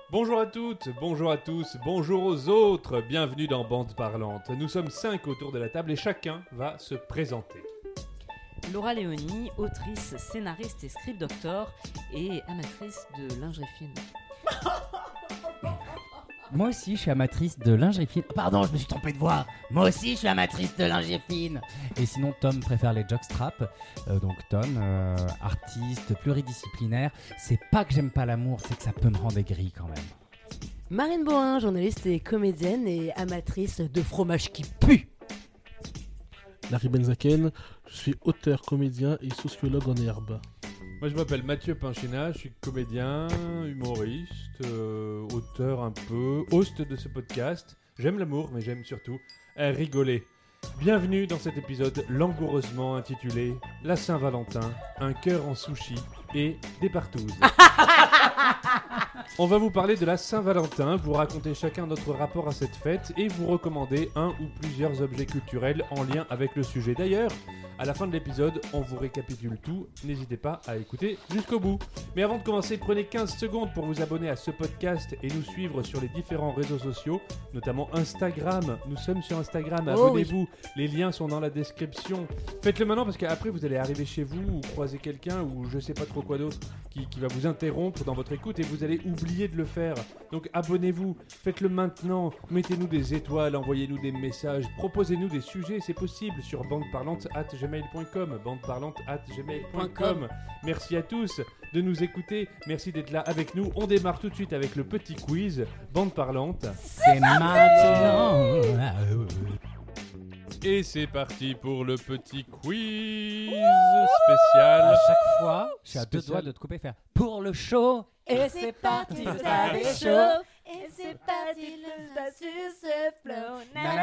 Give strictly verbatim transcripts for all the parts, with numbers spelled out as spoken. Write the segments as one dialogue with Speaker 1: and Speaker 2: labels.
Speaker 1: Bonjour à toutes, bonjour à tous, bonjour aux autres, bienvenue dans Bande Parlante. Nous sommes cinq autour de la table et chacun va se présenter.
Speaker 2: Laura Léonie, autrice, scénariste et script doctor et amatrice de lingerie fine.
Speaker 3: Moi aussi, je suis amatrice de lingerie fine. Pardon, je me suis trompé de voix. Moi aussi, je suis amatrice de lingerie fine. Et sinon, Tom préfère les jockstraps. Euh, donc, Tom, euh, artiste pluridisciplinaire. C'est pas que j'aime pas l'amour, c'est que ça peut me rendre aigri quand même.
Speaker 4: Marine Bohin, journaliste et comédienne et amatrice de fromage qui pue.
Speaker 5: Larry Benzaken, je suis auteur, comédien et sociologue en herbe.
Speaker 1: Moi je m'appelle Mathieu Pinchina, je suis comédien, humoriste, euh, auteur un peu, host de ce podcast. J'aime l'amour mais j'aime surtout euh, rigoler. Bienvenue dans cet épisode langoureusement intitulé La Saint-Valentin, un cœur en sushi et des partouzes. On va vous parler de la Saint-Valentin, vous raconter chacun notre rapport à cette fête et vous recommander un ou plusieurs objets culturels en lien avec le sujet. D'ailleurs, à la fin de l'épisode, on vous récapitule tout, n'hésitez pas à écouter jusqu'au bout. Mais avant de commencer, prenez quinze secondes pour vous abonner à ce podcast et nous suivre sur les différents réseaux sociaux, notamment Instagram. Nous sommes sur Instagram,
Speaker 4: Oh
Speaker 1: abonnez-vous, oui. Les liens sont dans la description. Faites-le maintenant parce qu'après vous allez arriver chez vous ou croiser quelqu'un ou je sais pas trop quoi d'autre qui, qui va vous interrompre dans votre écoute et vous allez oublier de le faire. Donc abonnez-vous, faites-le maintenant, mettez-nous des étoiles, envoyez-nous des messages, proposez-nous des sujets, c'est possible sur bandeparlante arobase gmail point com, bandeparlante arobase gmail point com. Merci à tous de nous écouter, merci d'être là avec nous. On démarre tout de suite avec le petit quiz Bande Parlante.
Speaker 3: C'est maintenant.
Speaker 1: Et c'est parti pour le petit quiz spécial.
Speaker 3: À chaque fois, je suis à deux
Speaker 1: Spécial.
Speaker 3: doigts de te couper et faire pour le show.
Speaker 4: Et c'est parti, le stade est chaud. Et c'est parti, le stade sur ce flow.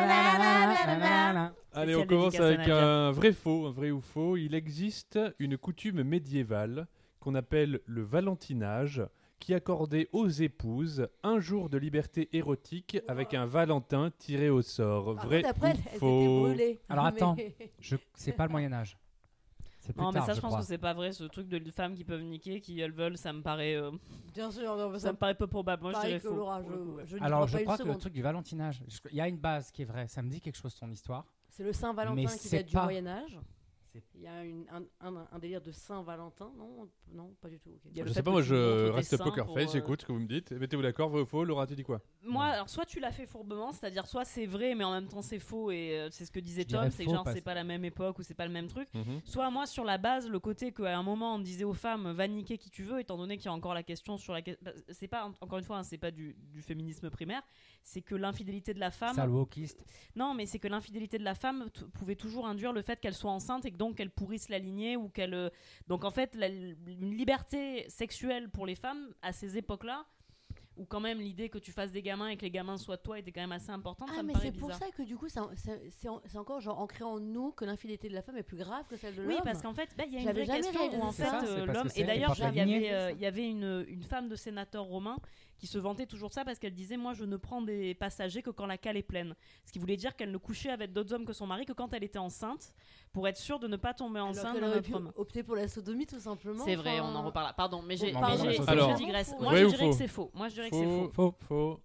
Speaker 3: Nananana.
Speaker 1: Allez,
Speaker 2: Spécial
Speaker 1: on commence
Speaker 2: dédicace à
Speaker 1: avec
Speaker 2: Nadia.
Speaker 1: un vrai faux, un vrai ou faux. Il existe une coutume médiévale qu'on appelle le valentinage, qui accordait aux épouses un jour de liberté érotique avec un Valentin tiré au sort.
Speaker 4: Par
Speaker 1: Vrai
Speaker 4: contre, après,
Speaker 1: ou
Speaker 4: elles étaient
Speaker 1: faux?
Speaker 4: brûlées.
Speaker 3: Alors,
Speaker 4: Mais-
Speaker 3: attends. Je... C'est pas le Moyen-Âge. C'est plus
Speaker 2: Non, mais
Speaker 3: tard,
Speaker 2: ça,
Speaker 3: je
Speaker 2: je pense
Speaker 3: crois.
Speaker 2: que c'est pas vrai. Ce truc de femmes qui peuvent niquer, qui elles veulent, ça me paraît, euh,
Speaker 4: Bien sûr, non, mais
Speaker 2: ça me paraît peu probable. Moi, je
Speaker 4: pareil
Speaker 2: dirais
Speaker 4: que
Speaker 2: faux.
Speaker 4: Laura,
Speaker 2: pour le coup, ouais.
Speaker 4: je, je n'y
Speaker 3: Alors,
Speaker 4: crois
Speaker 3: je
Speaker 4: pas une
Speaker 3: crois que le
Speaker 4: seconde.
Speaker 3: truc du valentinage, je- il y a une base qui est vraie. Ça me dit quelque chose son histoire.
Speaker 4: C'est le Saint-Valentin
Speaker 3: Mais
Speaker 4: qui
Speaker 3: c'est
Speaker 4: date du
Speaker 3: pas-
Speaker 4: Moyen-Âge.
Speaker 3: C'est-
Speaker 4: Il y a une- un, un- un délire de Saint-Valentin, non Non, pas du tout. ok.
Speaker 2: Il y a
Speaker 1: Je
Speaker 2: le
Speaker 1: sais
Speaker 2: fait
Speaker 1: pas,
Speaker 2: que
Speaker 1: moi
Speaker 2: tu
Speaker 1: je
Speaker 2: montres tes
Speaker 1: reste
Speaker 2: seins
Speaker 1: poker
Speaker 2: pour,
Speaker 1: face,
Speaker 2: euh,
Speaker 1: j'écoute ce que vous me dites. Mettez-vous d'accord, vrai ou faux? Laura, tu dis quoi?
Speaker 2: Moi, alors soit tu l'as fait fourbement, c'est-à-dire soit c'est vrai, mais en même temps c'est faux, et euh, c'est ce que disait
Speaker 3: Je
Speaker 2: Tom,
Speaker 3: dirais
Speaker 2: c'est que
Speaker 3: faux
Speaker 2: genre
Speaker 3: parce-
Speaker 2: c'est pas la même époque ou c'est pas le même truc.
Speaker 1: Mhm.
Speaker 2: Soit moi sur la base, le côté qu'à un moment on disait aux femmes va niquer qui tu veux, étant donné qu'il y a encore la question sur la que- bah, c'est pas encore une fois, hein, c'est pas du, du féminisme primaire, c'est que l'infidélité de la femme.
Speaker 3: Sale wokiste.
Speaker 2: Non, mais c'est que l'infidélité de la femme t- pouvait toujours induire le fait qu'elle soit enceinte et que donc qu'elle pourrisse la lignée ou qu'elle. euh, Donc en fait, la- une liberté sexuelle pour les femmes à ces époques-là, où quand même l'idée que tu fasses des gamins et que les gamins soient toi était quand même assez importante,
Speaker 4: Ah,
Speaker 2: ça me
Speaker 4: mais
Speaker 2: paraît
Speaker 4: c'est
Speaker 2: bizarre.
Speaker 4: pour ça que du coup, c'est c'est- c'est en- c'est encore genre ancré en nous que l'infidélité de la femme est plus grave que celle de l'homme.
Speaker 2: Oui, parce qu'en fait, bah, il y a une
Speaker 4: J'avais
Speaker 2: vraie
Speaker 4: jamais
Speaker 2: question
Speaker 4: réalisé
Speaker 2: où en
Speaker 4: ça.
Speaker 2: fait
Speaker 3: C'est ça, c'est
Speaker 2: euh,
Speaker 3: parce
Speaker 2: l'homme.
Speaker 3: que c'est-
Speaker 2: Et d'ailleurs,
Speaker 3: c'est pas
Speaker 2: il y
Speaker 3: lignée.
Speaker 2: avait, euh, il y avait une, une femme de sénateur romain qui se vantait toujours de ça parce qu'elle disait moi je ne prends des passagers que quand la cale est pleine, ce qui voulait dire qu'elle ne couchait avec d'autres hommes que son mari que quand elle était enceinte pour être sûre de ne pas tomber
Speaker 4: Alors
Speaker 2: enceinte
Speaker 4: qu'elle
Speaker 2: d'un
Speaker 4: aurait
Speaker 2: autre
Speaker 4: pu
Speaker 2: homme.
Speaker 4: opter pour la sodomie tout simplement.
Speaker 2: C'est vrai,
Speaker 4: enfin-
Speaker 2: on en reparle. Pardon, mais j'ai,
Speaker 3: Non,
Speaker 2: mais
Speaker 3: mais
Speaker 2: j'ai-
Speaker 3: non,
Speaker 2: je
Speaker 1: Alors,
Speaker 2: digresse.
Speaker 4: faux.
Speaker 2: Moi,
Speaker 1: Vrai
Speaker 2: je
Speaker 1: ou
Speaker 2: dirais
Speaker 1: faux
Speaker 2: que c'est faux. Moi, je dirais que c'est faux.
Speaker 1: Faux, faux.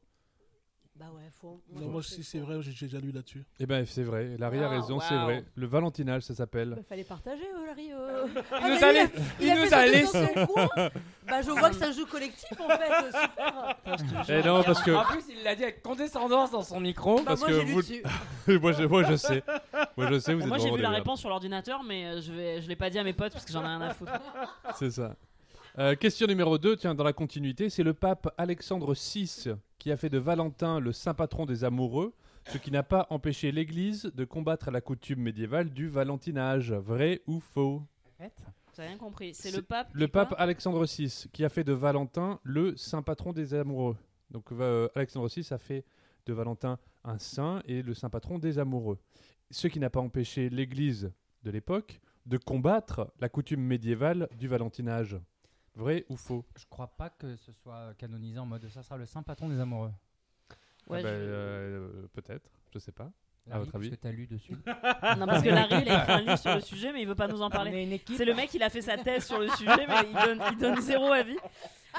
Speaker 4: Bah ouais, faux.
Speaker 5: Non, moi si c'est vrai, j'ai j'ai déjà lu là-dessus.
Speaker 1: Eh ben c'est vrai, Larry a
Speaker 2: Ah,
Speaker 1: raison, c'est
Speaker 2: waouh.
Speaker 1: vrai. Le valentinage, ça s'appelle.
Speaker 4: Bah, fallait partager, euh, Larry. euh.
Speaker 3: Il
Speaker 4: Ah,
Speaker 3: nous
Speaker 4: bah,
Speaker 3: a
Speaker 4: lui,
Speaker 3: laissé-
Speaker 4: il
Speaker 3: il
Speaker 4: a
Speaker 3: nous
Speaker 4: fait
Speaker 3: a
Speaker 4: ça tout
Speaker 3: laissé-
Speaker 4: dans son coin. Bah je vois que ça joue collectif en fait, euh, super.
Speaker 1: Eh non, parce que
Speaker 3: En plus, il l'a dit avec condescendance dans son micro.
Speaker 4: Bah
Speaker 1: Parce
Speaker 4: moi
Speaker 1: que
Speaker 4: j'ai lu
Speaker 1: vous-
Speaker 4: dessus.
Speaker 1: moi, je, moi je sais, moi je sais, vous êtes
Speaker 2: Moi, j'ai
Speaker 1: vraiment
Speaker 2: vu
Speaker 1: des
Speaker 2: la
Speaker 1: merdes.
Speaker 2: réponse sur l'ordinateur, mais euh, je vais, je l'ai pas dit à mes potes parce que j'en ai rien à foutre.
Speaker 1: C'est ça. Euh, question numéro deux, tiens, dans la continuité, c'est le pape Alexandre six qui a fait de Valentin le saint patron des amoureux, ce qui n'a pas empêché l'Église de combattre la coutume médiévale du valentinage. Vrai ou faux?
Speaker 2: J'ai rien compris. C'est
Speaker 1: C'est
Speaker 2: le pape.
Speaker 1: Le
Speaker 2: qui quoi
Speaker 1: pape Alexandre six qui a fait de Valentin le saint patron des amoureux. Donc euh, Alexandre six a fait de Valentin un saint et le saint patron des amoureux. Ce qui n'a pas empêché l'Église de l'époque de combattre la coutume médiévale du valentinage. Vrai ou faux?
Speaker 3: Je crois pas que ce soit canonisé en mode ça sera le saint patron des amoureux.
Speaker 2: Ouais,
Speaker 1: Ah bah,
Speaker 2: je-
Speaker 1: euh, peut-être, je sais pas. À
Speaker 3: Larry,
Speaker 1: votre avis?
Speaker 3: parce que t'as lu dessus.
Speaker 2: Non, parce que Larry, il a écrit un livre sur le sujet, mais il veut pas nous en
Speaker 3: On
Speaker 2: parler.
Speaker 3: est une équipe.
Speaker 2: C'est le mec, il a fait sa thèse sur le sujet, mais il donne, il donne zéro avis.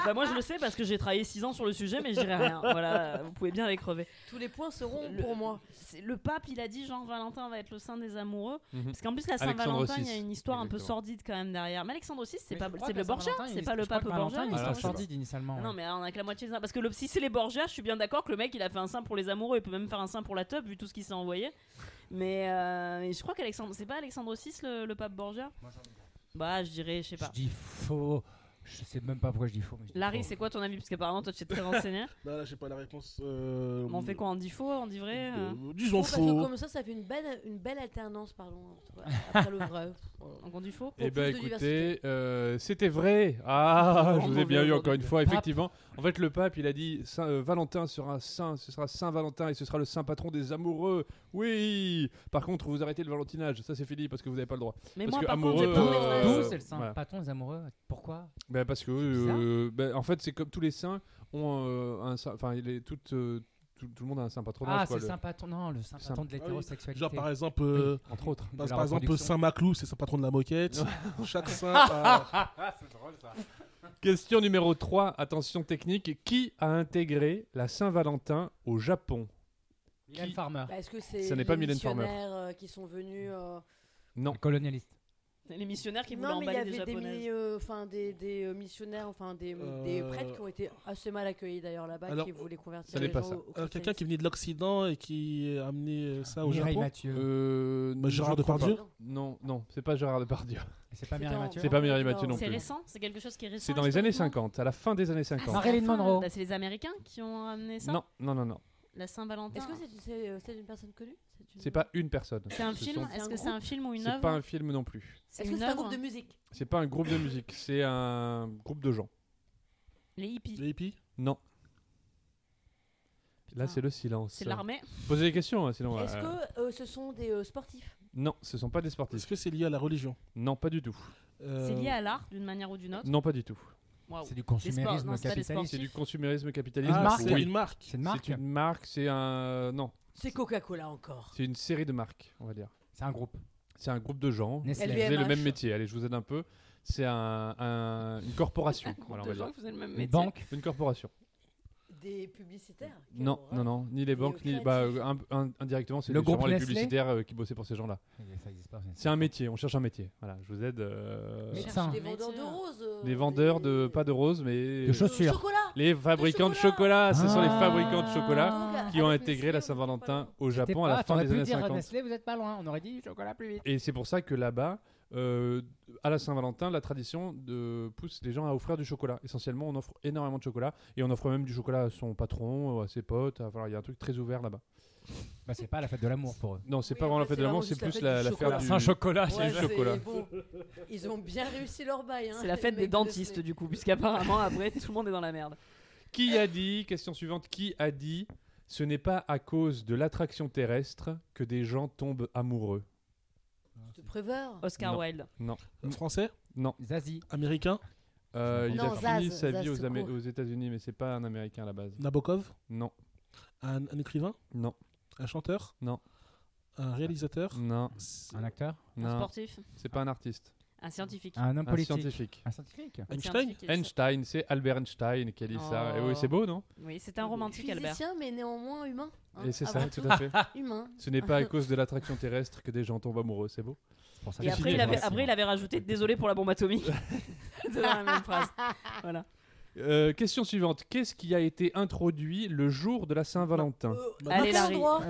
Speaker 2: Bah moi je le sais parce que j'ai travaillé six ans sur le sujet, mais je dirais rien. Voilà, vous pouvez bien les crever.
Speaker 4: Tous les points seront
Speaker 2: Le-
Speaker 4: pour moi.
Speaker 2: C'est- Le pape, il a dit Jean Valentin va être le saint des amoureux.
Speaker 1: Mhm.
Speaker 2: Parce qu'en plus la
Speaker 1: Alexandre
Speaker 2: Saint-Valentin, il y a
Speaker 1: six,
Speaker 2: une histoire un peu
Speaker 1: exactement.
Speaker 2: sordide quand même derrière. Mais Alexandre six, c'est
Speaker 3: Mais
Speaker 2: pas
Speaker 3: je crois
Speaker 2: c'est
Speaker 3: que
Speaker 2: le
Speaker 3: la
Speaker 2: Borgia,
Speaker 3: Saint-Valentin,
Speaker 2: c'est
Speaker 3: il-
Speaker 2: pas le
Speaker 3: je crois
Speaker 2: pape
Speaker 3: que Valentin,
Speaker 2: Borgia.
Speaker 3: il
Speaker 1: Ah,
Speaker 3: est
Speaker 1: là,
Speaker 3: pas
Speaker 1: je sais pas.
Speaker 3: sordide initialement.
Speaker 2: Non mais on a que la moitié des saints. Parce que le, si c'est les Borgia, je suis bien d'accord que le mec il a fait un saint pour les amoureux, il peut même faire un saint pour la teub vu tout ce qu'il s'est envoyé. Mais, euh, mais je crois qu'Alexandre, c'est pas Alexandre six le, le pape Borgia. Bah je dirais, je sais
Speaker 3: Je
Speaker 2: pas.
Speaker 3: dis faux. Je sais même pas pourquoi je dis faux. mais je dis
Speaker 2: Larry,
Speaker 3: faux.
Speaker 2: c'est quoi ton avis? Parce qu'apparemment toi tu es très renseigné.
Speaker 5: Là, là, j'ai pas la réponse. Euh...
Speaker 2: On fait quoi? On dit faux? On dit vrai? euh
Speaker 5: euh, Disons
Speaker 4: Parce que
Speaker 5: faux.
Speaker 4: comme ça, ça fait une belle, une belle alternance, pardon, entre- après le vrai. Voilà.
Speaker 2: Donc on dit faux?
Speaker 1: Eh ben
Speaker 4: plus de
Speaker 1: écoutez, euh, c'était vrai. Ah,
Speaker 2: Oh,
Speaker 1: je vous ai
Speaker 2: mauvais
Speaker 1: bien eu
Speaker 2: aujourd'hui.
Speaker 1: encore une fois.
Speaker 3: Pape.
Speaker 1: Effectivement, en fait, le pape, il a dit Saint, euh, Valentin sera saint, ce sera Saint Valentin et ce sera le saint patron des amoureux. Oui. Par contre, vous arrêtez le valentinage, ça c'est fini parce que vous n'avez pas le droit.
Speaker 2: Mais
Speaker 1: Parce
Speaker 2: moi
Speaker 1: que
Speaker 2: par
Speaker 1: amoureux,
Speaker 2: contre j'ai pas
Speaker 1: euh,
Speaker 2: envie de-
Speaker 3: D'où c'est le saint
Speaker 1: voilà.
Speaker 3: patron des amoureux? Pourquoi?
Speaker 1: Ben parce que,
Speaker 3: bizarre.
Speaker 1: euh, ben, en fait, c'est comme tous les saints ont euh, un saint, enfin, il est tout, euh, tout, tout le monde a un saint patronage.
Speaker 3: Ah,
Speaker 1: quoi,
Speaker 3: c'est le
Speaker 1: le-
Speaker 3: saint patron. Non, le saint
Speaker 1: Saint-
Speaker 3: patron de
Speaker 5: Ah oui.
Speaker 3: l'hétérosexualité.
Speaker 5: Genre, par exemple, euh,
Speaker 1: entre autres.
Speaker 5: par,
Speaker 3: de la
Speaker 5: par exemple
Speaker 3: reproduction.
Speaker 5: Saint-Maclou, c'est son patron de la moquette. Chaque saint a...
Speaker 1: Question numéro trois, attention technique. Qui a intégré la Saint-Valentin au Japon?
Speaker 3: Mylène
Speaker 1: Qui-
Speaker 3: Farmer.
Speaker 4: Bah, Est-ce que c'est
Speaker 1: Ce n'est
Speaker 4: les
Speaker 1: pas Mylène Farmer.
Speaker 4: missionnaires euh, qui sont venus euh,
Speaker 1: Non.
Speaker 3: Le colonialiste.
Speaker 2: Les missionnaires qui voulaient
Speaker 4: Non, mais il y
Speaker 2: emballer des
Speaker 4: avait des,
Speaker 2: japonaises.
Speaker 4: mi- euh, enfin, des, des euh, missionnaires, enfin des, des
Speaker 5: Euh,
Speaker 4: prêtres qui ont été assez mal accueillis d'ailleurs là-bas,
Speaker 5: alors,
Speaker 4: qui voulaient convertir
Speaker 1: ça
Speaker 4: les
Speaker 1: n'est pas
Speaker 4: gens
Speaker 1: ça.
Speaker 4: au- au
Speaker 5: Alors, quelqu'un qui est
Speaker 4: christianisme.
Speaker 5: venu de l'Occident et qui a amené euh, ça au
Speaker 3: Mireille
Speaker 5: Japon.
Speaker 3: Mathieu.
Speaker 1: Euh,
Speaker 5: Bah, Gérard
Speaker 1: je crois
Speaker 5: Depardieu.
Speaker 1: pas. Non, non, c'est pas Gérard Depardieu.
Speaker 3: C'est pas
Speaker 4: C'est
Speaker 3: Mireille
Speaker 4: en-
Speaker 3: Mathieu.
Speaker 1: C'est pas Mireille Mathieu non
Speaker 2: C'est
Speaker 1: plus.
Speaker 2: récent? C'est quelque chose qui est récent?
Speaker 1: C'est dans les années
Speaker 2: historiquement
Speaker 1: cinquante, à la fin des années
Speaker 2: Ah, c'est
Speaker 1: cinquante.
Speaker 3: Marilyn
Speaker 2: la fin.
Speaker 3: Monroe.
Speaker 2: Bah, c'est les Américains qui ont amené ça?
Speaker 1: Non, non, non, non.
Speaker 2: La Saint-Valentin.
Speaker 4: Est-ce que c'est c'est, euh, c'est une personne connue? une-
Speaker 1: C'est pas une personne.
Speaker 2: C'est un
Speaker 1: Ce
Speaker 2: film?
Speaker 1: sont-
Speaker 2: Est-ce
Speaker 4: un
Speaker 2: que c'est un film ou une
Speaker 1: C'est
Speaker 2: œuvre?
Speaker 1: pas un film non plus.
Speaker 2: C'est
Speaker 4: Est-ce que
Speaker 2: une
Speaker 4: c'est un
Speaker 2: œuvre?
Speaker 4: groupe de musique?
Speaker 1: C'est pas un groupe de musique. C'est un groupe de gens.
Speaker 2: Les hippies.
Speaker 5: Les hippies.
Speaker 1: Non. Là,
Speaker 2: Putain.
Speaker 1: c'est le silence.
Speaker 2: C'est l'armée?
Speaker 1: Posez des questions, hein, sinon.
Speaker 4: Est-ce
Speaker 1: euh,
Speaker 4: que euh, ce sont des euh, sportifs?
Speaker 1: Non, ce sont pas des
Speaker 5: Est-ce
Speaker 1: sportifs.
Speaker 5: que c'est lié à la religion?
Speaker 1: Non, pas du tout.
Speaker 5: Euh,
Speaker 2: C'est lié à l'art d'une manière ou d'une autre?
Speaker 1: Non, pas du tout.
Speaker 2: Waouh.
Speaker 3: C'est du
Speaker 2: sports,
Speaker 3: consumérisme
Speaker 2: non, c'est pas des
Speaker 3: capitaliste.
Speaker 1: C'est du consumérisme capitalisme.
Speaker 5: Ah,
Speaker 3: marque.
Speaker 5: c'est
Speaker 1: Oui.
Speaker 5: une marque.
Speaker 3: C'est une marque.
Speaker 1: C'est une marque, c'est un. Non,
Speaker 4: C'est Coca-Cola encore.
Speaker 1: c'est une série de marques, on va dire.
Speaker 3: C'est un groupe.
Speaker 1: C'est un groupe de gens. Vous
Speaker 3: Nestlé.
Speaker 4: L V M H.
Speaker 1: avez le même métier. Allez, je vous aide un peu. C'est un, un- une corporation.
Speaker 2: Un groupe
Speaker 1: Voilà, on
Speaker 2: de
Speaker 1: va
Speaker 2: gens
Speaker 1: dire.
Speaker 2: qui faisaient le même
Speaker 3: Une
Speaker 2: métier.
Speaker 3: banque.
Speaker 1: Une corporation.
Speaker 4: Des publicitaires? Quelle
Speaker 1: Non,
Speaker 4: horreur.
Speaker 1: non, non, ni les
Speaker 4: Des
Speaker 1: banques, ni.
Speaker 4: créatifs.
Speaker 1: Bah, un- un- indirectement, c'est
Speaker 3: Le
Speaker 1: sûrement
Speaker 3: groupe
Speaker 1: les
Speaker 3: Nestlé
Speaker 1: publicitaires euh, qui bossaient pour ces gens-là.
Speaker 3: Ça existe pas,
Speaker 1: C'est un métier, on cherche un métier. Voilà, je vous aide. euh,
Speaker 3: Mais-
Speaker 4: Cherche
Speaker 3: Médecin.
Speaker 4: Des vendeurs de
Speaker 2: Métier.
Speaker 4: roses. euh,
Speaker 1: Les vendeurs de.
Speaker 4: des-
Speaker 1: Pas de roses, mais.
Speaker 3: De chaussures.
Speaker 4: Chocolat.
Speaker 1: Les fabricants de
Speaker 4: chocolat.
Speaker 1: chocolat. Ce sont les
Speaker 3: Ah.
Speaker 1: fabricants de chocolat
Speaker 4: Donc,
Speaker 1: qui ont
Speaker 4: avec
Speaker 1: intégré
Speaker 4: Nestlé,
Speaker 1: la
Speaker 4: on est
Speaker 1: Saint-Valentin
Speaker 4: pas loin.
Speaker 1: au
Speaker 3: C'était
Speaker 1: Japon à la
Speaker 3: pas-
Speaker 1: fin
Speaker 3: t'aurais
Speaker 1: des
Speaker 3: pu
Speaker 1: années
Speaker 3: dire
Speaker 1: cinquante.
Speaker 3: Nestlé, vous êtes pas loin. On aurait dit chocolat plus vite.
Speaker 1: Et c'est pour ça que là-bas, euh, à la Saint-Valentin, la tradition de pousse les gens à offrir du chocolat. Essentiellement, on offre énormément de chocolat et on offre même du chocolat à son patron, à ses potes. Enfin, il y a un truc très ouvert là-bas.
Speaker 3: Bah, c'est pas la fête de l'amour pour eux.
Speaker 1: Non, c'est
Speaker 4: Oui,
Speaker 1: pas
Speaker 4: en
Speaker 1: vraiment la
Speaker 4: fait,
Speaker 1: fête de
Speaker 4: c'est
Speaker 1: l'amour,
Speaker 4: vraiment
Speaker 1: c'est
Speaker 4: juste la
Speaker 1: plus
Speaker 4: fête
Speaker 1: la-
Speaker 4: du
Speaker 1: l'affaire
Speaker 4: chocolat.
Speaker 1: du.
Speaker 3: C'est un chocolat.
Speaker 1: c'est le
Speaker 4: Ouais,
Speaker 1: chocolat.
Speaker 4: bon, ils ont bien réussi leur bail. Hein,
Speaker 2: C'est la
Speaker 4: les
Speaker 2: fête des
Speaker 4: mecs de
Speaker 2: dentistes
Speaker 4: Nestlé.
Speaker 2: du coup, puisqu'apparemment après tout le monde est dans la merde.
Speaker 1: Qui a dit, question suivante, qui a dit ce n'est pas à cause de l'attraction terrestre que des gens tombent amoureux?
Speaker 4: De Prévert.
Speaker 2: Oscar
Speaker 1: Non.
Speaker 2: Wilde.
Speaker 5: Français?
Speaker 1: Non.
Speaker 3: Zazie.
Speaker 5: Américain?
Speaker 1: Euh, il
Speaker 4: Non,
Speaker 1: a
Speaker 4: Zaz,
Speaker 1: fini sa
Speaker 4: Zaz
Speaker 1: vie aux,
Speaker 4: tout
Speaker 1: Amé-
Speaker 4: court.
Speaker 1: aux États-Unis, mais c'est pas un Américain à la base.
Speaker 5: Nabokov?
Speaker 1: Non,
Speaker 5: Un, un écrivain?
Speaker 1: non,
Speaker 5: Un chanteur?
Speaker 1: Non.
Speaker 5: Un réalisateur?
Speaker 1: non,
Speaker 5: C'est-
Speaker 3: Un acteur.
Speaker 2: Un
Speaker 1: non.
Speaker 2: sportif.
Speaker 1: C'est pas un artiste.
Speaker 2: Un scientifique.
Speaker 3: Un homme
Speaker 1: Un
Speaker 3: politique.
Speaker 1: scientifique.
Speaker 3: Un scientifique.
Speaker 2: Un
Speaker 5: Einstein?
Speaker 2: scientifique, il est-
Speaker 1: Einstein, c'est Albert Einstein qui a dit ça. Et oui,
Speaker 2: Oh.
Speaker 1: c'est beau, non?
Speaker 2: Oui, c'est un romantique, Albert.
Speaker 4: Physicien, mais néanmoins humain. hein,
Speaker 1: Et c'est
Speaker 4: avant
Speaker 1: ça, tout à fait.
Speaker 4: Humain.
Speaker 1: Ce n'est pas à cause de l'attraction terrestre que des gens tombent amoureux, c'est beau.
Speaker 3: C'est pour ça
Speaker 2: Et
Speaker 3: que
Speaker 2: après
Speaker 3: j'ai
Speaker 2: il,
Speaker 3: dit
Speaker 2: avait,
Speaker 3: Zazie.
Speaker 2: après, il avait rajouté désolé pour la bombe atomique. C'est dans la même phrase. Voilà.
Speaker 1: Euh, question suivante. Qu'est-ce qui a été introduit le jour de la Saint-Valentin?
Speaker 4: Euh,
Speaker 2: Allez,
Speaker 4: Macron
Speaker 2: Larry.
Speaker 4: droit.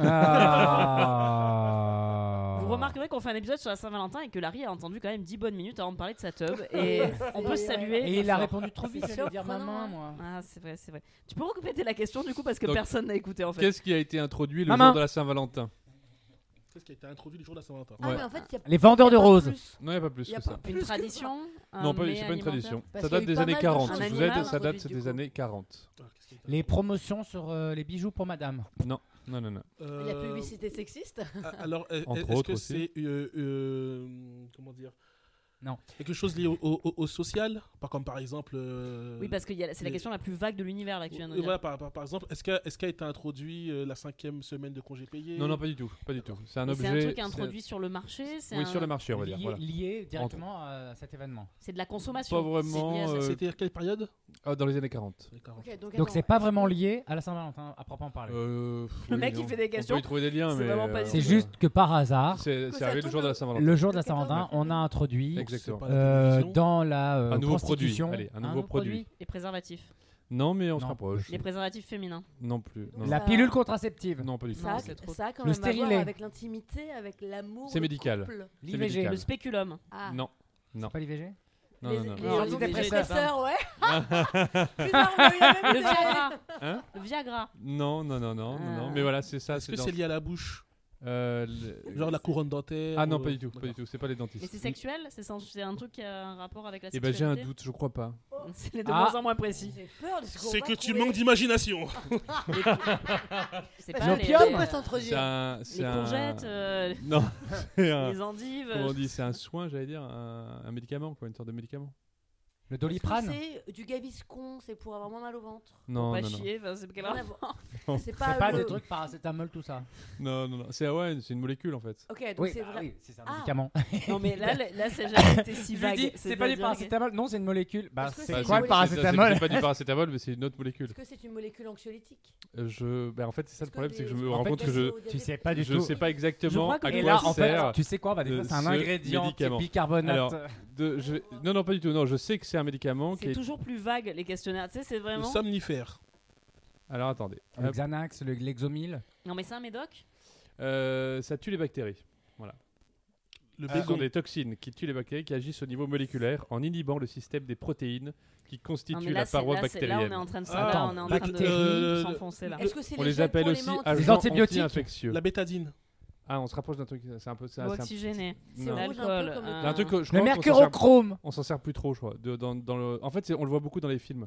Speaker 3: Ah.
Speaker 2: Vous remarquerez qu'on fait un épisode sur la Saint-Valentin et que Larry a entendu quand même dix bonnes minutes avant de parler de sa teub. Et on peut
Speaker 4: C'est-
Speaker 2: saluer.
Speaker 3: Et il a
Speaker 2: l'effort.
Speaker 3: répondu trop vite.
Speaker 4: C'est
Speaker 3: J'allais dire
Speaker 4: surprenant,
Speaker 3: maman,
Speaker 4: hein.
Speaker 3: moi.
Speaker 2: Ah, c'est vrai, c'est vrai. Tu peux répéter la question du coup parce que
Speaker 1: Donc,
Speaker 2: personne n'a écouté en fait.
Speaker 1: Qu'est-ce qui a été introduit le
Speaker 3: Maman.
Speaker 1: jour de la Saint-Valentin?
Speaker 5: Qu'est-ce qui a été introduit le jour de la Saint-Valentin?
Speaker 4: Ah,
Speaker 1: Ouais.
Speaker 4: mais en fait, il y a
Speaker 3: Les vendeurs de
Speaker 4: pas
Speaker 3: roses.
Speaker 4: plus.
Speaker 1: Non, il n'y a pas plus
Speaker 4: Y a
Speaker 1: que
Speaker 4: pas
Speaker 1: ça.
Speaker 4: plus
Speaker 2: Une
Speaker 4: que ça.
Speaker 2: tradition un
Speaker 1: Non, pas,
Speaker 2: mets
Speaker 1: c'est pas une
Speaker 2: alimentaire.
Speaker 1: tradition.
Speaker 4: Parce
Speaker 1: Ça
Speaker 4: qu'il y a
Speaker 1: date
Speaker 4: eu
Speaker 1: des
Speaker 4: pas
Speaker 1: années
Speaker 4: mal de
Speaker 1: quarante.
Speaker 4: choses
Speaker 1: Je vous
Speaker 2: animales
Speaker 1: aide, ça date
Speaker 4: introduites, du
Speaker 1: des
Speaker 4: coup.
Speaker 1: années quarante.
Speaker 5: Putain, qu'est-ce qui a été
Speaker 3: Les promotions sur euh, les bijoux pour madame.
Speaker 1: Non, non, non, non.
Speaker 5: Euh,
Speaker 4: La publicité sexiste.
Speaker 5: ah, Alors, est-
Speaker 1: Entre
Speaker 5: est-ce
Speaker 1: autres
Speaker 5: que
Speaker 1: aussi.
Speaker 5: c'est euh, euh, comment dire?
Speaker 3: Non.
Speaker 5: Quelque chose lié au, au- au- au social, pas comme par exemple. euh,
Speaker 2: Oui, parce que y a- c'est la
Speaker 5: les-
Speaker 2: question la plus vague de l'univers là que tu viens de
Speaker 5: euh,
Speaker 2: dire.
Speaker 5: voilà, par, par- par exemple, est-ce qu'a est-ce qu'a été introduit euh, la cinquième semaine de congé payé?
Speaker 1: Non, non, pas du tout. Pas du tout. C'est un
Speaker 2: Mais
Speaker 1: objet.
Speaker 2: C'est un truc
Speaker 1: c'est-
Speaker 2: introduit sur le marché. C'est
Speaker 1: Oui,
Speaker 2: un-
Speaker 1: sur le marché, on va dire.
Speaker 3: Lié,
Speaker 1: Voilà.
Speaker 3: lié directement à cet événement.
Speaker 2: C'est de la consommation.
Speaker 1: Pas vraiment.
Speaker 2: C'est lié à ça.
Speaker 1: euh,
Speaker 5: C'était à quelle période?
Speaker 1: Ah, dans les années quarante.
Speaker 5: Les quarante.
Speaker 4: Ok, donc
Speaker 3: Donc
Speaker 4: attends,
Speaker 3: c'est pas
Speaker 4: est-ce
Speaker 3: vraiment
Speaker 4: que-
Speaker 3: lié à la Saint-Valentin, à proprement parler.
Speaker 1: Euh,
Speaker 2: Le
Speaker 1: oui,
Speaker 2: mec, il
Speaker 1: non.
Speaker 2: fait des questions.
Speaker 1: On peut y trouver des liens,
Speaker 2: C'est
Speaker 1: mais.
Speaker 2: vraiment pas
Speaker 1: euh,
Speaker 2: du
Speaker 3: C'est
Speaker 2: tout.
Speaker 3: juste que par hasard,
Speaker 1: C'est
Speaker 4: Que
Speaker 1: c'est
Speaker 4: ça
Speaker 1: arrivé le
Speaker 4: tombe
Speaker 1: jour de la
Speaker 4: le-
Speaker 1: Saint-Valentin.
Speaker 3: le jour de la
Speaker 4: Le quatorze
Speaker 3: Saint-Valentin, on a introduit
Speaker 1: Exactement.
Speaker 5: C'est pas la
Speaker 3: euh,
Speaker 5: définition.
Speaker 3: dans la euh,
Speaker 1: Un nouveau produit.
Speaker 3: Constitution
Speaker 1: Allez, un
Speaker 2: Un
Speaker 1: nouveau
Speaker 2: autre
Speaker 1: produit.
Speaker 2: Les préservatifs.
Speaker 1: Non, mais on se
Speaker 3: Non.
Speaker 1: rapproche.
Speaker 2: Les préservatifs féminins.
Speaker 1: Non plus. Non,
Speaker 3: la
Speaker 4: Ça-
Speaker 3: pilule contraceptive,
Speaker 1: non, pas du tout.
Speaker 4: Ça, a-
Speaker 2: c'est trop-
Speaker 4: ça a quand
Speaker 3: Le
Speaker 4: même à voir
Speaker 3: stérilet.
Speaker 4: avec l'intimité, avec l'amour.
Speaker 1: C'est
Speaker 4: le
Speaker 1: médical.
Speaker 4: couple.
Speaker 3: l'I V G,
Speaker 1: médical.
Speaker 2: Le spéculum.
Speaker 4: Ah.
Speaker 1: Non. Non.
Speaker 3: c'est pas l'I V G
Speaker 1: Non,
Speaker 4: les,
Speaker 1: non, non.
Speaker 4: les
Speaker 2: Non,
Speaker 4: antidépresseurs, ouais.
Speaker 1: Ah.
Speaker 4: Putain, on a eu la même
Speaker 2: Le
Speaker 4: idée.
Speaker 2: Viagra.
Speaker 1: Hein
Speaker 2: Le Viagra.
Speaker 1: Non, non, non, non, non, non.
Speaker 2: Ah.
Speaker 1: Mais voilà, c'est ça.
Speaker 5: Est-ce que
Speaker 1: dans-
Speaker 5: c'est lié à la bouche?
Speaker 1: Euh, le-
Speaker 5: Genre la couronne dentaire?
Speaker 1: Ah non,
Speaker 5: ou-
Speaker 1: pas du tout, pas
Speaker 5: D'accord.
Speaker 1: du tout. C'est pas les
Speaker 2: Mais
Speaker 1: dentistes.
Speaker 2: c'est sexuel c'est, sens- c'est un truc qui a un rapport avec la
Speaker 1: Eh ben j'ai
Speaker 2: sexualité.
Speaker 1: un doute, je crois pas.
Speaker 2: C'est de
Speaker 3: Ah.
Speaker 2: moins en moins précis.
Speaker 4: J'ai peur de ce qu'on
Speaker 5: C'est
Speaker 4: va
Speaker 5: que tu
Speaker 4: trouver.
Speaker 5: manques d'imagination.
Speaker 2: C'est
Speaker 4: Parce
Speaker 2: pas
Speaker 4: que
Speaker 2: les,
Speaker 3: L'opium
Speaker 4: tout
Speaker 2: les,
Speaker 4: peut
Speaker 1: C'est
Speaker 4: s'introduire.
Speaker 1: un, c'est
Speaker 2: les
Speaker 1: un-
Speaker 2: courgettes, euh,
Speaker 1: Non, c'est un.
Speaker 2: les endives.
Speaker 1: Comment on
Speaker 2: euh,
Speaker 1: dit? C'est un soin, j'allais dire, un, un médicament, quoi, une sorte de médicament.
Speaker 3: Le
Speaker 4: Est-ce que
Speaker 3: Doliprane.
Speaker 4: c'est du gaviscon, c'est pour avoir moins mal au ventre.
Speaker 1: Non,
Speaker 2: pas
Speaker 1: non, non,
Speaker 2: chier, enfin, c'est quel
Speaker 4: Rien à
Speaker 2: rapport
Speaker 4: voir.
Speaker 1: Non.
Speaker 4: C'est pas,
Speaker 3: C'est pas
Speaker 4: le...
Speaker 3: des trucs paracétamol, tout ça.
Speaker 1: non, non, non. C'est ouais, c'est une molécule en fait.
Speaker 4: Ok, donc
Speaker 3: Oui,
Speaker 4: c'est
Speaker 3: bah
Speaker 4: vrai.
Speaker 3: oui, c'est un
Speaker 4: Ah.
Speaker 3: médicament.
Speaker 2: Non mais là, là, là, c'est jamais été si
Speaker 3: Je lui
Speaker 2: vague.
Speaker 3: dis, c'est pas du
Speaker 2: C'est-à-dire que-
Speaker 3: paracétamol. Non, c'est une molécule. Bah,
Speaker 4: Est-ce que
Speaker 3: c'est
Speaker 4: c'est
Speaker 3: quoi
Speaker 4: une
Speaker 3: le
Speaker 1: Bah, c'est-
Speaker 3: paracétamol
Speaker 1: C'est pas du paracétamol, mais c'est une autre molécule.
Speaker 4: Est-ce que c'est une molécule anxiolytique?
Speaker 1: Euh, Je, ben en fait, c'est ça le
Speaker 4: Est-ce
Speaker 1: problème,
Speaker 4: des-
Speaker 1: c'est que je me
Speaker 3: En
Speaker 1: rends
Speaker 3: fait,
Speaker 1: compte que je,
Speaker 3: Tu sais pas du
Speaker 1: je
Speaker 3: tout.
Speaker 1: sais pas
Speaker 2: Je
Speaker 1: exactement
Speaker 2: crois que-
Speaker 1: à
Speaker 3: Et
Speaker 1: quoi
Speaker 3: là, en
Speaker 1: sert.
Speaker 3: fait, tu sais quoi bah, Des
Speaker 1: de
Speaker 3: fois, c'est un
Speaker 1: ce
Speaker 3: ingrédient,
Speaker 1: médicament.
Speaker 3: c'est bicarbonate.
Speaker 1: Alors, de, je, non, non, pas du tout. Non, je sais que c'est un médicament qui
Speaker 2: C'est
Speaker 1: est.
Speaker 2: toujours plus vague les questionnaires. Tu sais, c'est
Speaker 5: Le
Speaker 2: vraiment.
Speaker 5: somnifère.
Speaker 1: Alors attendez.
Speaker 3: le
Speaker 1: Hop.
Speaker 3: Xanax, le Lexomil.
Speaker 2: Non mais c'est un médoc.
Speaker 1: Euh, ça tue les bactéries.
Speaker 5: Le
Speaker 1: Ce sont
Speaker 5: bégon.
Speaker 1: des toxines qui tuent les bactéries qui agissent au niveau moléculaire en inhibant le système des protéines qui
Speaker 2: Non,
Speaker 1: constituent
Speaker 2: mais là,
Speaker 1: la
Speaker 2: c'est-
Speaker 1: paroi
Speaker 2: là, c'est- là, on est
Speaker 1: bactérienne.
Speaker 2: en train de
Speaker 5: Ah,
Speaker 2: là, on est en train de
Speaker 5: euh,
Speaker 2: s'enfoncer là.
Speaker 4: Est-ce que c'est
Speaker 1: On
Speaker 4: les
Speaker 1: les
Speaker 4: gels
Speaker 1: appelle
Speaker 4: pour les
Speaker 1: aussi
Speaker 4: menthes
Speaker 1: agents
Speaker 3: antibiotiques.
Speaker 1: anti-infectieux.
Speaker 5: La bétadine.
Speaker 1: Ah, on se rapproche d'un truc. C'est un peu ça. c'est un-
Speaker 2: Oxygéné.
Speaker 4: C'est
Speaker 1: Non.
Speaker 4: rouge un peu
Speaker 2: L'alcool.
Speaker 4: comme le-
Speaker 2: euh,
Speaker 1: C'est un truc que je
Speaker 3: Le
Speaker 1: crois qu'on s'en sert-
Speaker 3: mercurochrome.
Speaker 1: On s'en sert plus trop, je crois. De- dans, dans le... En fait, c'est- on le voit beaucoup dans les films.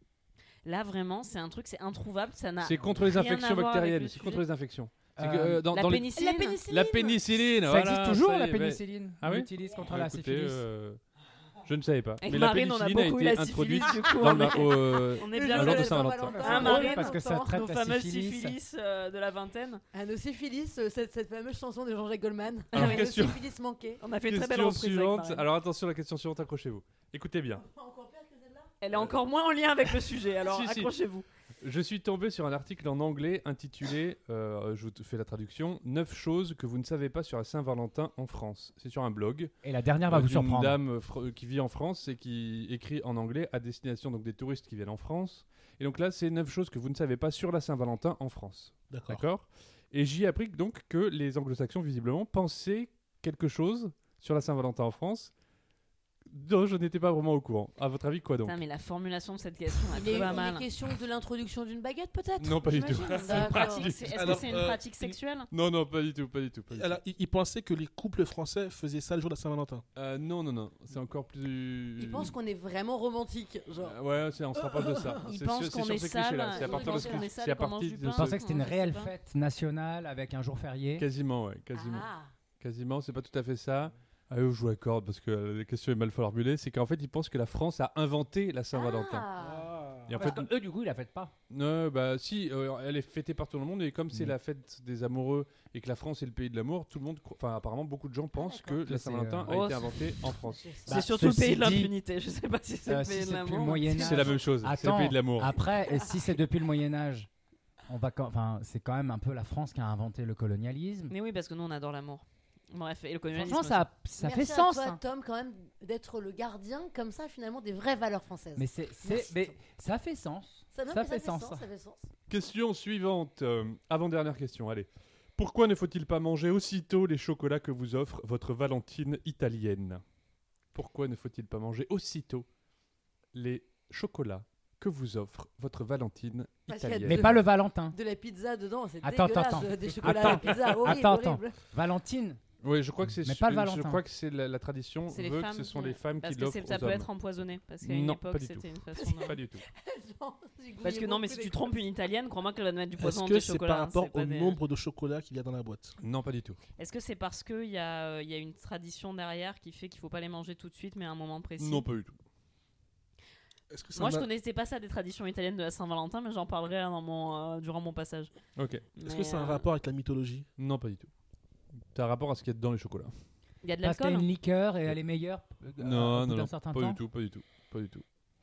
Speaker 2: Là vraiment, c'est un truc, c'est introuvable, ça n'a.
Speaker 1: C'est contre les
Speaker 2: rien à
Speaker 1: infections
Speaker 2: voir avec
Speaker 1: bactériennes.
Speaker 2: le
Speaker 1: C'est
Speaker 2: sujet.
Speaker 1: contre les infections. C'est
Speaker 3: Euh,
Speaker 1: que, euh, dans,
Speaker 2: La
Speaker 1: dans les-
Speaker 2: pénicilline.
Speaker 4: La pénicilline.
Speaker 1: La pénicilline.
Speaker 3: Ça
Speaker 1: voilà,
Speaker 3: existe toujours
Speaker 1: ça y
Speaker 3: la
Speaker 1: est, mais-
Speaker 3: pénicilline.
Speaker 1: Ah
Speaker 3: On
Speaker 1: oui
Speaker 3: l'utilise contre
Speaker 1: Ah,
Speaker 3: la
Speaker 1: écoutez,
Speaker 3: syphilis.
Speaker 1: euh, je ne savais pas.
Speaker 2: Avec
Speaker 1: Mais la
Speaker 2: Marine, on a
Speaker 1: pénicilline a
Speaker 2: beaucoup eu
Speaker 1: été
Speaker 2: la
Speaker 1: introduite
Speaker 2: syphilis du coup.
Speaker 1: dans
Speaker 2: on
Speaker 1: le
Speaker 2: est-
Speaker 1: au, euh,
Speaker 2: On est
Speaker 4: Le
Speaker 2: bien
Speaker 1: jour
Speaker 2: dans
Speaker 1: de
Speaker 2: la
Speaker 1: Saint-Valentin.
Speaker 2: Saint-Valentin.
Speaker 4: Ah,
Speaker 2: Ah, Marine,
Speaker 3: parce que ça
Speaker 2: nos
Speaker 3: traite la
Speaker 2: fameuses
Speaker 3: syphilis.
Speaker 2: syphilis euh, de la vingtaine.
Speaker 4: Ah, nos syphilis, euh, cette, cette fameuse chanson de Jean-Jacques Goldman.
Speaker 1: Alors,
Speaker 4: Nos
Speaker 1: question-
Speaker 4: syphilis manqués.
Speaker 2: On a fait une très belle
Speaker 1: question
Speaker 2: reprise avec
Speaker 1: suivante.
Speaker 2: Marine.
Speaker 1: Alors attention, la question suivante, accrochez-vous. Écoutez bien.
Speaker 4: Encore pire que celle-là.
Speaker 2: Elle est encore moins en lien avec le sujet, alors
Speaker 1: Si, si.
Speaker 2: accrochez-vous.
Speaker 1: Je suis tombé sur un article en anglais intitulé, euh, je vous fais la traduction, neuf choses que vous ne savez pas sur la Saint-Valentin en France. C'est sur un blog.
Speaker 3: Et la dernière va
Speaker 1: euh,
Speaker 3: vous
Speaker 1: d'une
Speaker 3: surprendre.
Speaker 1: dame euh, fr- qui vit en France et qui écrit en anglais à destination donc des touristes qui viennent en France. Et donc là, c'est neuf choses que vous ne savez pas sur la Saint-Valentin en France.
Speaker 5: D'accord.
Speaker 1: D'accord. Et j'y ai appris donc que les anglo-saxons, visiblement, pensaient quelque chose sur la Saint-Valentin en France dont je n'étais pas vraiment au courant. À votre avis, quoi donc?
Speaker 2: Putain, mais la formulation de cette question,
Speaker 4: Il
Speaker 2: elle
Speaker 4: est,
Speaker 2: est pas
Speaker 4: il
Speaker 2: mal.
Speaker 4: est question de l'introduction d'une baguette, peut-être?
Speaker 1: Non, pas du tout.
Speaker 4: J'imagine.
Speaker 2: C'est une
Speaker 4: D'accord.
Speaker 2: pratique- c'est- Est-ce que
Speaker 5: Alors,
Speaker 2: c'est une
Speaker 5: euh,
Speaker 2: pratique sexuelle?
Speaker 1: Non, non, pas du tout, pas du tout. Pas du tout.
Speaker 5: Alors, il, il pensait que les couples français faisaient ça le jour de la Saint-Valentin.
Speaker 1: Euh, non, non, non, c'est encore plus.
Speaker 4: Il pense qu'on est vraiment romantique. Genre.
Speaker 1: Euh, ouais, c'est- on se rapproche de ça.
Speaker 2: Il
Speaker 1: C'est
Speaker 2: pense
Speaker 1: sur- c'est
Speaker 2: qu'on
Speaker 1: sur
Speaker 2: est
Speaker 1: ces
Speaker 2: sale,
Speaker 1: clichés-là. C'est à
Speaker 2: il
Speaker 1: partir de
Speaker 2: pense
Speaker 1: ce
Speaker 2: qu'on est
Speaker 1: que-
Speaker 2: sale
Speaker 1: c'est à
Speaker 2: quand on mange
Speaker 1: partir
Speaker 2: du
Speaker 1: de
Speaker 2: pain.
Speaker 3: Je
Speaker 1: ce-
Speaker 3: pensais que c'était une
Speaker 2: Non, je sais
Speaker 3: réelle
Speaker 2: pas.
Speaker 3: fête nationale avec un jour férié.
Speaker 1: Quasiment, ouais, quasiment.
Speaker 4: Ah.
Speaker 1: Quasiment, c'est pas tout à fait ça. Ah, je vous accorde parce que euh, la question est mal formulée. C'est qu'en fait, ils pensent que la France a inventé la Saint-Valentin.
Speaker 4: Ah.
Speaker 1: Et en
Speaker 3: Parce
Speaker 1: fait,
Speaker 3: que eux, du coup, ils la fêtent pas.
Speaker 1: non, bah si, euh, elle est fêtée par tout le monde et comme c'est
Speaker 3: Mm.
Speaker 1: la fête des amoureux et que la France est le pays de l'amour, tout le monde, cro- enfin apparemment beaucoup de gens pensent que
Speaker 4: d'accord.
Speaker 1: la
Speaker 3: C'est,
Speaker 1: Saint-Valentin
Speaker 3: euh,
Speaker 1: a
Speaker 2: oh,
Speaker 1: été
Speaker 2: c'est-
Speaker 1: inventée en France.
Speaker 2: C'est
Speaker 3: Bah,
Speaker 2: surtout le
Speaker 3: ceci
Speaker 2: pays de
Speaker 3: dit,
Speaker 2: l'impunité. Je sais pas si c'est
Speaker 3: Euh,
Speaker 2: le
Speaker 3: si
Speaker 2: pays de
Speaker 3: c'est depuis le
Speaker 2: l'amour.
Speaker 3: Moyen
Speaker 1: C'est la
Speaker 3: Âge.
Speaker 1: même chose, c'est le
Speaker 3: Attends,
Speaker 1: pays de l'amour.
Speaker 3: Après, et si c'est depuis le Moyen Âge, on va, quand- enfin, c'est quand même un peu la France qui a inventé le colonialisme.
Speaker 2: Mais oui, parce que nous on adore l'amour. Bref, et le colonialisme.
Speaker 3: Franchement, ça, ça
Speaker 4: Merci
Speaker 3: fait
Speaker 4: à
Speaker 3: sens.
Speaker 4: toi,
Speaker 3: hein.
Speaker 4: Tom, quand même, d'être le gardien, comme ça, finalement, des vraies valeurs françaises.
Speaker 3: Mais c'est, c'est-
Speaker 4: Merci,
Speaker 3: mais
Speaker 4: Tom.
Speaker 3: ça fait sens.
Speaker 4: ça, non,
Speaker 3: ça
Speaker 4: mais
Speaker 3: fait sens.
Speaker 4: Ça fait sens.
Speaker 1: Question suivante, euh, avant-dernière question, allez. Pourquoi ne faut-il pas manger aussitôt les chocolats que vous offre votre Valentine italienne? Pourquoi ne faut-il pas manger aussitôt les chocolats que vous offre votre Valentine
Speaker 4: Parce qu'il y a
Speaker 1: italienne?
Speaker 3: Mais pas le Valentin.
Speaker 4: De la pizza dedans, c'est
Speaker 3: Attends,
Speaker 4: dégueulasse.
Speaker 3: attends,
Speaker 4: euh, Des chocolats à la
Speaker 3: Attends.
Speaker 4: pizza, horrible,
Speaker 3: Attends, attends.
Speaker 4: horrible.
Speaker 3: Valentine.
Speaker 1: Oui, je crois que c'est
Speaker 3: Mais
Speaker 1: su-
Speaker 3: pas le
Speaker 1: je
Speaker 3: Valentin.
Speaker 1: crois que c'est la, la tradition
Speaker 2: C'est les
Speaker 1: veut
Speaker 2: femmes
Speaker 1: que ce sont
Speaker 2: qui-
Speaker 1: les femmes
Speaker 2: Parce
Speaker 1: qui
Speaker 2: que
Speaker 1: l'offrent
Speaker 2: c'est- ça
Speaker 1: aux
Speaker 2: peut
Speaker 1: hommes.
Speaker 2: être empoisonné. Parce qu'à une
Speaker 1: Non, pas
Speaker 2: époque,
Speaker 1: du tout.
Speaker 2: c'était une façon de.
Speaker 1: Pas du tout.
Speaker 4: Non, j'ai
Speaker 2: Parce que
Speaker 4: gouillé
Speaker 2: non, mais
Speaker 4: beaucoup
Speaker 2: si tu
Speaker 4: des-
Speaker 2: trompes une italienne, crois-moi qu'elle va te mettre du poison
Speaker 5: Est-ce
Speaker 2: dans
Speaker 5: que
Speaker 2: tes
Speaker 5: c'est
Speaker 2: chocolats.
Speaker 5: par
Speaker 2: hein,
Speaker 5: rapport
Speaker 2: c'est pas
Speaker 5: au
Speaker 2: des-
Speaker 5: nombre de chocolats qu'il y a dans la boîte?
Speaker 1: Non, pas du tout.
Speaker 2: Est-ce que c'est parce qu'il y, a, euh, il y a une tradition derrière qui fait qu'il faut pas les manger tout de suite, mais à un moment précis?
Speaker 1: Non, pas du tout.
Speaker 5: Est-ce que ça
Speaker 2: Moi, je
Speaker 5: n'a-
Speaker 2: connaissais pas ça des traditions italiennes de la Saint-Valentin, mais j'en parlerai dans mon, euh, durant mon passage.
Speaker 1: Ok.
Speaker 5: Est-ce
Speaker 2: Mais,
Speaker 5: que c'est un
Speaker 2: euh,
Speaker 5: rapport avec la mythologie?
Speaker 1: Non, pas du tout. T'as un rapport à ce qu'il y a dedans les chocolats?
Speaker 2: Il y a de
Speaker 3: Parce qu'il y a
Speaker 2: l'alcool.
Speaker 3: une liqueur et elle est meilleure. euh, au
Speaker 1: Non,
Speaker 3: bout
Speaker 1: non,
Speaker 3: d'un
Speaker 1: non.
Speaker 3: certain
Speaker 1: Pas
Speaker 3: temps.
Speaker 1: du tout, pas du tout. Pas du tout.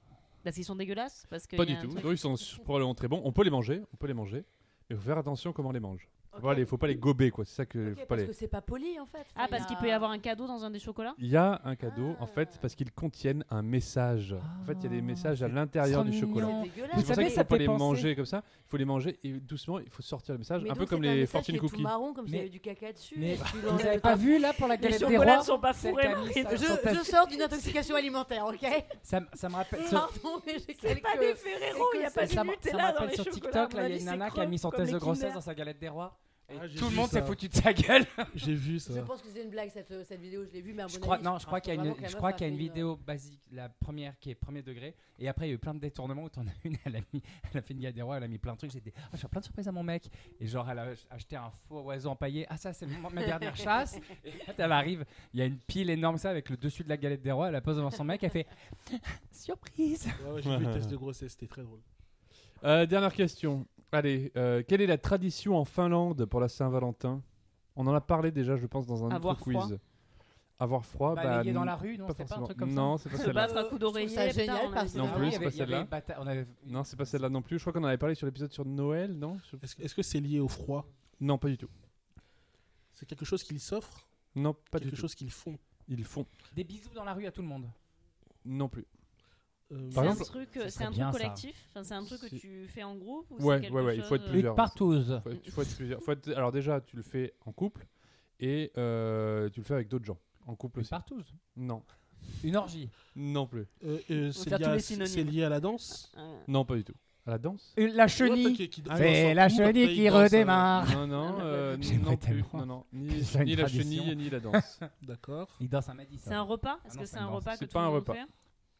Speaker 2: Parce qu'ils sont dégueulasses parce que
Speaker 1: Pas
Speaker 2: y a
Speaker 1: du
Speaker 2: un
Speaker 1: tout.
Speaker 2: truc-
Speaker 1: Non, ils sont probablement très bons. On peut les manger, on peut les manger, mais il faut faire attention comment on les mange. Faut
Speaker 4: Ok.
Speaker 1: pas les, faut pas les gober, quoi. C'est ça que
Speaker 4: Ok,
Speaker 1: faut pas
Speaker 4: parce
Speaker 1: les.
Speaker 4: que c'est pas poli en fait.
Speaker 2: Ah, parce qu'il peut y avoir un cadeau dans un des chocolats.
Speaker 1: Il y a un cadeau,
Speaker 4: Ah.
Speaker 1: en fait, parce qu'ils contiennent un message. en fait, il y a des
Speaker 3: Ah,
Speaker 1: messages à
Speaker 3: c'est
Speaker 1: l'intérieur
Speaker 3: trop
Speaker 1: du chocolat.
Speaker 3: mignon.
Speaker 4: C'est dégueulasse.
Speaker 1: C'est pour ça
Speaker 3: savez,
Speaker 1: qu'il
Speaker 3: ça
Speaker 1: faut pas
Speaker 3: fait
Speaker 1: les
Speaker 3: penser-
Speaker 1: manger comme ça. Il faut les manger et doucement, il faut sortir le message,
Speaker 4: Mais
Speaker 1: un peu
Speaker 4: donc,
Speaker 1: comme
Speaker 4: c'est un
Speaker 1: les
Speaker 4: message
Speaker 1: fortune
Speaker 4: qui est tout
Speaker 1: cookies.
Speaker 4: marron comme s'il y
Speaker 3: Mais-
Speaker 4: avait du caca dessus.
Speaker 3: Mais
Speaker 4: et tu
Speaker 3: vous
Speaker 4: l'enlèves
Speaker 3: avez
Speaker 4: pas.
Speaker 3: pas vu là pour la
Speaker 2: Les
Speaker 3: galette des
Speaker 2: chocolats
Speaker 3: rois
Speaker 2: sont pas
Speaker 3: celle
Speaker 2: fourrés,
Speaker 3: qui a mis
Speaker 2: Marine.
Speaker 3: ça
Speaker 4: Je,
Speaker 3: sur ta-
Speaker 4: je sors d'une intoxication alimentaire, ok?
Speaker 3: Ça, m- ça me rappelle. sur-
Speaker 4: Pardon, mais j'ai
Speaker 2: C'est pas
Speaker 4: quelques-
Speaker 2: des Ferrero, il y a pas
Speaker 3: ça
Speaker 2: du
Speaker 3: me- ça me
Speaker 2: Nutella dans
Speaker 3: rappelle
Speaker 2: les
Speaker 3: sur
Speaker 2: chocolats.
Speaker 3: TikTok,
Speaker 2: à
Speaker 3: là,
Speaker 2: mon
Speaker 3: il y a
Speaker 2: avis,
Speaker 3: une
Speaker 2: c'est
Speaker 3: nana qui a
Speaker 2: creux,
Speaker 3: mis son
Speaker 2: comme
Speaker 3: test
Speaker 2: les
Speaker 3: de grossesse
Speaker 2: Kinder.
Speaker 3: dans sa galette des rois. Et
Speaker 5: Ah, j'ai
Speaker 3: tout le
Speaker 5: vu
Speaker 3: monde
Speaker 5: ça.
Speaker 3: s'est foutu de sa gueule.
Speaker 5: J'ai vu ça.
Speaker 4: Je pense que c'est une blague cette, cette vidéo, je l'ai vue, mais à
Speaker 3: Je
Speaker 4: mon
Speaker 3: crois,
Speaker 4: avis,
Speaker 3: non, je crois
Speaker 4: pense
Speaker 3: qu'il y a
Speaker 4: vraiment
Speaker 3: une,
Speaker 4: que la
Speaker 3: je
Speaker 4: meuf
Speaker 3: crois
Speaker 4: a
Speaker 3: qu'il y a une
Speaker 4: fait
Speaker 3: vidéo basique, la première qui est premier degré, et après il y a eu plein de détournements où t'en as une, elle a mis, elle a fait une galette des rois, elle a mis plein de trucs, j'ai dit, ah, je fais plein de surprises à mon mec, et genre elle a acheté un faux oiseau empaillé, ah ça c'est mon- ma dernière chasse, et quand elle arrive, il y a une pile énorme ça avec le dessus de la galette des rois, elle la pose devant son mec, elle fait, surprise.
Speaker 5: Ouais, ouais, j'ai vu le test de grossesse, c'était très drôle.
Speaker 1: Euh, dernière question. Allez, euh, quelle est la tradition en Finlande pour la Saint-Valentin? On en a parlé déjà, je pense, dans un
Speaker 2: Avoir
Speaker 1: autre quiz.
Speaker 2: froid.
Speaker 1: Avoir froid, bah,
Speaker 3: Balayer dans
Speaker 1: n-
Speaker 3: la rue, non,
Speaker 1: pas
Speaker 3: c'était pas un
Speaker 1: forcément.
Speaker 3: truc comme ça.
Speaker 1: Non, c'est pas
Speaker 2: Se
Speaker 1: celle-là.
Speaker 2: battre à coups
Speaker 4: Je trouve
Speaker 2: d'oreiller.
Speaker 4: ça
Speaker 2: putain,
Speaker 4: génial
Speaker 2: on a
Speaker 4: parce
Speaker 2: vu
Speaker 1: Non
Speaker 2: ça.
Speaker 1: plus,
Speaker 3: il y
Speaker 1: c'est
Speaker 3: avait-
Speaker 1: pas
Speaker 3: il y avait
Speaker 1: celle-là.
Speaker 3: bata- on avait-
Speaker 1: Non, c'est pas celle-là non plus. Je crois qu'on en avait parlé sur l'épisode sur Noël, non Je-
Speaker 5: Est-ce que- est-ce que c'est lié au froid?
Speaker 1: Non, pas du tout.
Speaker 5: C'est quelque chose qu'ils s'offrent?
Speaker 1: Non, pas du
Speaker 5: Quelque
Speaker 1: tout.
Speaker 5: chose qu'ils font?
Speaker 1: Ils font.
Speaker 3: Des bisous dans la rue à tout le monde.
Speaker 1: Non plus.
Speaker 5: Euh,
Speaker 2: C'est
Speaker 1: Par
Speaker 2: un
Speaker 1: exemple-
Speaker 2: truc,
Speaker 3: Ce
Speaker 2: euh, c'est
Speaker 3: serait
Speaker 2: un truc
Speaker 3: bien, ça.
Speaker 2: collectif. Enfin, c'est un truc que
Speaker 1: C'est-
Speaker 2: tu fais en groupe ou
Speaker 1: Ouais,
Speaker 2: c'est quelque
Speaker 1: ouais, ouais, il faut être
Speaker 2: chose, euh,
Speaker 1: plusieurs.
Speaker 3: Une partouze.
Speaker 1: Faut être- faut être plusieurs. Faut être- Alors déjà, tu le fais en couple et euh, tu le fais avec d'autres gens. En couple
Speaker 3: Une
Speaker 1: aussi.
Speaker 3: partouze.
Speaker 1: Non.
Speaker 3: Une orgie.
Speaker 1: Non plus.
Speaker 5: euh, euh, c'est
Speaker 2: faire
Speaker 5: lié,
Speaker 2: tous
Speaker 5: à-
Speaker 2: les synonymes.
Speaker 5: c'est lié à la danse?
Speaker 2: euh,
Speaker 1: Non, pas du tout. À la danse?
Speaker 3: Une- La
Speaker 5: Ouais,
Speaker 3: chenille.
Speaker 5: peut-être qu'il- qu'il danse
Speaker 3: C'est
Speaker 5: en
Speaker 3: la
Speaker 5: couple,
Speaker 3: chenille
Speaker 5: après,
Speaker 3: qui
Speaker 5: il danse, euh,
Speaker 3: redémarre.
Speaker 1: Non, non, euh,
Speaker 3: J'aimerais
Speaker 1: non plus.
Speaker 3: tellement
Speaker 1: Non, non. Ni,
Speaker 3: que ce soit une
Speaker 1: ni la
Speaker 3: tradition.
Speaker 1: chenille ni la danse.
Speaker 5: D'accord.
Speaker 3: Il danse un Madison.
Speaker 2: C'est un repas Est-ce
Speaker 3: Ah non,
Speaker 2: que
Speaker 3: c'est
Speaker 2: c'est
Speaker 3: une
Speaker 2: un
Speaker 3: danse.
Speaker 2: repas que
Speaker 1: C'est
Speaker 2: tout
Speaker 1: pas
Speaker 2: le
Speaker 1: un
Speaker 2: monde
Speaker 1: repas.
Speaker 2: fait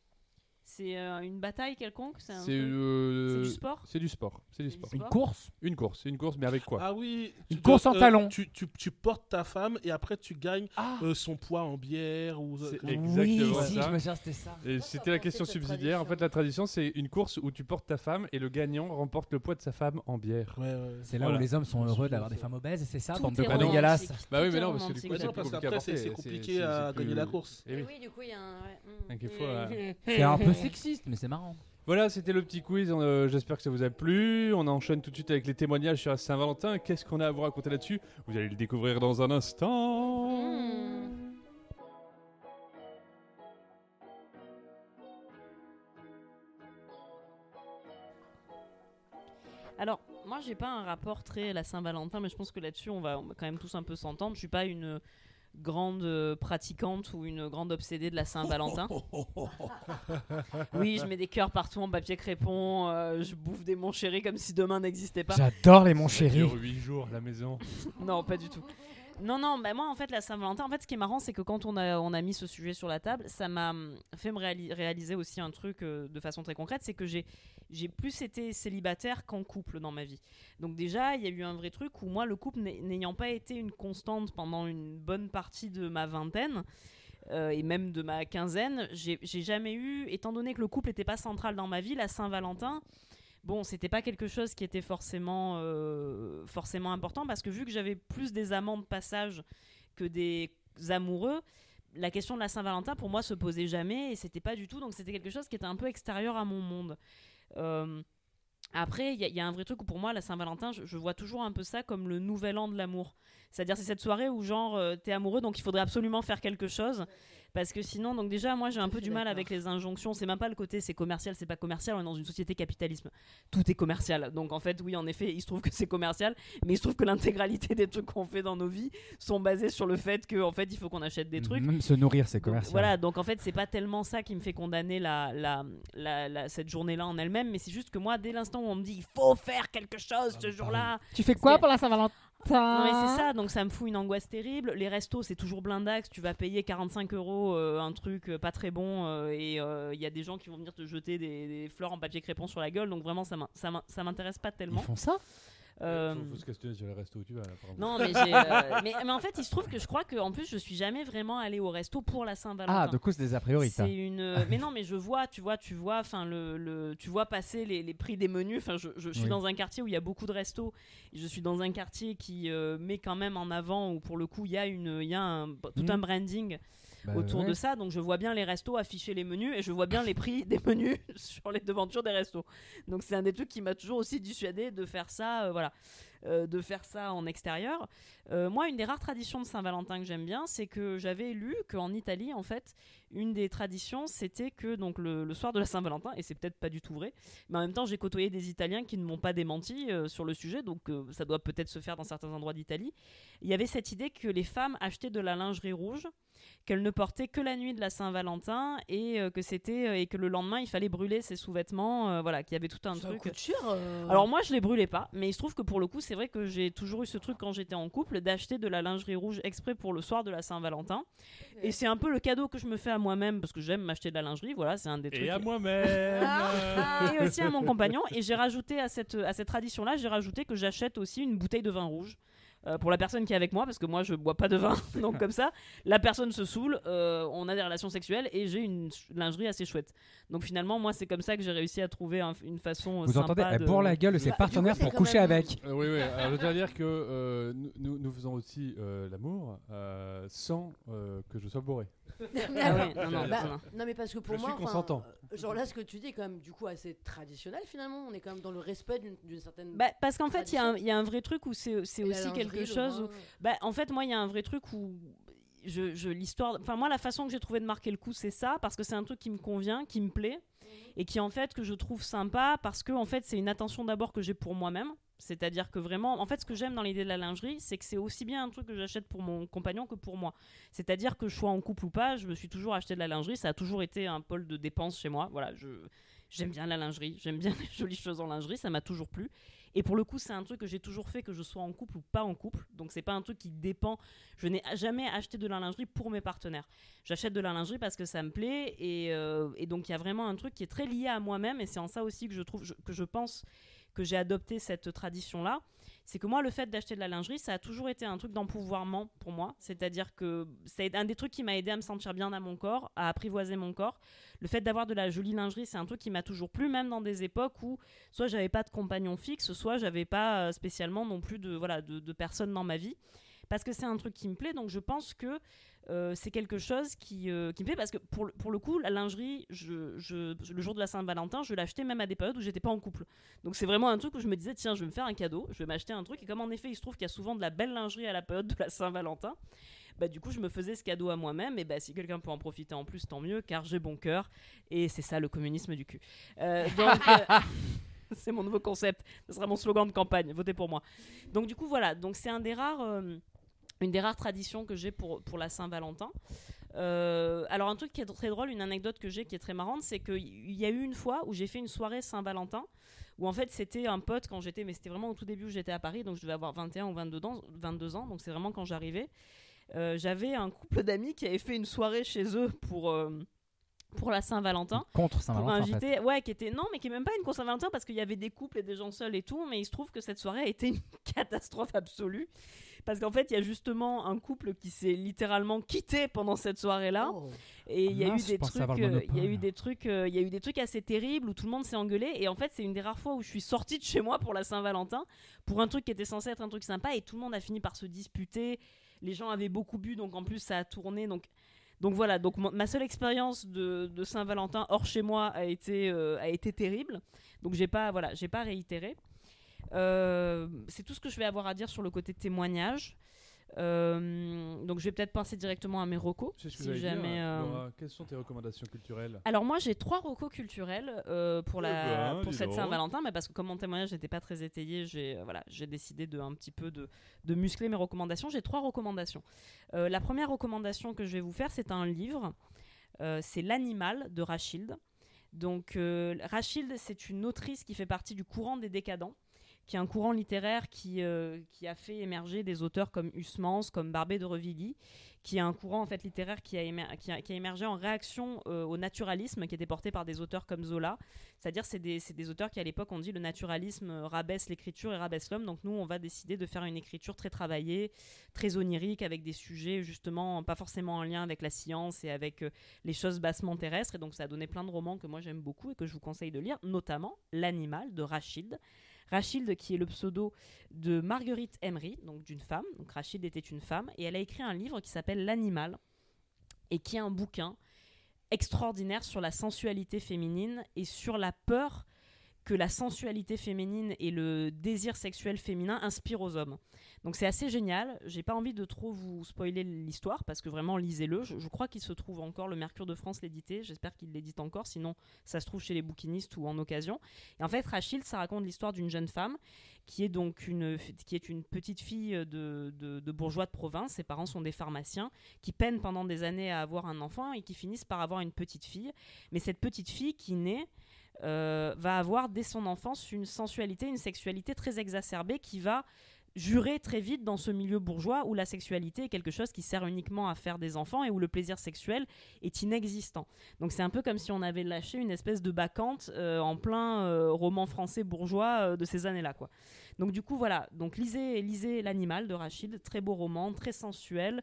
Speaker 2: C'est euh, une bataille quelconque C'est un
Speaker 1: C'est
Speaker 2: truc-
Speaker 1: euh,
Speaker 2: c'est du sport
Speaker 1: C'est du sport. C'est du
Speaker 2: C'est du
Speaker 1: sport.
Speaker 2: sport.
Speaker 3: Une course.
Speaker 1: Une course. Une course, mais avec quoi?
Speaker 5: Ah oui.
Speaker 3: Une
Speaker 5: tu
Speaker 3: course
Speaker 5: dois-
Speaker 3: en talons.
Speaker 5: Tu, tu, tu portes ta femme et après tu gagnes
Speaker 3: Ah.
Speaker 5: euh, son poids en bière ou.
Speaker 1: C'est
Speaker 5: euh,
Speaker 1: exactement
Speaker 3: oui,
Speaker 1: ça.
Speaker 3: si, je me souviens, c'était ça.
Speaker 1: Et
Speaker 4: Pourquoi
Speaker 1: c'était
Speaker 4: ça
Speaker 1: la
Speaker 4: a
Speaker 1: question
Speaker 4: pensé cette
Speaker 1: subsidiaire. En
Speaker 4: tradition
Speaker 1: fait, la tradition, c'est une course où tu portes ta femme et le gagnant remporte le poids de sa femme en bière.
Speaker 5: Ouais, ouais.
Speaker 3: C'est là
Speaker 1: Voilà.
Speaker 3: où les hommes sont
Speaker 5: Je me
Speaker 3: heureux
Speaker 5: souviens
Speaker 3: d'avoir
Speaker 5: de
Speaker 3: des
Speaker 5: ça.
Speaker 3: femmes obèses, c'est ça,
Speaker 2: Tout
Speaker 3: bande de
Speaker 2: est
Speaker 3: gros
Speaker 1: romantique.
Speaker 3: dégueulasses.
Speaker 1: Bah oui,
Speaker 2: Tout
Speaker 1: mais
Speaker 2: est
Speaker 1: non, parce que du
Speaker 2: romantique.
Speaker 1: coup,
Speaker 5: Ouais,
Speaker 1: c'est
Speaker 5: non,
Speaker 1: plus
Speaker 5: parce
Speaker 1: compliqué à
Speaker 5: qu'après, c'est
Speaker 1: porter.
Speaker 5: c'est
Speaker 1: C'est-
Speaker 5: compliqué
Speaker 1: c'est-
Speaker 5: à
Speaker 1: c'est
Speaker 5: gagner
Speaker 1: plus-
Speaker 5: la course.
Speaker 1: Eh oui.
Speaker 4: oui, du coup, il y a un. ouais, mm.
Speaker 1: Donc, il faut, euh,
Speaker 3: C'est un peu sexiste, mais c'est marrant.
Speaker 1: Voilà, c'était le petit quiz. euh, J'espère que ça vous a plu. On enchaîne tout de suite avec les témoignages sur la Saint-Valentin. Qu'est-ce qu'on a à vous raconter là-dessus? Vous allez le découvrir dans un instant.
Speaker 4: Mm.
Speaker 2: Alors, moi, j'ai pas un rapport très à la Saint-Valentin, mais je pense que là-dessus, on va, on va quand même tous un peu s'entendre. Je suis pas une grande euh, pratiquante ou une grande obsédée de la Saint-Valentin. Oui, je mets des cœurs partout en papier crépon, euh, je bouffe des mon chéri comme si demain n'existait pas.
Speaker 3: J'adore les mon
Speaker 1: Ça
Speaker 3: chéri.
Speaker 1: dure huit jours à la maison.
Speaker 2: Non, pas du tout. Non, non, bah moi en fait la Saint-Valentin, en fait ce qui est marrant c'est que quand on a, on a mis ce sujet sur la table, ça m'a hum, fait me réali- réaliser aussi un truc euh, de façon très concrète, c'est que j'ai, j'ai plus été célibataire qu'en couple dans ma vie. Donc déjà il y a eu un vrai truc où moi le couple n'ay- n'ayant pas été une constante pendant une bonne partie de ma vingtaine, euh, et même de ma quinzaine, j'ai, j'ai jamais eu, étant donné que le couple n'était pas central dans ma vie, la Saint-Valentin, bon, c'était pas quelque chose qui était forcément, euh, forcément important parce que vu que j'avais plus des amants de passage que des amoureux, la question de la Saint-Valentin pour moi se posait jamais et c'était pas du tout, donc c'était quelque chose qui était un peu extérieur à mon monde. Euh, Après, il y, a- y a un vrai truc où pour moi, la Saint-Valentin, je, je vois toujours un peu ça comme le nouvel an de l'amour. C'est-à-dire, c'est cette soirée où, genre, euh, t'es amoureux, donc il faudrait absolument faire quelque chose. Parce que sinon, donc déjà, moi, j'ai un
Speaker 4: Je
Speaker 2: peu
Speaker 4: suis
Speaker 2: du mal
Speaker 4: d'accord.
Speaker 2: avec les injonctions. C'est même pas le côté, c'est commercial, c'est pas commercial. On est dans une société capitalisme. Tout est commercial. Donc, en fait, oui, en effet, il se trouve que c'est commercial. Mais il se trouve que l'intégralité des trucs qu'on fait dans nos vies sont basés sur le fait qu'en en fait, il faut qu'on achète des trucs.
Speaker 3: Même se nourrir, c'est
Speaker 2: Donc,
Speaker 3: commercial.
Speaker 2: voilà, donc en fait, c'est pas tellement ça qui me fait condamner la, la, la, la- cette journée-là en elle-même, mais c'est juste que moi, dès l'instant où on me dit il faut faire quelque chose ce jour-là.
Speaker 3: Tu fais
Speaker 2: quoi
Speaker 3: pour la Saint-Valentin?
Speaker 2: Non, mais c'est ça, donc ça me fout une angoisse terrible. Les restos, c'est toujours blindax, tu vas payer quarante-cinq euros euh, un truc euh, pas très bon, euh, et il euh, y a des gens qui vont venir te jeter des, des fleurs en papier crépon sur la gueule, donc vraiment, ça m'in- ça m'in- ça m'intéresse pas
Speaker 3: Ils
Speaker 2: tellement.
Speaker 3: font ça?
Speaker 2: Euh,
Speaker 1: Faut, faut se questionner sur les restos où tu vas. là, par exemple.
Speaker 2: non, mais, j'ai, euh, mais, mais en fait, il se trouve que je crois que en plus, je suis jamais vraiment allée au resto pour la Saint-Valentin.
Speaker 3: Ah, du coup, c'est des a priori, ça.
Speaker 2: C'est une. euh, mais non, mais je vois, tu vois, tu vois, enfin le, le, tu vois passer les, les prix des menus. Enfin, je, je, je suis
Speaker 3: Oui.
Speaker 2: dans un quartier où il y a beaucoup de restos. Et je suis dans un quartier qui euh, met quand même en avant où pour le coup il y a une, il y a un, tout
Speaker 3: Mhm.
Speaker 2: un branding.
Speaker 3: Bah,
Speaker 2: autour
Speaker 3: ouais.
Speaker 2: de ça. Donc je vois bien les restos afficher les menus et je vois bien les prix des menus sur les devantures des restos. Donc c'est un des trucs qui m'a toujours aussi dissuadé de faire ça, euh, voilà, euh, de faire ça en extérieur. Euh, moi, une des rares traditions de Saint-Valentin que j'aime bien, c'est que j'avais lu qu'en Italie, en fait, une des traditions, c'était que donc le, le soir de la Saint-Valentin, et c'est peut-être pas du tout vrai, mais en même temps, j'ai côtoyé des Italiens qui ne m'ont pas démenti euh, sur le sujet, donc euh, ça doit peut-être se faire dans certains endroits d'Italie. Il y avait cette idée que les femmes achetaient de la lingerie rouge, qu'elles ne portaient que la nuit de la Saint-Valentin, et euh, que c'était euh, et que le lendemain, il fallait brûler ses sous-vêtements, euh, voilà, qu'il y avait tout un
Speaker 4: Ça
Speaker 2: truc.
Speaker 4: coûte cher. euh.
Speaker 2: Alors moi je les brûlais pas, mais il se trouve que pour le coup c'est vrai que j'ai toujours eu ce truc quand j'étais en couple d'acheter de la lingerie rouge exprès pour le soir de la Saint-Valentin.
Speaker 4: Ok.
Speaker 2: Et c'est un peu le cadeau que je me fais à moi-même parce que j'aime m'acheter de la lingerie, voilà, c'est un des trucs.
Speaker 1: Et à moi-même.
Speaker 2: Et aussi à mon compagnon. Et j'ai rajouté à cette, à cette tradition-là, j'ai rajouté que j'achète aussi une bouteille de vin rouge. Euh, pour la personne qui est avec moi, parce que moi je bois pas de vin, donc comme ça, la personne se saoule, euh, on a des relations sexuelles et j'ai une ch- lingerie assez chouette. Donc finalement, moi c'est comme ça que j'ai réussi à trouver un- une façon euh,
Speaker 3: Vous
Speaker 2: sympa
Speaker 3: entendez, elle
Speaker 2: de...
Speaker 3: bourre la gueule de ses
Speaker 4: Bah, du
Speaker 3: partenaires
Speaker 4: coup, c'est
Speaker 3: pour
Speaker 4: quand
Speaker 3: coucher
Speaker 4: même-
Speaker 3: avec.
Speaker 1: Euh, oui, oui. Alors, je dois dire que euh, nous- nous, nous faisons aussi euh, l'amour euh, sans euh, que je sois bourré.
Speaker 2: Ah oui, non, non,
Speaker 4: Bah,
Speaker 2: non.
Speaker 4: non mais parce que pour
Speaker 1: Je
Speaker 4: moi,
Speaker 1: suis
Speaker 4: enfin,
Speaker 1: consentant.
Speaker 4: euh, genre là ce que tu dis est quand même du coup assez traditionnel finalement. On est quand même dans le respect d'une d'une certaine.
Speaker 2: Bah, parce qu'en fait, il y, a un-
Speaker 4: tradition.
Speaker 2: il y a un vrai truc où c'est c'est
Speaker 4: Et la
Speaker 2: aussi
Speaker 4: lingerie,
Speaker 2: quelque
Speaker 4: le
Speaker 2: chose
Speaker 4: vin.
Speaker 2: où... Bah, en fait, moi, il y a un vrai truc où je, je l'histoire... Enfin, moi, la façon que j'ai trouvé de marquer le coup, c'est ça, parce que c'est un truc qui me convient, qui me plaît, et qui, en fait, que je trouve sympa, parce que, en fait, c'est une attention d'abord que j'ai pour moi-même. C'est-à-dire que vraiment, en fait, ce que j'aime dans l'idée de la lingerie, c'est que c'est aussi bien un truc que j'achète pour mon compagnon que pour moi. C'est-à-dire que je sois en couple ou pas, je me suis toujours acheté de la lingerie. Ça a toujours été un pôle de dépenses chez moi. Voilà, je j'aime bien la lingerie, j'aime bien les jolies choses en lingerie, ça m'a toujours plu. Et pour le coup, c'est un truc que j'ai toujours fait, que je sois en couple ou pas en couple. Donc, c'est pas un truc qui dépend. Je n'ai jamais acheté de la lingerie pour mes partenaires. J'achète de la lingerie parce que ça me plaît. Et, euh, et donc, il y a vraiment un truc qui est très lié à moi-même. Et c'est en ça aussi que je trouve, je- que je pense que j'ai adopté cette tradition-là. C'est que moi, le fait d'acheter de la lingerie, ça a toujours été un truc d'empouvoirment pour moi. C'est-à-dire que c'est un des trucs qui m'a aidé à me sentir bien dans mon corps, à apprivoiser mon corps. Le fait d'avoir de la jolie lingerie, c'est un truc qui m'a toujours plu, même dans des époques où soit j'avais pas de compagnon fixe, soit j'avais pas euh, spécialement non plus de, voilà, de, de personnes dans ma vie. Parce que c'est un truc qui me plaît, donc je pense que euh, c'est quelque chose qui, euh, qui me plaît. Parce que pour, le- pour le coup, la lingerie, je, je, le jour de la Saint-Valentin, je l'achetais même à des périodes où j'étais pas en couple. Donc c'est vraiment un truc où je me disais, tiens, je vais me faire un cadeau, je vais m'acheter un truc. Et comme en effet, il se trouve qu'il y a souvent de la belle lingerie à la période de la Saint-Valentin, bah, du coup, je me faisais ce cadeau à moi-même. Et bah, si quelqu'un peut en profiter en plus, tant mieux, car j'ai bon cœur. Et c'est ça le communisme du cul. Euh, donc. euh, c'est mon nouveau concept. Ce sera mon slogan de campagne. Votez pour moi. Donc du coup, voilà. Donc c'est un des rares, euh, une des rares traditions que j'ai pour, pour la Saint-Valentin. Euh, alors un truc qui est très drôle, une anecdote que j'ai qui est très marrante, c'est qu'il y a eu une fois où j'ai fait une soirée Saint-Valentin où en fait c'était un pote quand j'étais, mais c'était vraiment au tout début où j'étais à Paris, donc je devais avoir vingt et un ou vingt-deux ans, vingt-deux ans, donc c'est vraiment quand j'arrivais. Euh, j'avais un couple d'amis qui avait fait une soirée chez eux pour... euh, pour la Saint-Valentin,
Speaker 3: Contre
Speaker 2: pour
Speaker 3: Saint-Valentin, en fait.
Speaker 2: inviter, ouais, qui était non, mais qui est même pas une course Saint-Valentin parce qu'il y avait des couples et des gens seuls et tout, mais il se trouve que cette soirée a été une catastrophe absolue parce qu'en fait il y a justement un couple qui s'est littéralement quitté pendant cette soirée-là.
Speaker 4: Oh.
Speaker 2: Et il y a
Speaker 3: Mince,
Speaker 2: eu
Speaker 3: je
Speaker 2: des
Speaker 3: pensais
Speaker 2: trucs,
Speaker 3: avoir le
Speaker 2: euh, il y a
Speaker 3: monopole.
Speaker 2: eu des trucs, euh, il y a eu des trucs assez terribles où tout le monde s'est engueulé. Et en fait, c'est une des rares fois où je suis sortie de chez moi pour la Saint-Valentin, pour un truc qui était censé être un truc sympa, et tout le monde a fini par se disputer. Les gens avaient beaucoup bu, donc en plus ça a tourné. Donc, donc voilà. Donc mo- ma seule expérience de, de Saint-Valentin hors chez moi a été, euh, a été terrible. Donc j'ai pas, voilà, j'ai pas réitéré. Euh, c'est tout ce que je vais avoir à dire sur le côté témoignage. Euh, donc je vais peut-être passer directement à mes recos.
Speaker 1: C'est ce que
Speaker 2: si
Speaker 1: j'allais
Speaker 2: jamais,
Speaker 1: dire.
Speaker 2: euh,
Speaker 1: Laura, quelles sont tes recommandations culturelles?
Speaker 2: Alors moi j'ai trois recos culturels euh, pour, la,
Speaker 1: Eh ben,
Speaker 2: pour
Speaker 1: dis
Speaker 2: cette
Speaker 1: donc.
Speaker 2: Saint-Valentin, mais parce que comme mon témoignage n'était pas très étayé, j'ai euh, voilà, j'ai décidé de un petit peu de, de muscler mes recommandations. J'ai trois recommandations. Euh, la première recommandation que je vais vous faire, c'est un livre. Euh, c'est L'Animal de Rachilde. Donc euh, Rachilde, c'est une autrice qui fait partie du courant des décadents, qui est un courant littéraire qui, euh, qui a fait émerger des auteurs comme Huysmans, comme Barbé d'Aurevilly, qui est un courant en fait littéraire qui a, émer- qui a, qui a émergé en réaction euh, au naturalisme qui était porté par des auteurs comme Zola. C'est-à-dire c'est des, c'est des auteurs qui à l'époque ont dit le naturalisme euh, rabaisse l'écriture et rabaisse l'homme, donc nous on va décider de faire une écriture très travaillée, très onirique, avec des sujets justement pas forcément en lien avec la science et avec euh, les choses bassement terrestres, et donc ça a donné plein de romans que moi j'aime beaucoup et que je vous conseille de lire, notamment L'Animal de Rachilde. Rachilde qui est le pseudo de Marguerite Emery, donc d'une femme. Donc Rachilde était une femme et elle a écrit un livre qui s'appelle L'Animal. et qui est un bouquin extraordinaire sur la sensualité féminine et sur la peur que la sensualité féminine et le désir sexuel féminin inspirent aux hommes. Donc c'est assez génial, j'ai pas envie de trop vous spoiler l'histoire parce que vraiment lisez-le, je, je crois qu'il se trouve encore, le Mercure de France l'édité, j'espère qu'il l'édite encore, sinon ça se trouve chez les bouquinistes ou en occasion. Et en fait Rachilde, ça raconte l'histoire d'une jeune femme qui est donc une, qui est une petite fille de, de, de bourgeois de province, ses parents sont des pharmaciens, qui peinent pendant des années à avoir un enfant et qui finissent par avoir une petite fille, mais cette petite fille qui naît euh, va avoir dès son enfance une sensualité, une sexualité très exacerbée qui va jurer très vite dans ce milieu bourgeois où la sexualité est quelque chose qui sert uniquement à faire des enfants et où le plaisir sexuel est inexistant. Donc c'est un peu comme si on avait lâché une espèce de bacchante euh, en plein euh, roman français bourgeois euh, de ces années-là, quoi. Donc du coup voilà, donc lisez, lisez L'Animal de Rachilde, très beau roman, très sensuel,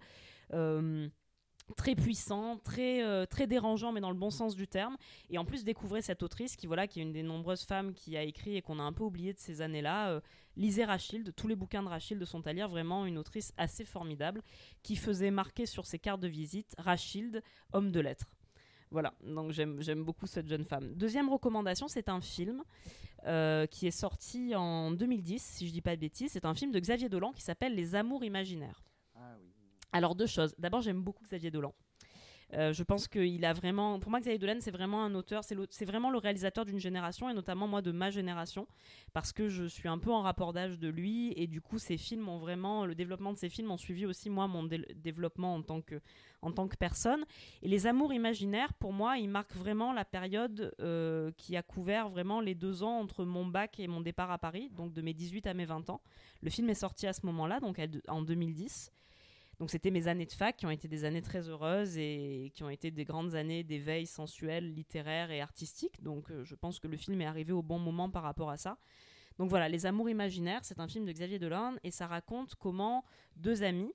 Speaker 2: euh, très puissant, très, euh, très dérangeant mais dans le bon sens du terme, et en plus découvrez cette autrice qui, voilà, qui est une des nombreuses femmes qui a écrit et qu'on a un peu oublié de ces années-là. euh, lisez Rachilde, tous les bouquins de Rachilde sont à lire, vraiment une autrice assez formidable qui faisait marquer sur ses cartes de visite Rachilde, homme de lettres. Voilà, donc j'aime, j'aime beaucoup cette jeune femme. Deuxième recommandation, c'est un film euh, qui est sorti en deux mille dix, si je dis pas de bêtises. C'est un film de Xavier Dolan qui s'appelle Les Amours imaginaires.
Speaker 3: Ah oui.
Speaker 2: Alors deux choses. D'abord, j'aime beaucoup Xavier Dolan. Euh, je pense qu'il a vraiment... Pour moi, Xavier Dolan, c'est vraiment un auteur, c'est, c'est vraiment le réalisateur d'une génération, et notamment moi de ma génération, parce que je suis un peu en rapport d'âge de lui, et du coup, ses films ont vraiment... Le développement de ses films ont suivi aussi, moi, mon dé- développement en tant que, en tant que personne. Et Les Amours imaginaires, pour moi, ils marquent vraiment la période euh, qui a couvert vraiment les deux ans entre mon bac et mon départ à Paris, donc de mes dix-huit à mes vingt ans. Le film est sorti à ce moment-là, donc en deux mille dix. Donc c'était mes années de fac qui ont été des années très heureuses et qui ont été des grandes années d'éveil sensuel, littéraire et artistique. Donc euh, je pense que le film est arrivé au bon moment par rapport à ça. Donc voilà, Les Amours imaginaires, c'est un film de Xavier Dolan et ça raconte comment deux amis,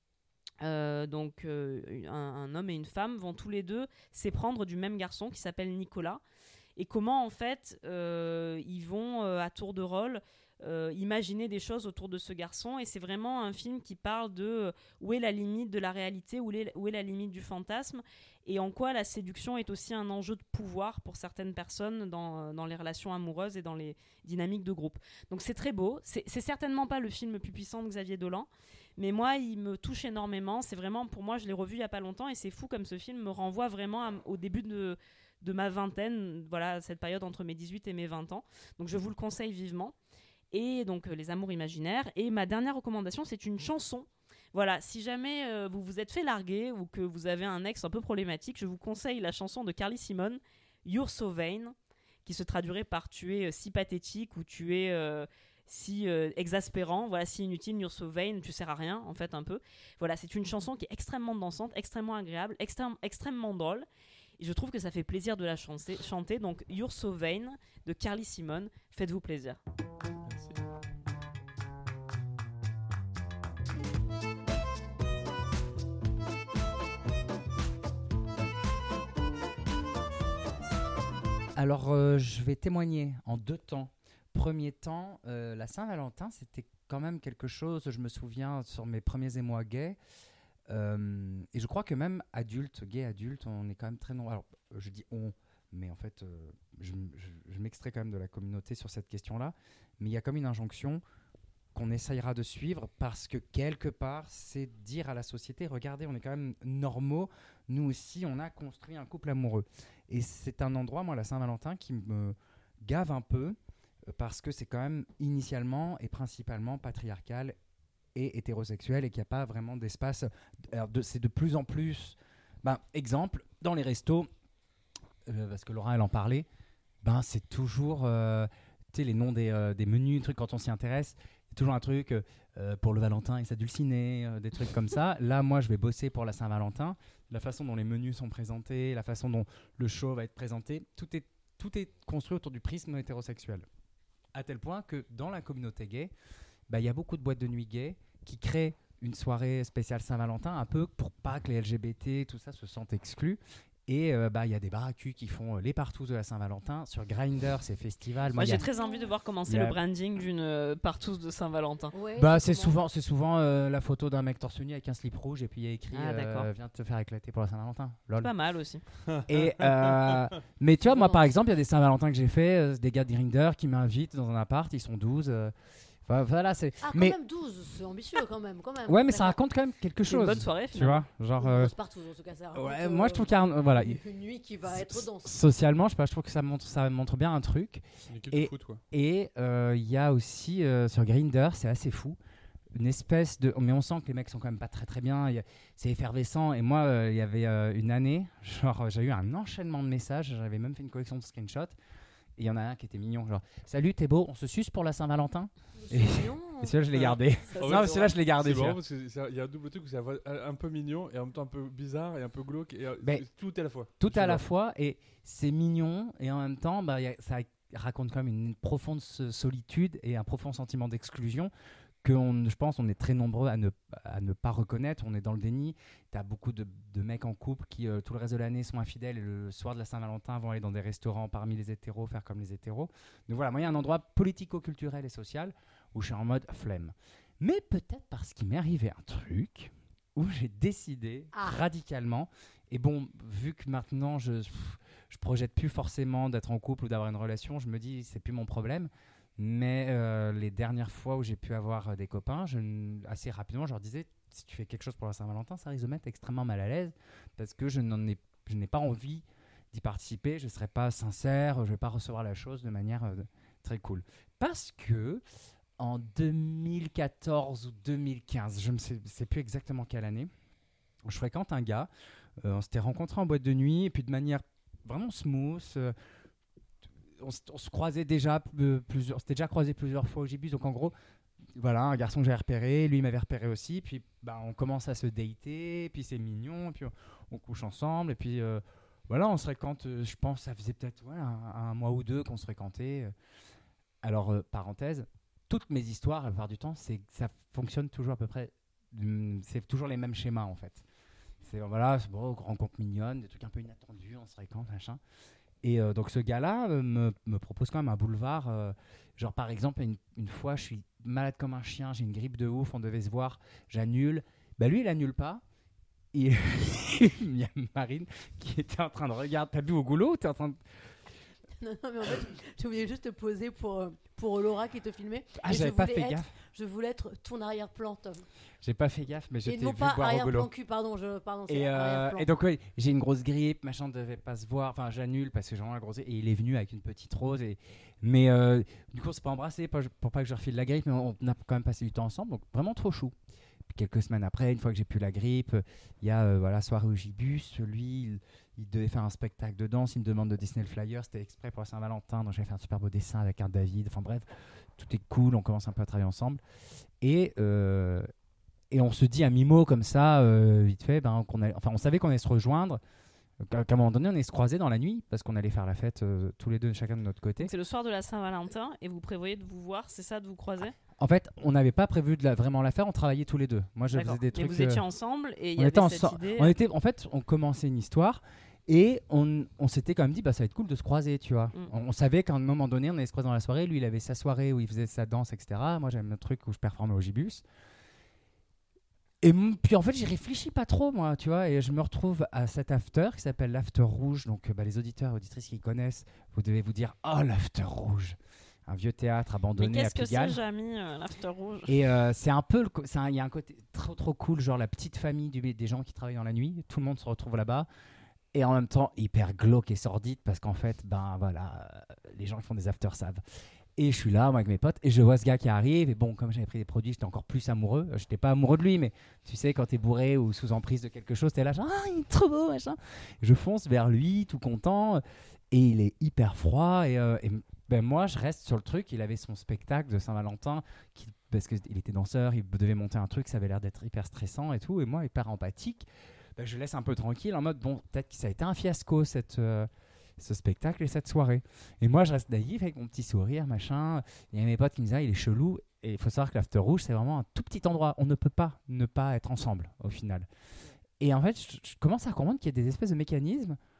Speaker 2: euh, donc euh, un, un homme et une femme, vont tous les deux s'éprendre du même garçon qui s'appelle Nicolas. Et comment en fait euh, ils vont euh, à tour de rôle Euh, imaginer des choses autour de ce garçon, et c'est vraiment un film qui parle de euh, où est la limite de la réalité, où est, où est la limite du fantasme, et en quoi la séduction est aussi un enjeu de pouvoir pour certaines personnes dans, dans les relations amoureuses et dans les dynamiques de groupe. Donc c'est très beau, c'est, c'est certainement pas le film le plus puissant de Xavier Dolan, mais moi il me touche énormément, c'est vraiment, pour moi je l'ai revu il y a pas longtemps, et c'est fou comme ce film me renvoie vraiment à, au début de, de ma vingtaine, voilà, cette période entre mes dix-huit et mes vingt ans, donc je vous le conseille vivement. Et donc euh, Les Amours imaginaires. Et ma dernière recommandation, c'est une chanson. Voilà, si jamais euh, vous vous êtes fait larguer ou que vous avez un ex un peu problématique, je vous conseille la chanson de Carly Simon, You're So Vain, qui se traduirait par tu es euh, si pathétique ou tu es euh, si euh, exaspérant, voilà, si inutile, You're So Vain, tu sers à rien en fait un peu. Voilà, c'est une chanson qui est extrêmement dansante, extrêmement agréable, extrême, extrêmement drôle. Et je trouve que ça fait plaisir de la chanter, chanter. Donc You're So Vain de Carly Simon, faites-vous plaisir.
Speaker 3: Alors, euh, je vais témoigner en deux temps. Premier temps, euh, la Saint-Valentin, c'était quand même quelque chose, je me souviens, sur mes premiers émois gays. Euh, et je crois que même adulte, gay adulte, on est quand même très nombreux. Alors, je dis on, mais en fait, euh, je, je, je m'extrais quand même de la communauté sur cette question-là. Mais il y a comme une injonction qu'on essayera de suivre parce que quelque part, c'est dire à la société, regardez, on est quand même normaux, nous aussi, on a construit un couple amoureux. Et c'est un endroit, moi, la Saint-Valentin, qui me gave un peu parce que c'est quand même initialement et principalement patriarcal et hétérosexuel et qu'il n'y a pas vraiment d'espace. Alors de, c'est de plus en plus... Ben, exemple, dans les restos, euh, parce que Laura, elle en parlait, ben, c'est toujours euh, les noms des, euh, des menus, trucs, quand on s'y intéresse, il y a toujours un truc euh, pour le Valentin et sa dulcinée, euh, des trucs comme ça. Là, moi, je vais bosser pour la Saint-Valentin. La façon dont les menus sont présentés, la façon dont le show va être présenté, tout est, tout est construit autour du prisme hétérosexuel. À tel point que dans la communauté gay, bah, y a beaucoup de boîtes de nuit gays qui créent une soirée spéciale Saint-Valentin, un peu pour pas que les L G B T, tout ça, se sentent exclus. Et euh, bah il y a des baracus qui font euh, les partous de la Saint-Valentin. Sur Grindr, c'est festival.
Speaker 2: Moi,
Speaker 3: il y
Speaker 2: j'ai
Speaker 3: a-
Speaker 2: très envie de voir comment c'est
Speaker 3: il y a-
Speaker 2: le branding d'une euh, partouze de Saint-Valentin.
Speaker 4: Ouais,
Speaker 3: Bah c'est
Speaker 4: comment-
Speaker 3: souvent, c'est souvent euh, la photo d'un mec torse nu avec un slip rouge et puis il y a écrit
Speaker 2: Ah, d'accord.
Speaker 3: euh, viens te faire éclater pour la Saint-Valentin. Lol.
Speaker 2: Pas mal aussi.
Speaker 3: Et euh, mais tu vois, moi
Speaker 4: Non.
Speaker 3: par exemple, il y a des Saint-Valentin que j'ai fait, euh, des gars de Grindr qui m'invitent dans un appart, ils sont douze. euh, enfin, voilà, c'est.
Speaker 4: Ah, quand
Speaker 3: mais
Speaker 4: même douze, c'est ambitieux quand même. Quand même.
Speaker 3: ouais, mais ça
Speaker 4: D'accord.
Speaker 3: raconte quand même quelque
Speaker 2: C'est une
Speaker 3: chose.
Speaker 2: bonne soirée,
Speaker 3: Tu
Speaker 2: finalement.
Speaker 3: vois, genre.
Speaker 4: Une
Speaker 3: euh,
Speaker 4: grosse partout, en tout cas, ça raconte,
Speaker 3: ouais, moi je trouve
Speaker 4: euh,
Speaker 3: qu'il y a un- voilà.
Speaker 4: une, une nuit qui va être dense.
Speaker 3: Socialement, je sais pas, je trouve que ça montre, ça montre bien un truc.
Speaker 1: Une équipe
Speaker 3: Et-
Speaker 1: de foot, quoi.
Speaker 3: Et euh, il y a aussi euh, sur Grindr, c'est assez fou, une espèce de. Mais on sent que les mecs sont quand même pas très très bien. il y a- C'est effervescent. Et moi, euh, il y avait euh, une année, genre euh, j'ai eu un enchaînement de messages. J'avais même fait une collection de screenshots. Et il y en a un qui était mignon, genre salut, t'es beau, on se suce pour la Saint-Valentin.
Speaker 4: C'est
Speaker 3: Et-
Speaker 4: mignon.
Speaker 3: Et celui-là, je l'ai gardé.
Speaker 4: Ça,
Speaker 1: En
Speaker 3: Non, mais
Speaker 1: fait,
Speaker 3: celui-là, je l'ai gardé.
Speaker 1: C'est marrant
Speaker 3: celui-là.
Speaker 1: parce qu'il y a un double truc où c'est à la fois un peu mignon et en même temps un peu bizarre et un peu glauque. Et, euh,
Speaker 3: Mais-
Speaker 1: tout à la fois.
Speaker 3: Tout
Speaker 1: Je
Speaker 3: à la
Speaker 1: vois.
Speaker 3: fois, et c'est mignon, et en même temps, bah, y a- ça raconte quand même une profonde so- solitude et un profond sentiment d'exclusion que on, je pense on est très nombreux à ne, à ne pas reconnaître. On est dans le déni. Tu as beaucoup de, de mecs en couple qui, euh, tout le reste de l'année, sont infidèles et le soir de la Saint-Valentin vont aller dans des restaurants parmi les hétéros, faire comme les hétéros. Donc voilà, moi, il y a un endroit politico-culturel et social où je suis en mode flemme. Mais peut-être parce qu'il m'est arrivé un truc où j'ai décidé
Speaker 4: Ah.
Speaker 3: radicalement. Et bon, vu que maintenant je, je projette plus forcément d'être en couple ou d'avoir une relation, je me dis c'est plus mon problème. Mais euh, les dernières fois où j'ai pu avoir euh, des copains, je, n- assez rapidement, je leur disais si tu fais quelque chose pour la Saint-Valentin, ça risque de mettre extrêmement mal à l'aise parce que je n'en ai, je n'ai pas envie d'y participer. Je ne serai pas sincère, je ne vais pas recevoir la chose de manière euh, très cool. Parce que en deux mille quatorze ou deux mille quinze, je ne sais, sais plus exactement quelle année, je fréquente un gars. Euh, on s'était rencontrés en boîte de nuit et puis de manière vraiment smooth. euh, on, s- on se croisait déjà euh, plusieurs, on s'était déjà croisé plusieurs fois au Gibus. Donc en gros, voilà, un garçon que j'avais repéré, lui il m'avait repéré aussi. Puis bah, on commence à se dater, puis c'est mignon, puis on, on couche ensemble et puis euh, voilà, on se fréquente. euh, je pense ça faisait peut-être ouais, un, un mois ou deux qu'on se fréquentait. euh. Alors euh, parenthèse, toutes mes histoires, la plupart du temps, c'est ça fonctionne toujours à peu près. hum, C'est toujours les mêmes schémas en fait. C'est voilà, c'est bon, rencontre mignonne, des trucs un peu inattendus, on se fréquente, machin. Et euh, donc ce gars-là euh, me, me propose quand même un boulevard. euh, genre par exemple, une, une fois, je suis malade comme un chien, j'ai une grippe de ouf, on devait se voir, j'annule. Bah lui, il annule pas. Et il y a Marine qui était en train de regarder. T'as bu au goulot ou t'es en train de...
Speaker 4: Non, non, mais en fait, je voulais juste te poser pour, euh, pour Laura qui te filmait.
Speaker 3: Ah,
Speaker 4: Et je
Speaker 3: j'avais pas
Speaker 4: voulais
Speaker 3: fait
Speaker 4: être-
Speaker 3: gaffe.
Speaker 4: Je voulais être ton arrière-plan, Tom.
Speaker 3: J'ai pas fait gaffe, mais
Speaker 4: Et
Speaker 3: j'étais
Speaker 4: non
Speaker 3: vu
Speaker 4: pas
Speaker 3: boire au
Speaker 4: arrière-plan
Speaker 3: goulot.
Speaker 4: cul, pardon. Je, pardon c'est
Speaker 3: Et, euh,
Speaker 4: arrière-plan.
Speaker 3: et donc ouais, j'ai une grosse grippe, machin, ne devait pas se voir. Enfin, j'annule parce que j'ai vraiment la grosse. Et il est venu avec une petite rose. Et mais euh, du coup, on s'est pas embrassé pas- pour pas que je refile la grippe, mais on a quand même passé du temps ensemble, donc vraiment trop chou. Puis quelques semaines après, une fois que j'ai plus la grippe, il y a euh, voilà soirée au Gibus. Lui, il, il devait faire un spectacle de danse. Il me demande de dessiner le flyer. C'était exprès pour la Saint-Valentin, donc j'ai fait un super beau dessin avec un David. Enfin bref, tout est cool. On commence un peu à travailler ensemble. Et euh, et on se dit à mi-mot comme ça, euh, vite fait, ben, qu'on allait- enfin on savait qu'on allait se rejoindre, qu'à qu'à un moment donné on allait se croiser dans la nuit parce qu'on allait faire la fête euh, tous les deux, chacun de notre côté.
Speaker 2: Donc c'est le soir de la Saint-Valentin et vous prévoyez de vous voir, c'est ça, de vous croiser?
Speaker 3: En fait, on n'avait pas prévu de la, vraiment la faire, on travaillait tous les deux. Moi je
Speaker 2: D'accord.
Speaker 3: faisais des
Speaker 2: Et
Speaker 3: trucs.
Speaker 2: vous étiez
Speaker 3: euh,
Speaker 2: ensemble et il y
Speaker 3: on
Speaker 2: avait
Speaker 3: était
Speaker 2: cette
Speaker 3: ensemble.
Speaker 2: idée.
Speaker 3: On était, en fait, on commençait une histoire et on, on s'était quand même dit, bah ça va être cool de se croiser, tu vois.
Speaker 2: Mm.
Speaker 3: On, on savait qu'à un moment donné, on allait se croiser dans la soirée. Lui, il avait sa soirée où il faisait sa danse, et cetera. Moi, j'avais mon truc où je performais au Gibus. Et m- puis en fait, j'y réfléchis pas trop, moi, tu vois. Et je me retrouve à cet after qui s'appelle l'After Rouge. Donc, euh, bah, les auditeurs et auditrices qui connaissent, vous devez vous dire, oh, l'After Rouge. Un vieux théâtre
Speaker 2: Mais
Speaker 3: abandonné à
Speaker 2: qu'est-ce que
Speaker 3: Pigalle.
Speaker 2: c'est, Jamy, euh, l'after rouge?
Speaker 3: Et euh, c'est un peu, le co- c'est un- il y a un côté trop trop cool, genre la petite famille du- des gens qui travaillent dans la nuit, tout le monde se retrouve là-bas, et en même temps hyper glauque et sordide parce qu'en fait, ben voilà, euh, les gens qui font des afters savent. Et je suis là, moi, avec mes potes, et je vois ce gars qui arrive, et bon, comme j'avais pris des produits, j'étais encore plus amoureux. Euh, J'étais pas amoureux de lui, mais tu sais, quand t'es bourré ou sous emprise de quelque chose, t'es là, genre, ah, il est trop beau, machin. Je fonce vers lui, tout content, et il est hyper froid, et, euh, et ben moi, je reste sur le truc. Il avait son spectacle de Saint-Valentin, qui, parce qu'il était danseur, il devait monter un truc, ça avait l'air d'être hyper stressant et tout. Et moi, hyper empathique, ben, je laisse un peu tranquille en mode, bon, peut-être que ça a été un fiasco, cette, euh, ce spectacle et cette soirée. Et moi, je reste naïf avec mon petit sourire, machin. Il y a mes potes qui me disaient, ah, il est chelou. Et il faut savoir que l'After Rouge, c'est vraiment un tout petit endroit. On ne peut pas ne pas être ensemble, au final. Et en fait, je, je commence à comprendre qu'il y a des espèces de mécanismes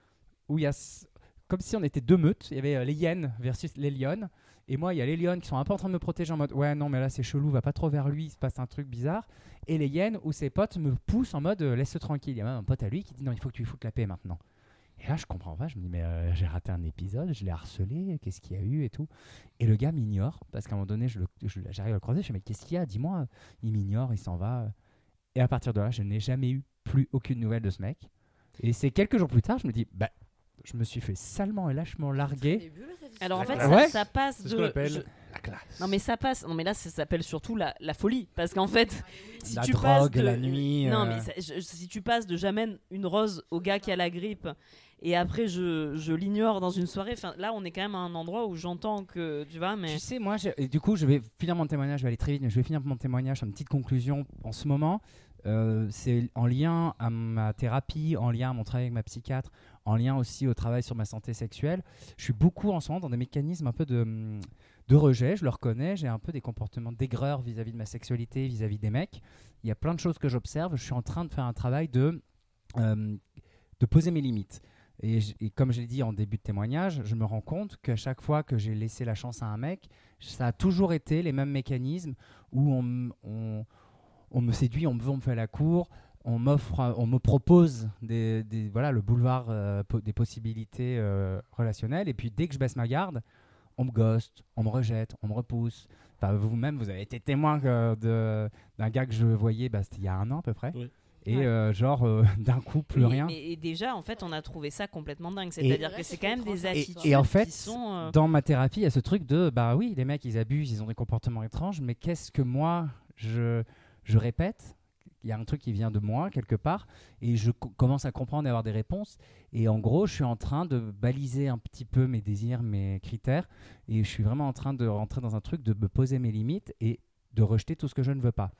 Speaker 3: où il y a s- comme si on était deux meutes. Il y avait euh, les hyènes versus les lionnes. Et moi, il y a les lionnes qui sont un peu en train de me protéger en mode ouais, non, mais là c'est chelou, va pas trop vers lui, il se passe un truc bizarre. Et les hyènes où ses potes me poussent en mode euh, laisse-le tranquille. Il y a même un pote à lui qui dit non, il faut que tu lui foutes la paix maintenant. Et là, je comprends pas. Je me dis mais euh, j'ai raté un épisode, je l'ai harcelé, qu'est-ce qu'il y a eu et tout. Et le gars m'ignore parce qu'à un moment donné, je le, je- j'arrive à le croiser. Je dis mais qu'est-ce qu'il y a, dis-moi. Il m'ignore, il s'en va. Et à partir de là, je n'ai jamais eu plus aucune nouvelle de ce mec. Et c'est quelques jours plus tard, je me dis bah je me suis fait salement et lâchement larguer.
Speaker 2: Alors en
Speaker 1: La
Speaker 2: fait,
Speaker 1: classe.
Speaker 2: ça,
Speaker 3: Ouais.
Speaker 2: ça passe
Speaker 1: C'est ce
Speaker 2: de.
Speaker 1: qu'on appelle
Speaker 2: je-
Speaker 1: la classe.
Speaker 2: Non mais ça passe. Non mais là, ça s'appelle surtout la, la folie, parce qu'en fait, si
Speaker 3: La
Speaker 2: tu
Speaker 3: drogue,
Speaker 2: passes de...
Speaker 3: la nuit,
Speaker 2: Non
Speaker 3: euh.
Speaker 2: mais ça- je- si tu passes de j'amène une rose au gars qui a la grippe et après je, je l'ignore dans une soirée. Enfin là, on est quand même à un endroit où j'entends que tu vois, mais
Speaker 3: Tu sais, moi, j'ai- et du coup, je vais finir mon témoignage, je vais aller très vite, mais je vais finir mon témoignage sur une petite conclusion. En ce moment, euh, c'est en lien à ma thérapie, en lien à mon travail avec ma psychiatre, en lien aussi au travail sur ma santé sexuelle. Je suis beaucoup en ce moment dans des mécanismes un peu de, de rejet, je le reconnais, j'ai un peu des comportements d'aigreur vis-à-vis de ma sexualité, vis-à-vis des mecs. Il y a plein de choses que j'observe, je suis en train de faire un travail de, euh, de poser mes limites. Et, j- et comme je l'ai dit en début de témoignage, je me rends compte qu'à chaque fois que j'ai laissé la chance à un mec, ça a toujours été les mêmes mécanismes où on, m- on, on me séduit, on me veut, on me fait la cour, on m'offre, euh, on me propose des, des- voilà, le boulevard euh, po- des possibilités euh, relationnelles. Et puis dès que je baisse ma garde, on me ghoste, on me rejette, on me repousse. Enfin, vous-même, vous avez été témoin que de- d'un gars que je voyais, bah, c'était il y a un an à peu près.
Speaker 5: Oui.
Speaker 3: Et
Speaker 2: Ouais.
Speaker 3: euh, genre, euh, d'un coup, plus
Speaker 2: mais-
Speaker 3: rien.
Speaker 2: mais- et déjà, en fait, on a trouvé ça complètement dingue. C'est-à-dire que c'est quand même des
Speaker 3: Et,
Speaker 2: attitudes
Speaker 3: et en fait,
Speaker 2: qui sont. euh,
Speaker 3: dans ma thérapie, il y a ce truc de bah oui, les mecs ils abusent, ils ont des comportements étranges, mais qu'est-ce que moi je, je répète? Il y a un truc qui vient de moi quelque part et je co- commence à comprendre et avoir des réponses. Et en gros, je suis en train de baliser un petit peu mes désirs, mes critères et je suis vraiment en train de rentrer dans un truc de me poser mes limites et de rejeter tout ce que je ne veux pas.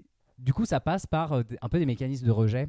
Speaker 3: Du coup, ça passe par euh, d- un peu des mécanismes de rejet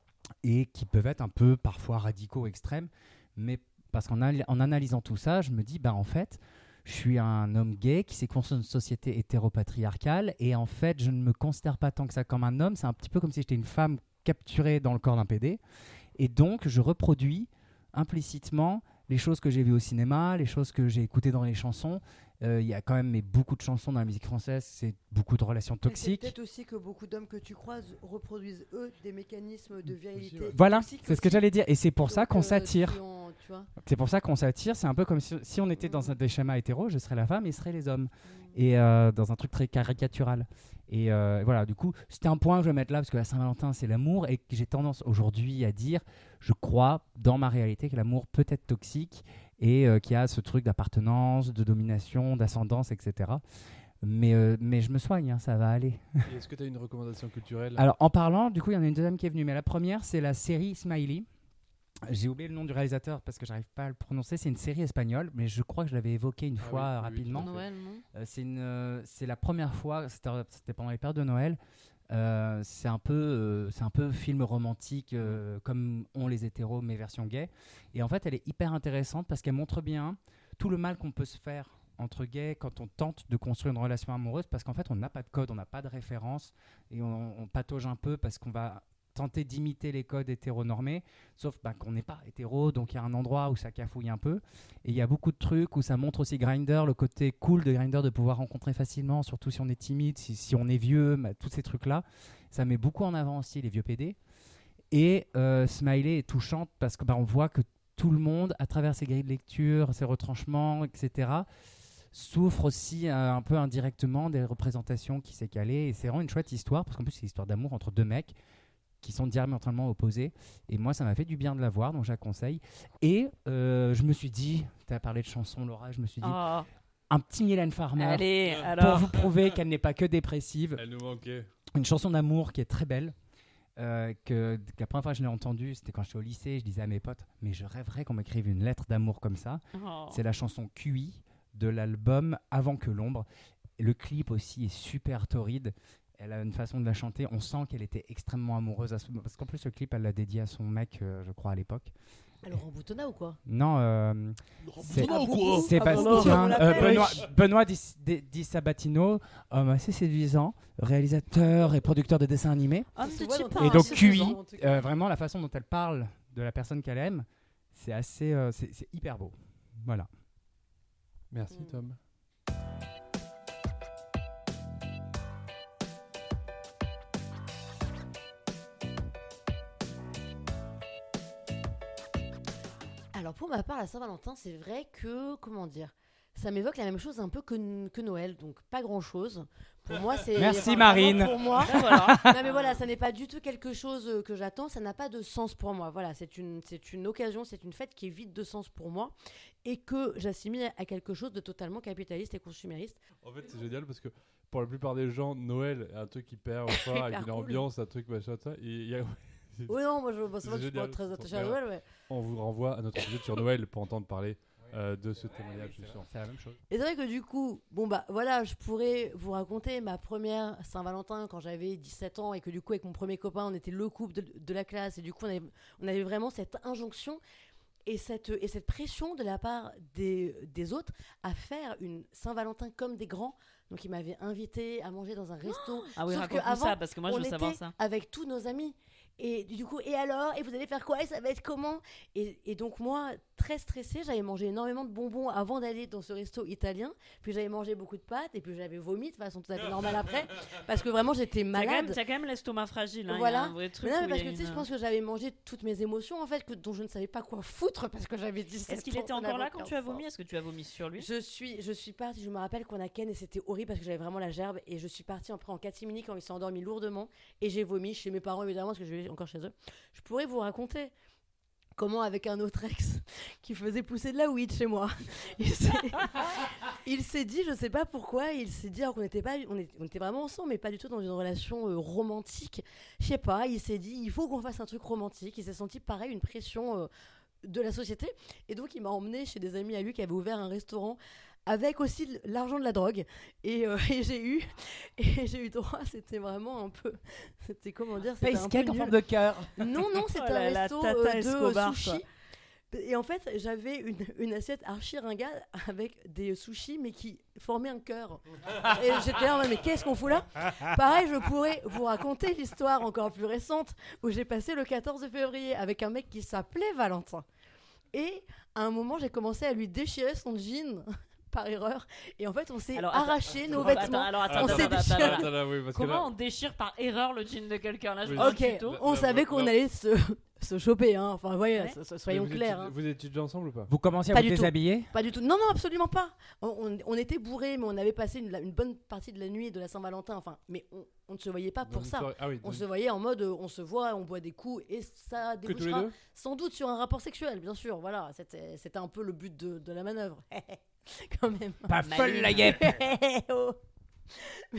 Speaker 3: et qui peuvent être un peu parfois radicaux, extrêmes, mais parce qu'en al- en analysant tout ça, je me dis, bah en fait, je suis un homme gay qui s'est construit dans une société hétéropatriarcale et en fait, je ne me considère pas tant que ça comme un homme. C'est un petit peu comme si j'étais une femme capturée dans le corps d'un pédé. Et donc, je reproduis implicitement les choses que j'ai vues au cinéma, les choses que j'ai écoutées dans les chansons. Euh, Il y a quand même mais beaucoup de chansons dans la musique française, c'est beaucoup de relations
Speaker 6: Mais c'est
Speaker 3: toxiques.
Speaker 6: peut-être aussi que beaucoup d'hommes que tu croises reproduisent eux des mécanismes de virilité.
Speaker 1: ouais.
Speaker 3: Voilà,
Speaker 6: toxiques
Speaker 3: c'est ce que
Speaker 6: aussi.
Speaker 3: j'allais dire. Et c'est pour ça
Speaker 6: Donc,
Speaker 3: qu'on
Speaker 6: euh,
Speaker 3: s'attire.
Speaker 6: qui ont- tu vois.
Speaker 3: C'est pour ça qu'on s'attire. C'est un peu comme si, si on était dans un, des schémas hétéros, je serais la femme et ils seraient les hommes. Et euh, dans un truc très caricatural. Et euh, voilà, du coup, c'était un point que je vais mettre là parce que la Saint-Valentin, c'est l'amour et que j'ai tendance aujourd'hui à dire, je crois dans ma réalité que l'amour peut être toxique et euh, qu'il y a ce truc d'appartenance, de domination, d'ascendance, et cetera. Mais, euh, mais je me soigne, hein, ça va aller.
Speaker 1: Et Est-ce que tu as une recommandation culturelle?
Speaker 3: Alors, en parlant, du coup, il y en a une deuxième qui est venue. Mais la première, c'est la série Smiley. J'ai oublié le nom du réalisateur parce que j'arrive pas à le prononcer. C'est une série espagnole, mais je crois que je l'avais évoqué une
Speaker 1: Ah
Speaker 3: fois
Speaker 1: oui, oui, oui,
Speaker 3: rapidement.
Speaker 1: tout à fait.
Speaker 2: Noël, non
Speaker 3: Euh, c'est une, euh, c'est la première fois. C'était, c'était pendant les périodes de Noël. Euh, c'est un peu, euh, c'est un peu film romantique euh, comme ont les hétéros, mais version gay. Et en fait, elle est hyper intéressante parce qu'elle montre bien tout le mal qu'on peut se faire entre gays quand on tente de construire une relation amoureuse, parce qu'en fait, on n'a pas de code, on n'a pas de référence et on, on patauge un peu parce qu'on va tenter d'imiter les codes hétéronormés, sauf bah, qu'on n'est pas hétéro, donc il y a un endroit où ça cafouille un peu. Et il y a beaucoup de trucs où ça montre aussi Grindr, le côté cool de Grindr de pouvoir rencontrer facilement, surtout si on est timide, si, si on est vieux, bah, tous ces trucs-là. Ça met beaucoup en avant aussi les vieux P D. Et euh, Smiley est touchante parce que bah, on voit que tout le monde, à travers ses grilles de lecture, ses retranchements, et cetera, souffre aussi euh, un peu indirectement des représentations qui s'est calées. Et c'est vraiment une chouette histoire, parce qu'en plus c'est une histoire d'amour entre deux mecs qui sont diamétralement opposés. Et moi, ça m'a fait du bien de la voir, donc je la conseille. Et euh, je me suis dit, tu as parlé de chansons, Laura, je me suis dit,
Speaker 2: Oh,
Speaker 3: un petit Mylène Farmer
Speaker 2: allez,
Speaker 3: pour
Speaker 2: alors.
Speaker 3: vous prouver qu'elle n'est pas que dépressive.
Speaker 1: Elle nous manquait.
Speaker 3: Une chanson d'amour qui est très belle. Euh, que, que la première fois que je l'ai entendue, c'était quand j'étais au lycée. Je disais à mes potes, mais je rêverais qu'on m'écrive une lettre d'amour comme ça.
Speaker 2: Oh.
Speaker 3: C'est la chanson Q I de l'album Avant que l'ombre. Et le clip aussi est super torride. Elle a une façon de la chanter. On sent qu'elle était extrêmement amoureuse. À ce... Parce qu'en plus, le clip, elle l'a dédié à son mec, euh, je crois, à l'époque.
Speaker 6: Alors en boutonna ou quoi?
Speaker 3: Non, euh, c'est
Speaker 5: Boutonna ou quoi?
Speaker 3: Sébastien,
Speaker 6: Ah,
Speaker 3: euh,
Speaker 6: bon,
Speaker 3: Benoît, Benoît Di, Di- Di Sabatino, homme assez séduisant, réalisateur et producteur de dessins animés.
Speaker 2: Homme
Speaker 6: Ça se
Speaker 2: de
Speaker 6: voit dans
Speaker 2: Chipin.
Speaker 6: tes
Speaker 3: Et donc
Speaker 6: c'est
Speaker 3: Q I,
Speaker 6: saison, en tout cas.
Speaker 3: euh, vraiment la façon dont elle parle de la personne qu'elle aime, c'est assez, euh, c'est, c'est hyper beau. Voilà.
Speaker 1: Merci
Speaker 2: Mm.
Speaker 1: Tom.
Speaker 4: Alors pour ma part, la Saint-Valentin, c'est vrai que, comment dire, ça m'évoque la même chose un peu que, que Noël, donc pas grand-chose. Pour moi, c'est...
Speaker 3: Merci,
Speaker 4: enfin,
Speaker 3: Marine.
Speaker 4: vraiment, Pour moi,
Speaker 2: Ben voilà.
Speaker 4: non mais voilà, ça n'est pas du tout quelque chose euh, que j'attends, ça n'a pas de sens pour moi. Voilà, c'est une, c'est une occasion, c'est une fête qui est vide de sens pour moi et que j'assimile à quelque chose de totalement capitaliste et consumériste.
Speaker 1: En fait, c'est génial parce que pour la plupart des gens, Noël est un truc hyper fort, avec
Speaker 4: Hyper
Speaker 1: une
Speaker 4: cool.
Speaker 1: ambiance, un truc machin, ça. Et il y a-
Speaker 4: Oui, non, moi je bon, c'est
Speaker 1: C'est
Speaker 4: vrai que je suis pas
Speaker 1: génial.
Speaker 4: très attachée à
Speaker 1: Donc,
Speaker 4: Noël, ouais.
Speaker 1: On vous renvoie à notre épisode sur Noël pour entendre parler euh, de ce témoignage. justement.
Speaker 3: C'est la même chose.
Speaker 4: Et c'est vrai que du coup, bon bah voilà, je pourrais vous raconter ma première Saint-Valentin quand j'avais dix-sept ans et que du coup avec mon premier copain, on était le couple de, de la classe et du coup on avait, on avait vraiment cette injonction et cette, et cette pression de la part des, des autres à faire une Saint-Valentin comme des grands. Donc ils m'avaient invité à manger dans un resto.
Speaker 2: Ah oui,
Speaker 4: Sauf que
Speaker 2: raconte-nous
Speaker 4: avant,
Speaker 2: ça, parce que moi, je
Speaker 4: on
Speaker 2: veux
Speaker 4: était
Speaker 2: savoir ça.
Speaker 4: avec tous nos amis. Et du coup, et alors, et vous allez faire quoi, et ça va être comment, et, et donc moi, très stressée, j'avais mangé énormément de bonbons avant d'aller dans ce resto italien, puis j'avais mangé beaucoup de pâtes, et puis j'avais vomi de façon tout à fait normale après, parce que vraiment j'étais
Speaker 2: T'as quand même,
Speaker 4: malade.
Speaker 2: t'as quand même l'estomac fragile. Hein,
Speaker 4: Voilà.
Speaker 2: il y a un vrai truc
Speaker 4: Mais non, mais
Speaker 2: où
Speaker 4: parce
Speaker 2: il y
Speaker 4: que
Speaker 2: a
Speaker 4: tu sais,
Speaker 2: une-
Speaker 4: je pense que j'avais mangé toutes mes émotions en fait, que, dont je ne savais pas quoi foutre parce que j'avais dix-sept ans.
Speaker 2: Est-ce qu'il était
Speaker 4: ça
Speaker 2: encore
Speaker 4: n'avait
Speaker 2: là quand
Speaker 4: aucun
Speaker 2: tu as
Speaker 4: sens.
Speaker 2: vomi? Est-ce que tu as vomi sur lui?
Speaker 4: Je suis, je suis partie, je me rappelle qu'on a Ken et c'était horrible parce que j'avais vraiment la gerbe et je suis partie après en catimini quand il s'est endormi lourdement et j'ai vomi chez mes parents évidemment parce que je vais encore chez eux. Je pourrais vous raconter comment avec un autre ex qui faisait pousser de la weed chez moi, il s'est, il s'est dit, je sais pas pourquoi, il s'est dit alors qu'on était pas, on, est- on était vraiment ensemble mais pas du tout dans une relation euh, romantique. Je sais pas, il s'est dit il faut qu'on fasse un truc romantique. Il s'est senti pareil une pression euh, de la société et donc il m'a emmené chez des amis à lui qui avaient ouvert un restaurant avec aussi l- l'argent de la drogue et, euh, et j'ai eu et j'ai eu droit, c'était vraiment un peu, c'était comment dire, c'était un
Speaker 3: Face
Speaker 4: peu
Speaker 3: cake en
Speaker 4: nul.
Speaker 3: forme de cœur.
Speaker 4: Non non, c'était
Speaker 2: Oh là
Speaker 4: un
Speaker 2: là,
Speaker 4: resto
Speaker 2: Tata
Speaker 4: euh, de
Speaker 2: Escobar,
Speaker 4: sushi.
Speaker 2: quoi.
Speaker 4: Et en fait, j'avais une, une assiette archi ringade avec des sushis, mais qui formaient un cœur. Et j'étais là, en mode, mais qu'est-ce qu'on fout là? Pareil, je pourrais vous raconter l'histoire encore plus récente, où j'ai passé le quatorze février avec un mec qui s'appelait Valentin. Et à un moment, j'ai commencé à lui déchirer son jean par erreur. Et en fait, on s'est
Speaker 2: Alors, attends,
Speaker 4: arraché nos
Speaker 2: Attends,
Speaker 4: vêtements.
Speaker 2: alors, attends,
Speaker 4: On
Speaker 2: attends,
Speaker 4: s'est
Speaker 2: attends,
Speaker 4: déchiré.
Speaker 2: attends,
Speaker 1: Attends, là, oui, parce que
Speaker 2: Comment
Speaker 1: là-
Speaker 2: on déchire par erreur le jean de quelqu'un? Là, je
Speaker 1: Oui.
Speaker 2: veux un
Speaker 4: Ok,
Speaker 2: tuto.
Speaker 4: on
Speaker 1: Là,
Speaker 4: savait
Speaker 1: là,
Speaker 4: qu'on
Speaker 1: là.
Speaker 4: allait se, se choper, hein. Enfin, voyez,
Speaker 2: Ouais.
Speaker 4: so- so- soyons
Speaker 1: vous étiez-
Speaker 4: clairs. hein.
Speaker 1: Vous étiez déjà ensemble ou pas?
Speaker 3: Vous commencez à
Speaker 4: Pas
Speaker 3: vous
Speaker 4: du tout.
Speaker 3: déshabiller?
Speaker 4: Pas du tout. Non, non, absolument pas. On, on- on était bourrés, mais on avait passé une, une bonne partie de la nuit de la Saint-Valentin. Enfin, mais on, on ne se voyait pas
Speaker 1: Dans
Speaker 4: pour
Speaker 1: une
Speaker 4: ça.
Speaker 1: soirée- Ah oui,
Speaker 4: On
Speaker 1: dans
Speaker 4: se
Speaker 1: une-
Speaker 4: voyait en mode, euh, on se voit, on boit des coups, et ça
Speaker 1: que tous les
Speaker 4: débouchera
Speaker 1: deux?
Speaker 4: sans doute sur un rapport sexuel, bien sûr. Voilà, c'était, c'était un peu le but de, de la manœuvre. Quand même.
Speaker 3: Pas folle la guêpe.
Speaker 4: Oh. Mais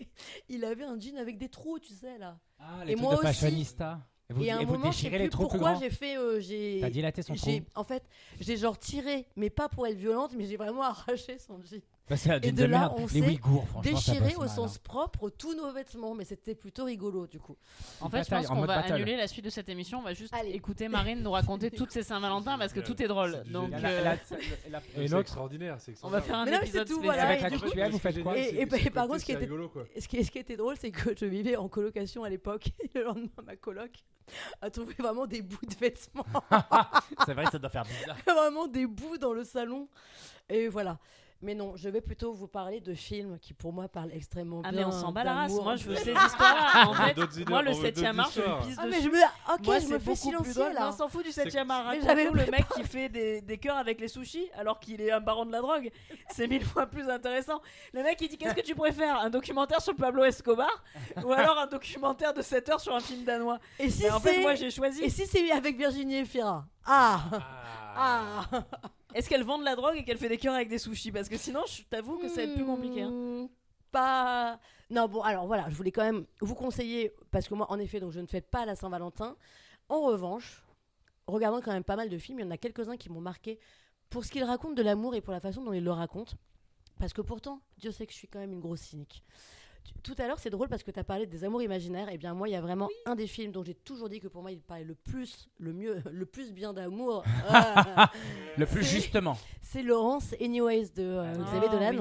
Speaker 4: il avait un jean avec des trous, tu sais, là.
Speaker 3: Ah,
Speaker 4: Et
Speaker 3: les trucs
Speaker 4: moi
Speaker 3: de
Speaker 4: aussi.
Speaker 3: fashionista. Et vous,
Speaker 4: et à un
Speaker 3: et vous
Speaker 4: moment, je sais
Speaker 3: déchirez
Speaker 4: plus
Speaker 3: les trous plus
Speaker 4: pourquoi
Speaker 3: grands.
Speaker 4: j'ai fait... euh, j'ai...
Speaker 3: T'as dilaté son trou.
Speaker 4: J'ai, en fait, j'ai genre tiré, mais pas pour être violente, mais j'ai vraiment arraché son jean.
Speaker 3: Bah, c'est un
Speaker 4: et
Speaker 3: jean
Speaker 4: de
Speaker 3: de
Speaker 4: là,
Speaker 3: merde.
Speaker 4: on
Speaker 3: Les
Speaker 4: s'est
Speaker 3: Ouïghours, franchement, ça
Speaker 4: Déchiré
Speaker 3: bosse
Speaker 4: au
Speaker 3: mal,
Speaker 4: sens
Speaker 3: hein.
Speaker 4: propre tous nos vêtements, mais c'était plutôt rigolo du coup.
Speaker 2: En fait, je
Speaker 3: Bataille,
Speaker 2: pense
Speaker 3: en
Speaker 2: qu'on
Speaker 3: mode
Speaker 2: va
Speaker 3: battle.
Speaker 2: annuler la suite de cette émission. On va juste
Speaker 4: Allez.
Speaker 2: écouter Marine nous raconter toutes ses Saint-Valentin parce que tout est drôle.
Speaker 1: C'est du
Speaker 2: Donc,
Speaker 1: génial.
Speaker 3: La-
Speaker 2: euh,
Speaker 3: la- la-
Speaker 1: Et
Speaker 3: Et
Speaker 1: c'est
Speaker 3: l'autre,
Speaker 1: extraordinaire, c'est
Speaker 2: on va
Speaker 1: extraordinaire.
Speaker 2: faire un
Speaker 4: Mais non, mais
Speaker 2: épisode
Speaker 4: c'est tout,
Speaker 2: spécial.
Speaker 4: voilà,
Speaker 3: avec
Speaker 4: et
Speaker 3: la
Speaker 4: du coup-
Speaker 3: culturelle, vous faites quoi?
Speaker 4: Et- et- et par contre, ce qui était-
Speaker 1: rigolo, quoi.
Speaker 4: Ce qui, ce qui était drôle, c'est que je vivais en colocation à l'époque. Et le lendemain, ma coloc a trouvé vraiment des bouts de vêtements,
Speaker 3: c'est vrai que ça doit faire bizarre.
Speaker 4: vraiment des bouts dans le salon. Et voilà. Mais non, je vais plutôt vous parler de films qui pour moi parlent extrêmement
Speaker 2: Ah,
Speaker 4: bien.
Speaker 2: mais on s'en bat la race.
Speaker 4: d'amour.
Speaker 2: Moi, je veux ces histoires-là. En
Speaker 1: On veut
Speaker 2: fait,
Speaker 1: d'autres idées,
Speaker 2: moi,
Speaker 1: on
Speaker 2: le
Speaker 1: veut
Speaker 2: septième
Speaker 1: d'autres
Speaker 2: art, je me
Speaker 1: histoires.
Speaker 2: pisse
Speaker 4: Ah, mais
Speaker 2: dessus.
Speaker 4: je me, ok,
Speaker 2: Moi,
Speaker 4: je
Speaker 2: c'est
Speaker 4: me fais
Speaker 2: beaucoup plus
Speaker 4: silencier
Speaker 2: drôle.
Speaker 4: là.
Speaker 2: On s'en fout du septième art.
Speaker 4: Mais
Speaker 2: Raconte-nous
Speaker 4: j'avais
Speaker 2: le
Speaker 4: pas-
Speaker 2: mec qui fait des, des cœurs avec les sushis alors qu'il est un baron de la drogue. C'est mille fois plus intéressant. Le mec, il dit qu'est-ce que tu préfères, un documentaire sur Pablo Escobar ou alors un documentaire de sept heures sur un film danois?
Speaker 4: Et si
Speaker 2: Mais en fait,
Speaker 4: c'est,
Speaker 2: moi, j'ai choisi.
Speaker 4: et si c'est avec Virginie Efira? Ah,
Speaker 1: Ah.
Speaker 4: ah.
Speaker 2: Est-ce qu'elle vend de la drogue et qu'elle fait des cœurs avec des sushis? Parce que sinon, je t'avoue que ça va être plus compliqué. hein.
Speaker 4: Hmm, Pas. Non, bon, alors voilà, je voulais quand même vous conseiller, parce que moi, en effet, donc je ne fête pas la Saint-Valentin. En revanche, regardant quand même pas mal de films, il y en a quelques-uns qui m'ont marqué pour ce qu'ils racontent de l'amour et pour la façon dont ils le racontent. Parce que pourtant, Dieu sait que je suis quand même une grosse cynique. Tu- Tout à l'heure, c'est drôle parce que tu as parlé des amours imaginaires. Et bien, moi, il y a vraiment un des films dont j'ai toujours dit que pour moi, il parlait le plus, le mieux, le plus bien d'amour. Ah,
Speaker 3: Le plus
Speaker 4: C'est-
Speaker 3: justement.
Speaker 4: c'est Laurence Anyways de euh,
Speaker 3: Ah,
Speaker 4: Xavier Dolan.
Speaker 2: oui, magnifique.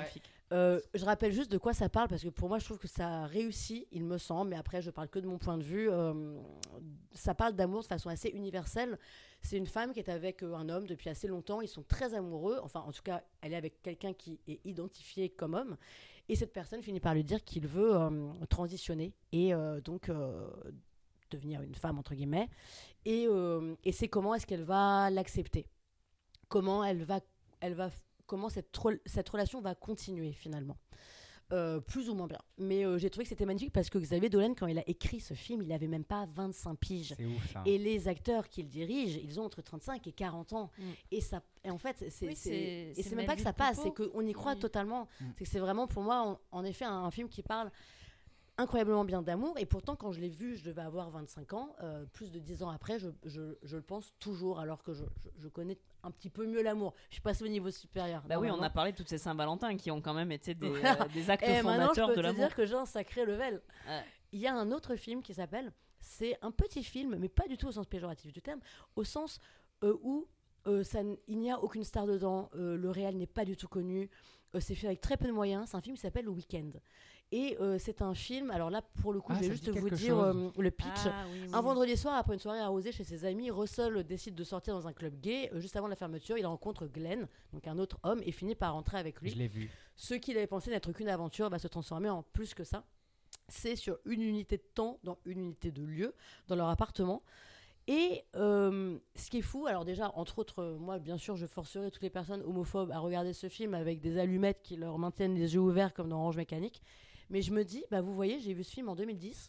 Speaker 2: Magnifique.
Speaker 4: Euh, je rappelle juste de quoi ça parle parce que pour moi je trouve que ça réussit, il me semble, mais après je parle que de mon point de vue. Euh, ça parle d'amour de façon assez universelle. C'est une femme qui est avec euh, un homme depuis assez longtemps, ils sont très amoureux, enfin en tout cas elle est avec quelqu'un qui est identifié comme homme et cette personne finit par lui dire qu'il veut euh, transitionner et euh, donc euh, devenir une femme entre guillemets et, euh, et c'est comment est-ce qu'elle va l'accepter, comment elle va, elle va comment cette, re- cette relation va continuer finalement. Euh, plus ou moins bien. Mais euh, j'ai trouvé que c'était magnifique parce que Xavier Dolan, quand il a écrit ce film, il avait même pas vingt-cinq piges.
Speaker 3: C'est ouf ça.
Speaker 4: Et les acteurs qu'il dirige, ils ont entre trente-cinq et quarante ans.
Speaker 2: Mm.
Speaker 4: Et, ça, et en fait, c'est,
Speaker 2: Oui,
Speaker 4: c'est,
Speaker 2: c'est-
Speaker 4: et
Speaker 2: c'est
Speaker 4: c'est même pas que
Speaker 2: Melville
Speaker 4: ça passe,
Speaker 2: Poupeau.
Speaker 4: c'est qu'on y croit
Speaker 2: Oui.
Speaker 4: totalement.
Speaker 3: Mm.
Speaker 4: C'est que c'est vraiment pour moi, en, en effet, un, un film qui parle incroyablement bien d'amour. Et pourtant, quand je l'ai vu, je devais avoir vingt-cinq ans. Euh, plus de dix ans après, je, je, je le pense toujours, alors que je, je, je connais un petit peu mieux l'amour. Je suis passée au niveau supérieur.
Speaker 2: Bah oui, on
Speaker 4: normalement.
Speaker 2: a parlé de toutes ces Saint-Valentin qui ont quand même été des, euh, des actes
Speaker 4: Et maintenant, je
Speaker 2: fondateurs
Speaker 4: peux
Speaker 2: de
Speaker 4: te
Speaker 2: l'amour.
Speaker 4: dire que j'ai un sacré level.
Speaker 2: Ouais.
Speaker 4: Il y a un autre film qui s'appelle, c'est un petit film, mais pas du tout au sens péjoratif du terme, au sens euh, où euh, ça n- il n'y a aucune star dedans, euh, le réal n'est pas du tout connu, euh, c'est fait avec très peu de moyens, c'est un film qui s'appelle Le Weekend. Et euh, c'est un film, alors là pour le coup
Speaker 3: Ah,
Speaker 4: je vais
Speaker 3: ça
Speaker 4: juste
Speaker 3: dit
Speaker 4: vous
Speaker 3: quelque
Speaker 4: dire
Speaker 3: chose.
Speaker 4: euh, le pitch.
Speaker 2: Ah, oui, oui.
Speaker 4: Un vendredi soir, après une soirée arrosée chez ses amis, Russell décide de sortir dans un club gay. Euh, Juste avant la fermeture, il rencontre Glenn, donc un autre homme, et finit par rentrer avec lui.
Speaker 3: Je l'ai vu.
Speaker 4: Ce qu'il avait pensé n'être qu'une aventure va se transformer en plus que ça. C'est sur une unité de temps, dans une unité de lieu, dans leur appartement. Et euh, ce qui est fou, alors déjà, entre autres, euh, moi, bien sûr, je forcerai toutes les personnes homophobes à regarder ce film avec des allumettes qui leur maintiennent les yeux ouverts comme dans Orange Mécanique. Mais je me dis, bah, vous voyez, j'ai vu ce film en deux mille dix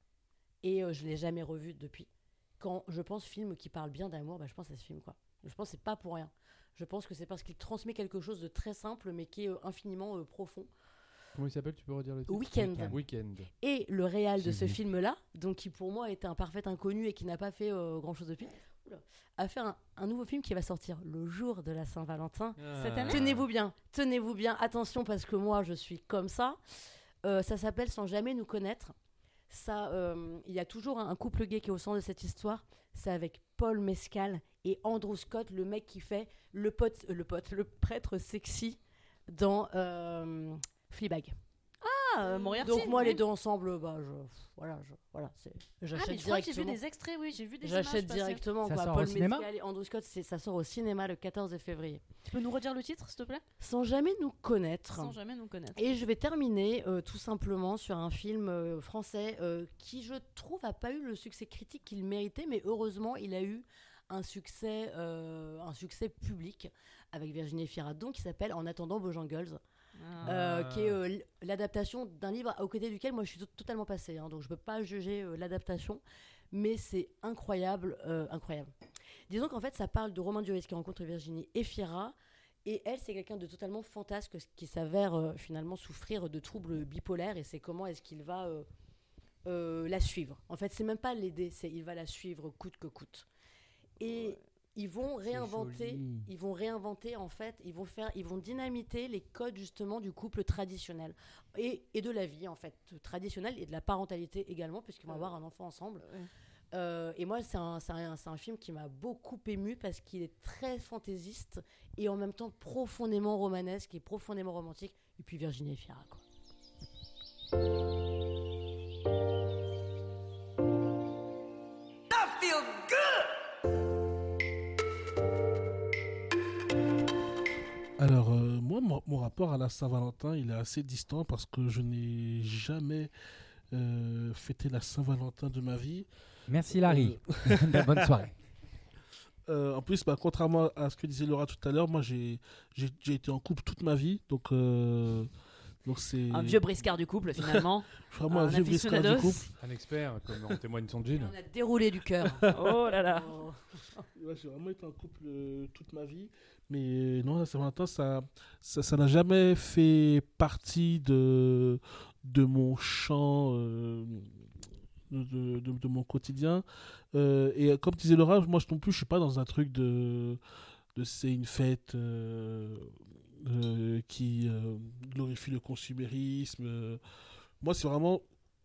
Speaker 4: et euh, je ne l'ai jamais revu depuis. Quand je pense film qui parle bien d'amour, bah, je pense à ce film, quoi. Je pense que c'est pas pour rien. Je pense que c'est parce qu'il transmet quelque chose de très simple, mais qui est euh, infiniment euh, profond.
Speaker 1: Comment il s'appelle? Tu peux redire le titre?
Speaker 4: Weekend.
Speaker 3: Weekend.
Speaker 1: Weekend.
Speaker 4: Et le réal de
Speaker 3: J'ai
Speaker 4: ce
Speaker 3: vu.
Speaker 4: film-là, donc qui pour moi était un parfait inconnu et qui n'a pas fait euh, grand-chose depuis, oula, a fait un, un nouveau film qui va sortir le jour de la Saint-Valentin.
Speaker 2: Cette année
Speaker 4: Tenez-vous bien, tenez-vous bien, attention parce que moi je suis comme ça. Euh, ça s'appelle Sans jamais nous connaître. Ça, euh, il y a toujours un, un couple gay qui est au centre de cette histoire. C'est avec Paul Mescal et Andrew Scott, le mec qui fait le pote, euh, le pote, le prêtre sexy dans euh, Fleabag.
Speaker 2: Ah, euh, Moriarty.
Speaker 4: Donc moi
Speaker 2: oui.
Speaker 4: les deux ensemble, bah je, voilà, je, voilà, c'est,
Speaker 2: Ah,
Speaker 4: j'achète
Speaker 2: mais je crois que j'ai vu
Speaker 4: directement.
Speaker 2: des extraits, oui, j'ai vu des images
Speaker 4: J'achète
Speaker 2: passer.
Speaker 4: directement
Speaker 3: Ça
Speaker 4: quoi.
Speaker 3: sort
Speaker 4: Paul
Speaker 3: au cinéma
Speaker 4: Mescal et Andrew Scott, c'est, ça sort au cinéma le quatorze février.
Speaker 2: Tu peux nous redire le titre, s'il te plaît?
Speaker 4: Sans jamais nous connaître.
Speaker 2: Sans jamais nous connaître.
Speaker 4: Et je vais terminer euh, tout simplement sur un film euh, français euh, qui, je trouve, n'a pas eu le succès critique qu'il méritait, mais heureusement, il a eu un succès, euh, un succès public avec Virginie Fira, donc qui s'appelle En attendant Bojangles,
Speaker 2: Ah.
Speaker 4: euh, qui est euh, l- l'adaptation d'un livre aux côtés duquel moi je suis to- totalement passée, hein, donc je ne peux pas juger euh, l'adaptation, mais c'est incroyable, euh, incroyable. Disons qu'en fait, ça parle de Romain Duris qui rencontre Virginie Efira. Et elle, c'est quelqu'un de totalement fantasque qui s'avère euh, finalement souffrir de troubles bipolaires. Et c'est comment est-ce qu'il va euh, euh, la suivre. En fait, c'est même pas l'aider, c'est il va la suivre coûte que coûte. Et ils vont réinventer,
Speaker 3: joli.
Speaker 4: ils vont réinventer en fait, ils vont faire, ils vont dynamiter les codes justement du couple traditionnel et, et de la vie en fait traditionnelle et de la parentalité également puisqu'ils vont avoir un enfant ensemble.
Speaker 2: Ouais.
Speaker 4: Euh, et moi, c'est un, c'est, un, c'est un film qui m'a beaucoup ému parce qu'il est très fantaisiste et en même temps profondément romanesque et profondément romantique. Et puis Virginie Efira, quoi.
Speaker 5: Alors, euh, moi, mon, mon rapport à la Saint-Valentin, il est assez distant parce que je n'ai jamais euh, fêté la Saint-Valentin de ma vie.
Speaker 3: Merci Larry. Bonne soirée.
Speaker 5: Euh, en plus, bah, contrairement à ce que disait Laura tout à l'heure, moi, j'ai, j'ai, j'ai été en couple toute ma vie. Donc, euh, donc c'est
Speaker 2: Un vieux briscard du couple, finalement.
Speaker 5: vraiment
Speaker 2: un
Speaker 5: un vieux briscard du
Speaker 2: aficionados.
Speaker 5: couple.
Speaker 1: Un expert, comme en témoigne son jean.
Speaker 4: On a déroulé du cœur.
Speaker 2: Oh là là.
Speaker 4: Oh.
Speaker 5: Ouais, j'ai vraiment été en couple euh, toute ma vie. Mais non, la Saint-Valentin, ça, ça, ça n'a jamais fait partie de, de mon champ, euh, de, de, de mon quotidien. Euh, et comme disait Laura, moi non plus, je suis pas dans un truc de, de c'est une fête euh, euh, qui euh, glorifie le consumérisme. Euh. Moi, c'est vraiment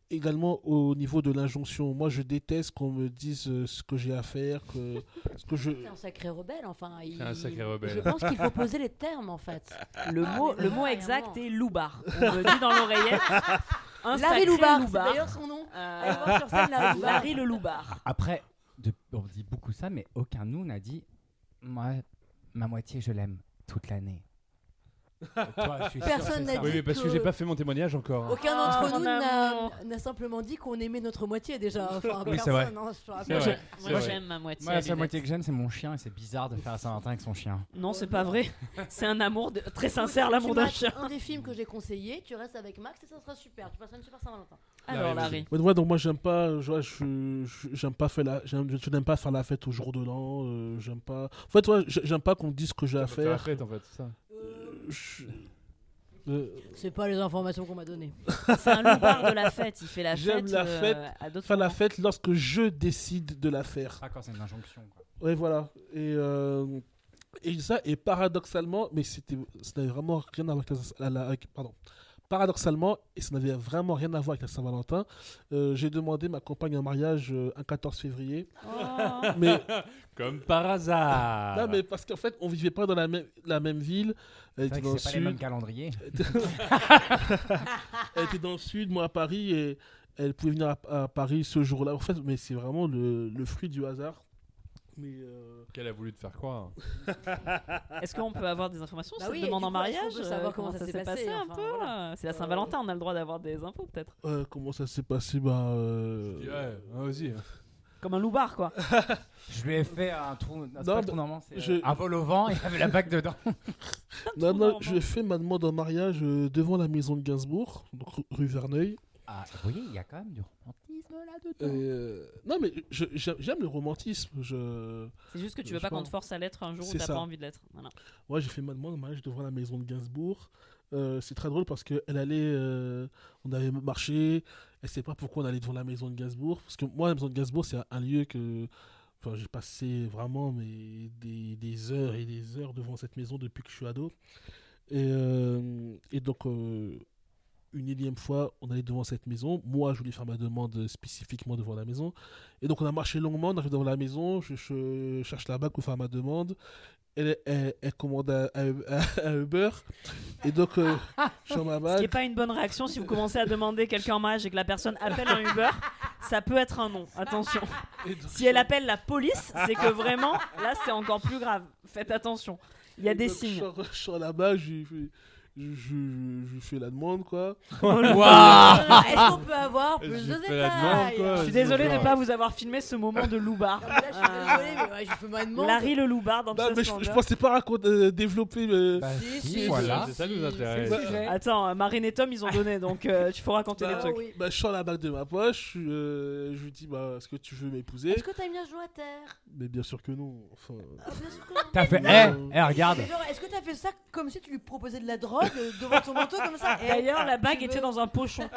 Speaker 5: également au niveau de l'injonction. Moi, je déteste qu'on me dise euh, ce que j'ai à faire, que ce que je.
Speaker 4: C'est un sacré rebelle, enfin. il-
Speaker 1: C'est un sacré rebelle.
Speaker 4: Je pense qu'il faut poser les termes, en fait.
Speaker 2: Le mot, le mot
Speaker 4: Ah,
Speaker 2: exact
Speaker 4: vraiment.
Speaker 2: est loupard. On me dit dans l'oreillette. Un
Speaker 4: Larry
Speaker 2: sacré
Speaker 4: Loubard, c'est
Speaker 2: loupard.
Speaker 4: d'ailleurs son nom.
Speaker 2: Euh,
Speaker 4: Allez voir sur scène Larry Loubard.
Speaker 2: Larry le loupard.
Speaker 3: Après, de- on dit beaucoup ça, mais aucun de nous n'a dit moi, ma moitié, je l'aime toute l'année. Et toi, je suis sûr
Speaker 6: Personne
Speaker 3: que c'est
Speaker 6: n'a
Speaker 3: ça.
Speaker 1: Oui, mais parce que
Speaker 6: que-
Speaker 1: j'ai pas fait mon témoignage encore. hein.
Speaker 4: Aucun
Speaker 2: Ah,
Speaker 4: d'entre nous
Speaker 2: mon
Speaker 4: n'a
Speaker 2: amour.
Speaker 4: n'a simplement dit qu'on aimait notre moitié déjà. Enfin,
Speaker 3: Oui, c'est vrai.
Speaker 4: personne, hein, je te
Speaker 1: C'est
Speaker 4: rappelle.
Speaker 1: vrai.
Speaker 2: Moi,
Speaker 1: vrai.
Speaker 2: j'aime ma moitié.
Speaker 3: Moi,
Speaker 2: à
Speaker 3: la seule
Speaker 2: Lilette.
Speaker 3: moitié que j'aime, c'est mon chien, et c'est bizarre de faire la Saint-Valentin avec son chien.
Speaker 2: Non, c'est pas vrai. C'est un amour de- très sincère,
Speaker 4: Tu
Speaker 2: l'amour d'un
Speaker 4: mates
Speaker 2: chien.
Speaker 4: un des films que j'ai conseillé, tu restes avec Max et ça sera super. Tu passeras une super Saint-Valentin.
Speaker 2: Alors,
Speaker 1: Larry,
Speaker 2: Larry.
Speaker 5: Ouais, ouais, donc moi j'aime pas, je, je, je- j'aime pas faire la, j'aime, je n'aime pas faire la fête au jour de l'an. euh, j'aime pas. En fait, ouais, j'ai- j'aime pas qu'on me dise ce que j'ai à
Speaker 1: Faire la
Speaker 5: faire.
Speaker 1: fête, en fait, c'est ça.
Speaker 5: Je- euh,
Speaker 4: C'est pas les informations qu'on m'a données.
Speaker 2: C'est un loupard de la fête. Il fait la
Speaker 5: J'aime
Speaker 2: fête.
Speaker 5: la
Speaker 2: euh,
Speaker 5: fête,
Speaker 2: à d'autres
Speaker 5: faire la
Speaker 2: moments.
Speaker 5: fête lorsque je décide de la faire.
Speaker 3: Pas quand c'est une injonction. Quoi.
Speaker 5: Ouais, voilà. Et, euh, et ça, et paradoxalement, mais c'était, ça n'avait vraiment rien à voir avec la, la- avec- pardon. Paradoxalement, et ça n'avait vraiment rien à voir avec la Saint-Valentin, euh, j'ai demandé ma compagne en mariage euh, un quatorze février.
Speaker 2: Oh.
Speaker 5: Mais,
Speaker 1: Comme par hasard.
Speaker 5: non, mais parce qu'en fait, on vivait pas dans la même, la même ville. Elle
Speaker 3: C'est
Speaker 5: était
Speaker 3: vrai
Speaker 5: dans
Speaker 3: que
Speaker 5: le
Speaker 3: c'est pas les mêmes
Speaker 5: sud.
Speaker 3: calendriers.
Speaker 5: Elle était dans le sud, moi à Paris, et elle pouvait venir à, à Paris ce jour-là. En fait, mais c'est vraiment le, le fruit du hasard. Mais euh,
Speaker 1: Qu'elle a voulu te faire croire.
Speaker 2: Est-ce qu'on peut avoir des informations
Speaker 4: Bah
Speaker 2: sur
Speaker 4: oui,
Speaker 2: cette
Speaker 4: et
Speaker 2: demande
Speaker 4: du
Speaker 2: en
Speaker 4: coup, est-ce qu'on
Speaker 2: mariage
Speaker 4: peut savoir
Speaker 2: euh,
Speaker 4: comment ça s'est
Speaker 2: s'est
Speaker 4: passé,
Speaker 2: un
Speaker 4: enfin,
Speaker 2: peu
Speaker 4: voilà.
Speaker 2: euh, C'est la Saint-Valentin, on a le droit d'avoir des infos peut-être.
Speaker 5: euh, comment ça s'est passé bah, euh,
Speaker 1: Ouais, vas-y.
Speaker 2: Comme un loupard quoi.
Speaker 3: Je lui ai fait un trou. Non, c'est
Speaker 5: Non,
Speaker 3: pas un
Speaker 5: mais
Speaker 3: trou normand, c'est
Speaker 5: je-
Speaker 3: euh, un vol au vent, il y avait la bague dedans.
Speaker 5: Non,
Speaker 2: Trop
Speaker 5: non,
Speaker 2: normand.
Speaker 5: je lui ai fait ma demande en mariage euh, devant la maison de Gainsbourg, donc rue- rue Verneuil.
Speaker 3: Ah, vous voyez, il y a quand même du romantisme
Speaker 5: Et,
Speaker 3: là-dedans.
Speaker 5: euh, non, mais je- j'aime j'aime le romantisme. Je...
Speaker 2: C'est juste que tu
Speaker 5: Je
Speaker 2: veux pas
Speaker 5: pense.
Speaker 2: qu'on te force à l'être un jour où
Speaker 5: C'est
Speaker 2: t'as
Speaker 5: ça.
Speaker 2: pas envie de l'être. Voilà.
Speaker 5: Moi, j'ai fait ma demande en mariage devant la maison de Gainsbourg. Euh, c'est très drôle parce qu'elle allait. euh, on avait marché. Elle sait pas pourquoi on allait devant la maison de Gainsbourg. Parce que moi, la maison de Gainsbourg, c'est un, un lieu que. Enfin, j'ai passé vraiment mais des, des heures et des heures devant cette maison depuis que je suis ado. Et, euh, et donc, euh, une énième fois, on allait devant cette maison. Moi, je voulais faire ma demande spécifiquement devant la maison. Et donc, on a marché longuement. On arrive devant la maison. Je, je cherche la bague pour faire ma demande. Elle, elle, elle commande à, à, à- à Uber. Et donc, euh, je suis en ma
Speaker 2: Ce qui
Speaker 5: bague.
Speaker 2: est pas une bonne réaction si vous commencez à demander quelqu'un en mariage et que la personne appelle un Uber, ça peut être un non. Attention.
Speaker 5: Et donc,
Speaker 2: Si elle appelle la police, c'est que vraiment, là, c'est encore plus grave. Faites attention. Il y a
Speaker 5: et
Speaker 2: des
Speaker 5: donc,
Speaker 2: signes.
Speaker 5: Je sors, je sors là-bas, je lui fais, je, je, je- je lui fais la demande, quoi.
Speaker 4: Ah, Est-ce qu'on peut avoir plus
Speaker 1: J'ai
Speaker 4: de
Speaker 1: fait la demande,
Speaker 4: détails
Speaker 1: quoi.
Speaker 2: Je suis désolé de ne pas vous avoir filmé ce moment de loupard.
Speaker 4: Là, je suis désolée, mais ouais, j'ai fait ma demande.
Speaker 2: Larry le loupard dans
Speaker 5: Non,
Speaker 2: toute
Speaker 5: mais
Speaker 2: sa
Speaker 5: je, je
Speaker 2: splendeur.
Speaker 5: pensais pas raconter, euh, développer. euh,
Speaker 3: Bah,
Speaker 4: Si,
Speaker 3: si,
Speaker 4: si,
Speaker 3: voilà.
Speaker 1: C'est ça qui nous
Speaker 4: si,
Speaker 1: intéresse.
Speaker 3: C'est le sujet.
Speaker 2: Attends, euh, Marine et Tom, ils ont donné, donc euh, tu faut raconter
Speaker 5: bah,
Speaker 2: des trucs.
Speaker 4: oui.
Speaker 5: bah, je sors la bague de ma poche. euh, je lui dis bah, est-ce que tu veux m'épouser?
Speaker 4: Est-ce que t'as mis un genou à terre
Speaker 5: Mais bien sûr que non. Enfin,
Speaker 4: Ah, bien sûr que non.
Speaker 3: T'as fait.
Speaker 5: Non.
Speaker 3: Eh, eh, regarde.
Speaker 6: Mais genre, est-ce que t'as fait ça comme si tu lui proposais de la drogue euh, devant ton manteau comme ça Et
Speaker 2: D'ailleurs, la bague
Speaker 6: tu
Speaker 2: était
Speaker 6: veux-
Speaker 2: dans un pochon.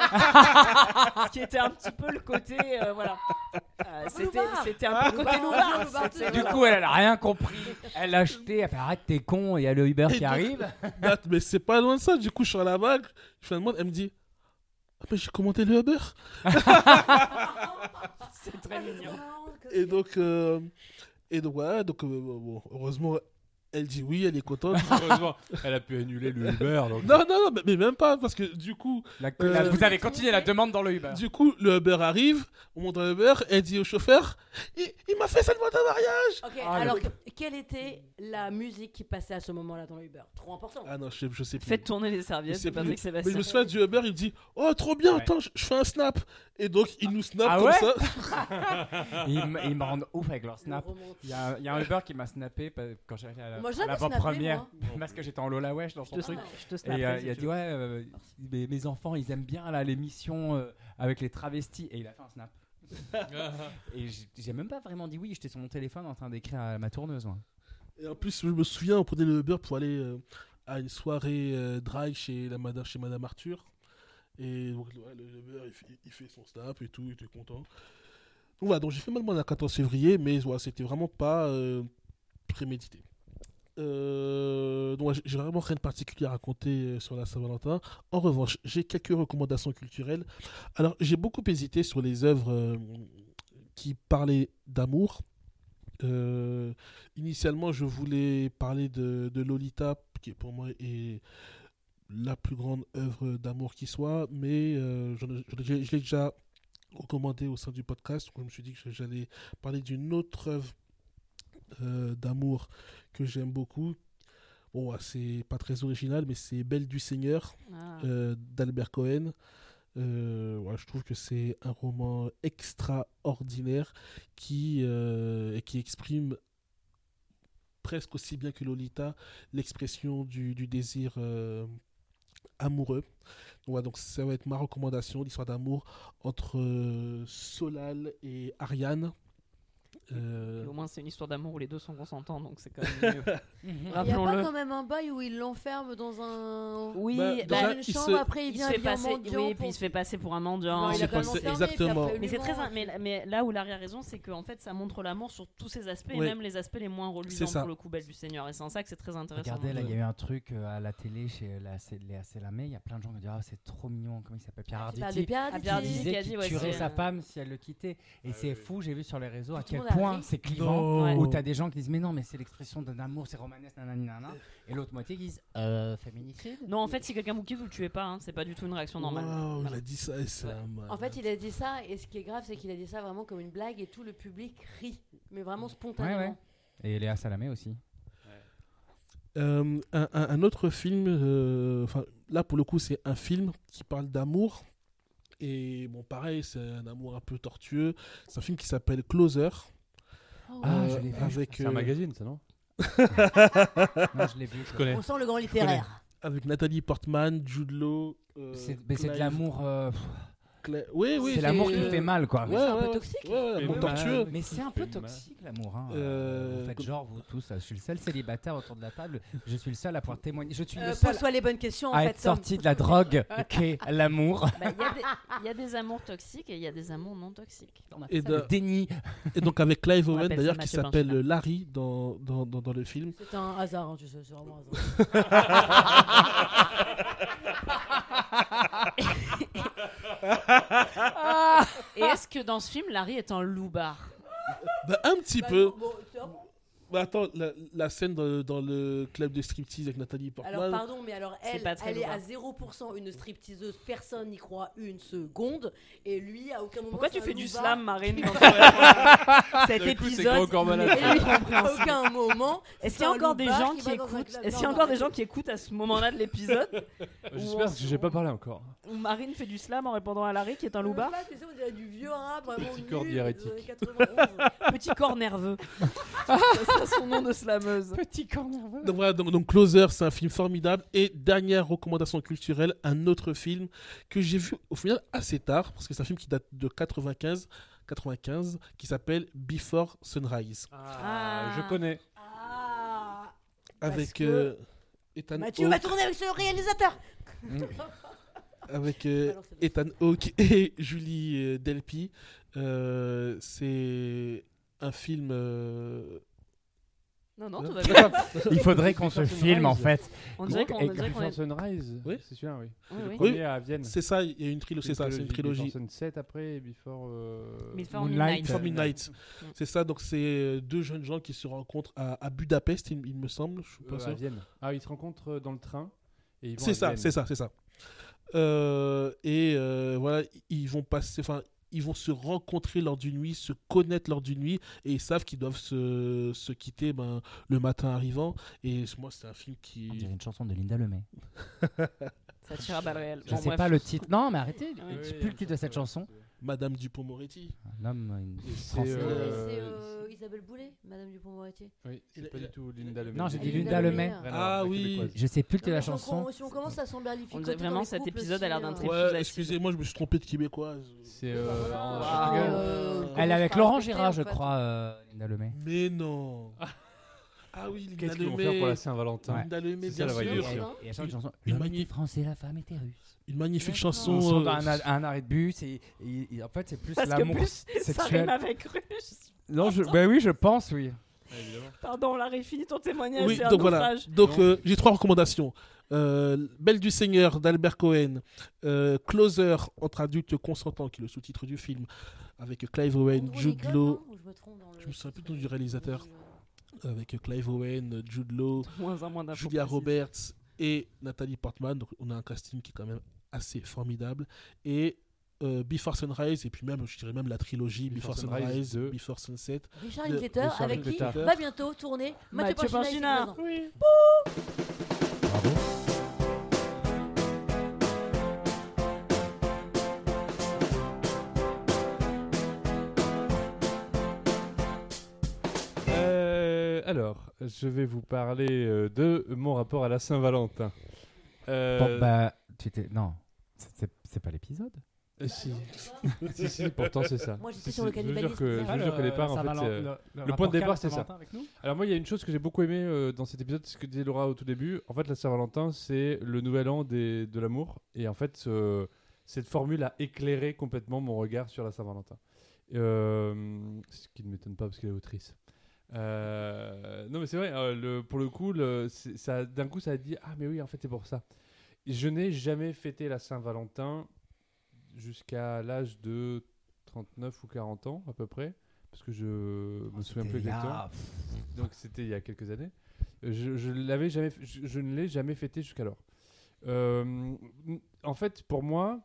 Speaker 2: Ce qui était un petit peu le côté. euh, voilà. Euh, c'était,
Speaker 4: loupard.
Speaker 2: c'était un peu le côté
Speaker 4: loupard,
Speaker 2: loupard.
Speaker 4: loupard,
Speaker 2: c'était-
Speaker 3: Du
Speaker 2: voilà.
Speaker 3: coup, elle a rien compris. Elle l'a acheté, elle fait arrête, t'es con, il y a le Uber
Speaker 5: Et
Speaker 3: qui
Speaker 5: donc-
Speaker 3: arrive.
Speaker 5: bah, mais c'est pas loin de ça. Du coup, je sors la bague. Je fais la demande. Elle me dit ah, mais j'ai commandé le Uber.
Speaker 2: C'est très mignon.
Speaker 5: Et donc, euh, et donc voilà. Donc, euh, bon, heureusement, elle dit oui, elle est contente.
Speaker 1: Heureusement, elle a pu annuler le Uber. Donc...
Speaker 5: non, non, non, mais, mais même pas. Parce que du coup,
Speaker 3: La-
Speaker 5: Euh,
Speaker 3: la- vous avez continué la demande dans le Uber.
Speaker 5: Du coup, le Uber arrive, on monte dans le Uber, elle dit au chauffeur il, il m'a fait cette demande en mariage.
Speaker 4: Ok,
Speaker 3: Ah,
Speaker 4: alors
Speaker 3: le-
Speaker 4: que- quelle était la musique qui passait à ce moment-là dans le Uber? Trop important.
Speaker 5: Ah non, je sais, je sais plus.
Speaker 2: Faites tourner les serviettes
Speaker 5: Je sais
Speaker 2: de Patrick
Speaker 5: plus. Mais
Speaker 2: Sébastien.
Speaker 5: je me souviens du Uber, il dit oh trop bien,
Speaker 3: Ouais.
Speaker 5: attends, je, je fais un snap. Et donc il nous snap
Speaker 3: Ah
Speaker 5: comme
Speaker 3: ouais
Speaker 5: ça.
Speaker 3: Ils, m- ils me rendent ouf avec leur
Speaker 4: Le
Speaker 3: snap.
Speaker 4: romantisme.
Speaker 3: Il y, a un- il y a un Uber qui m'a snappé pa- quand j'étais à la,
Speaker 4: Moi, je
Speaker 3: à
Speaker 4: l'avais snappé,
Speaker 3: première
Speaker 4: moi.
Speaker 3: parce que j'étais en Lola Wesh dans son
Speaker 2: Je te,
Speaker 3: truc.
Speaker 2: je te
Speaker 3: Et
Speaker 2: snapperai
Speaker 3: euh,
Speaker 2: si
Speaker 3: il a
Speaker 2: tu
Speaker 3: dit
Speaker 2: veux.
Speaker 3: ouais, euh, mes, mes enfants ils aiment bien là l'émission euh, avec les travestis et il a fait un snap. Et j'ai- j'ai même pas vraiment dit oui, j'étais sur mon téléphone en train d'écrire à ma tourneuse. Moi.
Speaker 5: Et en plus, je me souviens, on prenait le Uber pour aller euh, à une soirée euh, dry chez, la madame, chez Madame Arthur. Et donc ouais, le Uber, il fait, il fait son snap et tout, il était content. Donc voilà, donc j'ai fait ma demande le quatorze février, mais voilà, c'était vraiment pas euh, prémédité. Euh, donc, j'ai vraiment rien de particulier à raconter sur la Saint-Valentin. En revanche, j'ai quelques recommandations culturelles. Alors, j'ai beaucoup hésité sur les œuvres euh, qui parlaient d'amour. Euh, initialement, je voulais parler de, de Lolita, qui pour moi est la plus grande œuvre d'amour qui soit, mais euh, je, je, je, je l'ai déjà recommandé au sein du podcast. Donc, je me suis dit que j'allais parler d'une autre œuvre euh, d'amour que j'aime beaucoup. Bon, c'est pas très original, mais c'est Belle du Seigneur
Speaker 2: Ah.
Speaker 5: euh, d'Albert Cohen. Euh, ouais, je trouve que c'est un roman extraordinaire qui, euh, qui exprime presque aussi bien que Lolita l'expression du, du désir euh, amoureux. Donc, ouais, donc ça va être ma recommandation, l'histoire d'amour entre euh, Solal et Ariane. Euh,
Speaker 2: Et au moins, c'est une histoire d'amour où les deux sont consentants, donc c'est quand même mieux.
Speaker 6: Il n'y a pas
Speaker 2: Rappelons-le.
Speaker 6: quand même un bail où il l'enferme dans un.
Speaker 2: Oui,
Speaker 5: Bah,
Speaker 2: bah,
Speaker 6: Dans
Speaker 5: déjà,
Speaker 6: une
Speaker 5: il
Speaker 6: chambre,
Speaker 5: se-
Speaker 6: après il
Speaker 2: il
Speaker 6: vient
Speaker 2: se fait
Speaker 6: bien
Speaker 2: passer,
Speaker 6: mendiant.
Speaker 2: oui, puis
Speaker 6: pour-
Speaker 2: il se fait passer pour un mendiant.
Speaker 6: Non, il a
Speaker 5: C'est
Speaker 6: quand même
Speaker 5: passé-
Speaker 6: enfermé, puis
Speaker 5: exactement.
Speaker 6: après,
Speaker 2: Mais c'est très,
Speaker 6: lui
Speaker 2: mais, mais là où Larry a raison, c'est qu'en fait, ça montre l'amour sur tous ses aspects,
Speaker 5: Oui.
Speaker 2: et même les aspects les moins reluisants
Speaker 5: C'est ça.
Speaker 2: pour le coup, Belle du Seigneur. Et c'est en ça que c'est très intéressant.
Speaker 3: Regardez, là, il y a
Speaker 5: Ouais.
Speaker 3: eu un truc euh, à la télé chez la C- Léa Salamé. Il y a plein de gens qui disent ah, c'est trop mignon. Comment il s'appelle Pierre
Speaker 6: Tu parles
Speaker 3: Arditi.
Speaker 6: de Pierre
Speaker 2: Ah,
Speaker 6: Arditi.
Speaker 2: Pierre
Speaker 3: Il
Speaker 2: Arditi.
Speaker 3: disait
Speaker 2: qui a
Speaker 3: qu'il
Speaker 2: dit, ouais,
Speaker 3: tuerait
Speaker 2: c'est,
Speaker 3: sa
Speaker 2: euh,
Speaker 3: femme si elle le quittait. Et c'est fou, j'ai vu sur les réseaux à
Speaker 6: Tout le
Speaker 3: quel
Speaker 6: monde a
Speaker 3: point
Speaker 6: ri.
Speaker 3: c'est clivant.
Speaker 5: Non.
Speaker 3: Où t'as des gens qui disent mais non, mais c'est l'expression d'un amour, c'est romanesque, nanani, nanana. Et l'autre moitié qui disent euh, féminicide.
Speaker 2: Non, en fait, si quelqu'un vous quitte, vous le tuez pas. Hein. C'est pas du tout une réaction normale.
Speaker 5: Waouh, il
Speaker 2: Voilà.
Speaker 5: a dit ça et c'est un mal.
Speaker 6: En fait, il a dit ça, et ce qui est grave, c'est qu'il a dit ça vraiment comme une blague, et tout le public rit, mais vraiment spontanément.
Speaker 3: Ouais, ouais. Et Léa Salamé aussi.
Speaker 5: Euh, un, un- un autre film, euh, enfin là pour le coup c'est un film qui parle d'amour et bon pareil c'est un amour un peu tortueux. C'est un film qui s'appelle Closer.
Speaker 3: Ah,
Speaker 5: euh,
Speaker 3: je l'ai vu.
Speaker 5: avec
Speaker 1: C'est un
Speaker 5: euh,
Speaker 1: magazine, ça, non?
Speaker 3: Non, je l'ai vu.
Speaker 1: Je connais.
Speaker 6: On sent le grand littéraire.
Speaker 5: avec Nathalie Portman, Jude Law. euh,
Speaker 3: C'est mais c'est de
Speaker 5: Clive-
Speaker 3: l'amour. euh,
Speaker 5: Cla- Oui oui.
Speaker 3: c'est l'amour qui
Speaker 5: euh,
Speaker 3: fait mal, quoi.
Speaker 5: Ouais,
Speaker 6: C'est un peu
Speaker 5: ouais,
Speaker 6: toxique.
Speaker 5: Ouais, ouais,
Speaker 1: Mais
Speaker 5: amour
Speaker 1: mal.
Speaker 5: tortueux.
Speaker 3: Mais c'est un peu
Speaker 1: fait mal.
Speaker 3: toxique l'amour. Hein.
Speaker 5: Euh,
Speaker 3: Vous faites
Speaker 5: comme-
Speaker 3: genre, vous tous, je suis le seul célibataire autour de la table. Je suis le seul à pouvoir témoigner. Je suis
Speaker 6: Euh,
Speaker 3: le seul
Speaker 6: Pose-toi les bonnes questions, en
Speaker 3: à
Speaker 6: fait.
Speaker 3: être sorti de la
Speaker 6: Tom.
Speaker 3: drogue qu'est l'amour.
Speaker 2: Bah, Il y, a des- il y a des amours toxiques et il y a des amours non toxiques.
Speaker 3: On appelle
Speaker 5: Et
Speaker 3: ça
Speaker 5: de-
Speaker 3: le déni.
Speaker 5: Et donc avec Clive
Speaker 2: On
Speaker 5: Owen
Speaker 2: appelle
Speaker 5: d'ailleurs
Speaker 2: ça
Speaker 5: qui
Speaker 2: Mathieu
Speaker 5: s'appelle
Speaker 2: Blanchard.
Speaker 5: Larry dans, dans, dans, dans le film.
Speaker 6: C'est un hasard, hein, tu sais, c'est vraiment un hasard.
Speaker 2: Et est-ce que dans ce film, Larry est un loupard?
Speaker 5: Bah, un petit
Speaker 6: Bah,
Speaker 5: peu.
Speaker 6: non, bon, tu vois.
Speaker 5: Bah, attends, la, la scène dans, dans le club de striptease avec Nathalie
Speaker 6: Alors
Speaker 5: Portman.
Speaker 6: pardon, mais alors
Speaker 2: C'est
Speaker 6: elle,
Speaker 2: pas très
Speaker 6: elle est
Speaker 2: loin.
Speaker 6: à zéro pour cent une stripteaseuse, personne n'y croit une seconde, et lui à aucun moment.
Speaker 2: Pourquoi
Speaker 6: c'est
Speaker 2: tu
Speaker 6: un
Speaker 2: fais du
Speaker 6: loupard.
Speaker 2: slam, Marine, dans ton- Cet
Speaker 1: D'un coup, c'est
Speaker 2: épisode
Speaker 1: encore malade.
Speaker 2: est
Speaker 6: Et lui, à
Speaker 2: incompréhensible.
Speaker 6: aucun moment.
Speaker 2: Est-ce
Speaker 6: c'est
Speaker 2: qu'il y a
Speaker 6: un
Speaker 2: encore des
Speaker 6: loupard
Speaker 2: gens
Speaker 6: qui
Speaker 2: qui
Speaker 6: va dans un
Speaker 2: écoutent
Speaker 6: club.
Speaker 2: Est-ce qu'il y a
Speaker 6: Non,
Speaker 2: encore
Speaker 6: non,
Speaker 2: des gens qui écoutent à ce moment-là de l'épisode
Speaker 1: J'espère parce que j'ai pas parlé encore.
Speaker 2: où Marine fait du slam en répondant à Larry qui est un
Speaker 6: Le
Speaker 2: loupard?
Speaker 6: loupard, tu sais, on dirait du vieux rap vraiment
Speaker 1: Petit
Speaker 6: nul
Speaker 1: corps
Speaker 6: des
Speaker 1: diurétique.
Speaker 6: années quatre-vingt-onze.
Speaker 2: Petit corps nerveux. C'est ça son nom de slameuse.
Speaker 3: Petit corps nerveux.
Speaker 5: Donc voilà, donc, donc Closer, c'est un film formidable. Et dernière recommandation culturelle, un autre film que j'ai vu au final assez tard, parce que c'est un film qui date de quatre-vingt-quinze, quatre-vingt-quinze qui s'appelle Before Sunrise.
Speaker 1: Ah,
Speaker 2: Ah.
Speaker 1: je connais.
Speaker 6: Ah, Parce
Speaker 5: Avec
Speaker 6: que
Speaker 5: euh, Ethan
Speaker 6: Mathieu
Speaker 5: Hawke,
Speaker 6: va tourner avec ce réalisateur.
Speaker 5: avec euh,
Speaker 6: Balance les
Speaker 5: Ethan Hawke et Julie euh, Delpy. Euh, c'est un film. euh,
Speaker 2: Non, non, tout
Speaker 5: hein
Speaker 2: va bien.
Speaker 3: Il faudrait qu'on se
Speaker 1: Before
Speaker 3: filme en
Speaker 1: Sunrise.
Speaker 3: fait.
Speaker 2: On dirait qu'on
Speaker 3: Et-
Speaker 2: on dirait qu'on
Speaker 1: Before
Speaker 2: est.
Speaker 1: Sunrise.
Speaker 5: Oui.
Speaker 1: C'est celui-là, oui.
Speaker 2: Oui,
Speaker 1: Le
Speaker 2: oui.
Speaker 1: premier
Speaker 5: Oui.
Speaker 1: à Vienne.
Speaker 5: C'est ça, il y a une trilogie. C'est ça, c'est une trilogie.
Speaker 1: Before Sunset après et Before. euh,
Speaker 2: Before
Speaker 3: Moonlight.
Speaker 2: Midnight.
Speaker 5: Before Midnight.
Speaker 2: Mm.
Speaker 5: C'est ça, donc c'est euh, deux jeunes gens qui se rencontrent à, à Budapest, il, il me semble. Je suis pas
Speaker 1: euh, à
Speaker 5: sûr.
Speaker 1: Vienne. Ah, ils se rencontrent dans le train. et ils vont
Speaker 5: C'est
Speaker 1: à
Speaker 5: ça,
Speaker 1: Vienne.
Speaker 5: c'est ça, c'est ça. Euh, et euh, voilà, ils vont passer, enfin, ils vont se rencontrer lors d'une nuit, se connaître lors d'une nuit, et ils savent qu'ils doivent se, se quitter ben, le matin arrivant. Et moi, c'est un film qui.
Speaker 3: On dirait une chanson de Linda Lemay.
Speaker 2: Ça tire à balles réelles.
Speaker 3: Je
Speaker 2: Bon,
Speaker 3: sais
Speaker 2: bref.
Speaker 3: pas le titre. Non, mais arrêtez.
Speaker 2: Oui,
Speaker 3: Je sais
Speaker 1: oui,
Speaker 3: plus le titre de cette chanson.
Speaker 5: Madame Dupond-Moretti.
Speaker 3: Un homme, une
Speaker 1: Et c'est,
Speaker 3: Français.
Speaker 6: Non,
Speaker 1: euh,
Speaker 6: mais c'est euh, Isabelle Boulet, Madame Dupond-Moretti.
Speaker 1: Oui, c'est
Speaker 5: Il a-
Speaker 1: pas
Speaker 5: il a-
Speaker 1: du tout Linda Lemay.
Speaker 3: Non, j'ai dit
Speaker 6: Linda
Speaker 3: Linda Lemay.
Speaker 6: Lemay.
Speaker 1: Rien à
Speaker 5: Ah
Speaker 1: voir, la
Speaker 5: oui.
Speaker 1: québécoise.
Speaker 3: Je sais plus le titre de
Speaker 6: Non,
Speaker 3: la
Speaker 6: mais si on
Speaker 3: chanson.
Speaker 6: com- Si on commence à s'emberlifier,
Speaker 2: On dirait vraiment cet épisode a l'air d'un trip.
Speaker 5: Ouais,
Speaker 2: sous acide.
Speaker 5: excusez-moi, je me suis trompé de québécoise.
Speaker 1: C'est euh, en
Speaker 6: Wow.
Speaker 1: Portugal.
Speaker 6: Euh,
Speaker 3: Elle est avec
Speaker 6: Comment
Speaker 3: Laurent
Speaker 6: je parle
Speaker 3: Gérard,
Speaker 6: en
Speaker 3: je
Speaker 6: fait.
Speaker 3: crois, euh, Linda Lemay.
Speaker 5: Mais non. Ah oui, Linda
Speaker 1: Qu'est-ce qu'ils vont
Speaker 5: Lemay.
Speaker 1: faire pour la Saint-Valentin?
Speaker 3: Ouais.
Speaker 5: Linda Lemay,
Speaker 1: C'est ça,
Speaker 5: bien
Speaker 1: la vraie
Speaker 5: sûr.
Speaker 1: question.
Speaker 6: Hein.
Speaker 3: Et elle chante une chanson.
Speaker 5: Une
Speaker 3: L'homme
Speaker 5: magnifique-
Speaker 3: était français, la femme était russe.
Speaker 5: Une magnifique
Speaker 6: D'accord.
Speaker 5: chanson.
Speaker 3: Ils sont
Speaker 5: euh,
Speaker 3: dans un, a- un arrêt de bus et, et- et en fait c'est plus
Speaker 2: Parce que
Speaker 3: l'amour
Speaker 2: plus ça
Speaker 3: sexuel.
Speaker 2: rime avec russe.
Speaker 3: Non, je, bah oui, je pense, oui.
Speaker 2: Pardon, Larry, finis ton témoignage.
Speaker 5: Oui,
Speaker 2: c'est un
Speaker 5: donc voilà.
Speaker 2: naufrage.
Speaker 5: Donc euh, j'ai trois recommandations. Euh, Belle du Seigneur d'Albert Cohen, euh, Closer entre adultes consentants, qui est le sous-titre du film, avec Clive Owen,
Speaker 6: Andrew
Speaker 5: Jude
Speaker 6: Lincoln,
Speaker 5: Law.
Speaker 6: non Ou je me trompe dans le-
Speaker 5: Je me souviens plus du nom du réalisateur. Avec Clive Owen, Jude Law,
Speaker 2: Moins un moins d'infos
Speaker 5: Julia
Speaker 2: précises.
Speaker 5: Roberts et Nathalie Portman. Donc on a un casting qui est quand même assez formidable. Et euh, Before Sunrise, et puis même, je dirais même la trilogie Before,
Speaker 1: Before
Speaker 5: Sunrise,
Speaker 1: Sunrise de-
Speaker 5: Before Sunset.
Speaker 6: Richard
Speaker 5: de-
Speaker 6: Linklater,
Speaker 1: Richard
Speaker 6: avec qui
Speaker 1: Linklater.
Speaker 6: va bientôt tourner Mathieu
Speaker 2: Mathieu
Speaker 6: Panchina.
Speaker 2: Panchina.
Speaker 6: ici présent.
Speaker 3: Bravo.
Speaker 1: Euh, alors, je vais vous parler euh, de mon rapport à la Saint-Valentin. Euh,
Speaker 3: Bon, bah, tu étais. Non, c'est- c'est c'est pas l'épisode.
Speaker 1: euh, si. si, si, pourtant c'est ça.
Speaker 6: Moi, j'étais
Speaker 1: Si,
Speaker 6: sur
Speaker 1: si,
Speaker 6: le
Speaker 1: Je vous
Speaker 6: cannibalisme,
Speaker 1: jure que,
Speaker 6: c'est
Speaker 1: je
Speaker 6: ça
Speaker 1: vous jure que les parts, en fait, c'est- le point de départ, c'est ça. Alors moi, il y a une chose que j'ai beaucoup aimé euh, dans cet épisode, c'est ce que disait Laura au tout début. En fait, la Saint-Valentin, c'est le nouvel an des, de l'amour. Et en fait, ce- cette formule a éclairé complètement mon regard sur la Saint-Valentin. Euh, ce qui ne m'étonne pas parce qu'elle est autrice. Euh, non mais c'est vrai, euh, le, pour le coup, le, c'est- ça, d'un coup, ça a dit « Ah mais oui, en fait, c'est pour ça ». Je n'ai jamais fêté la Saint-Valentin jusqu'à l'âge de trente-neuf ou quarante ans à peu près. Parce que je me souviens plus
Speaker 3: C'était il y a-
Speaker 1: exactement. Donc c'était il y a quelques années. Euh, Je, je, l'avais jamais, f- je, je ne l'ai jamais fêté jusqu'alors. Euh, en fait, pour moi,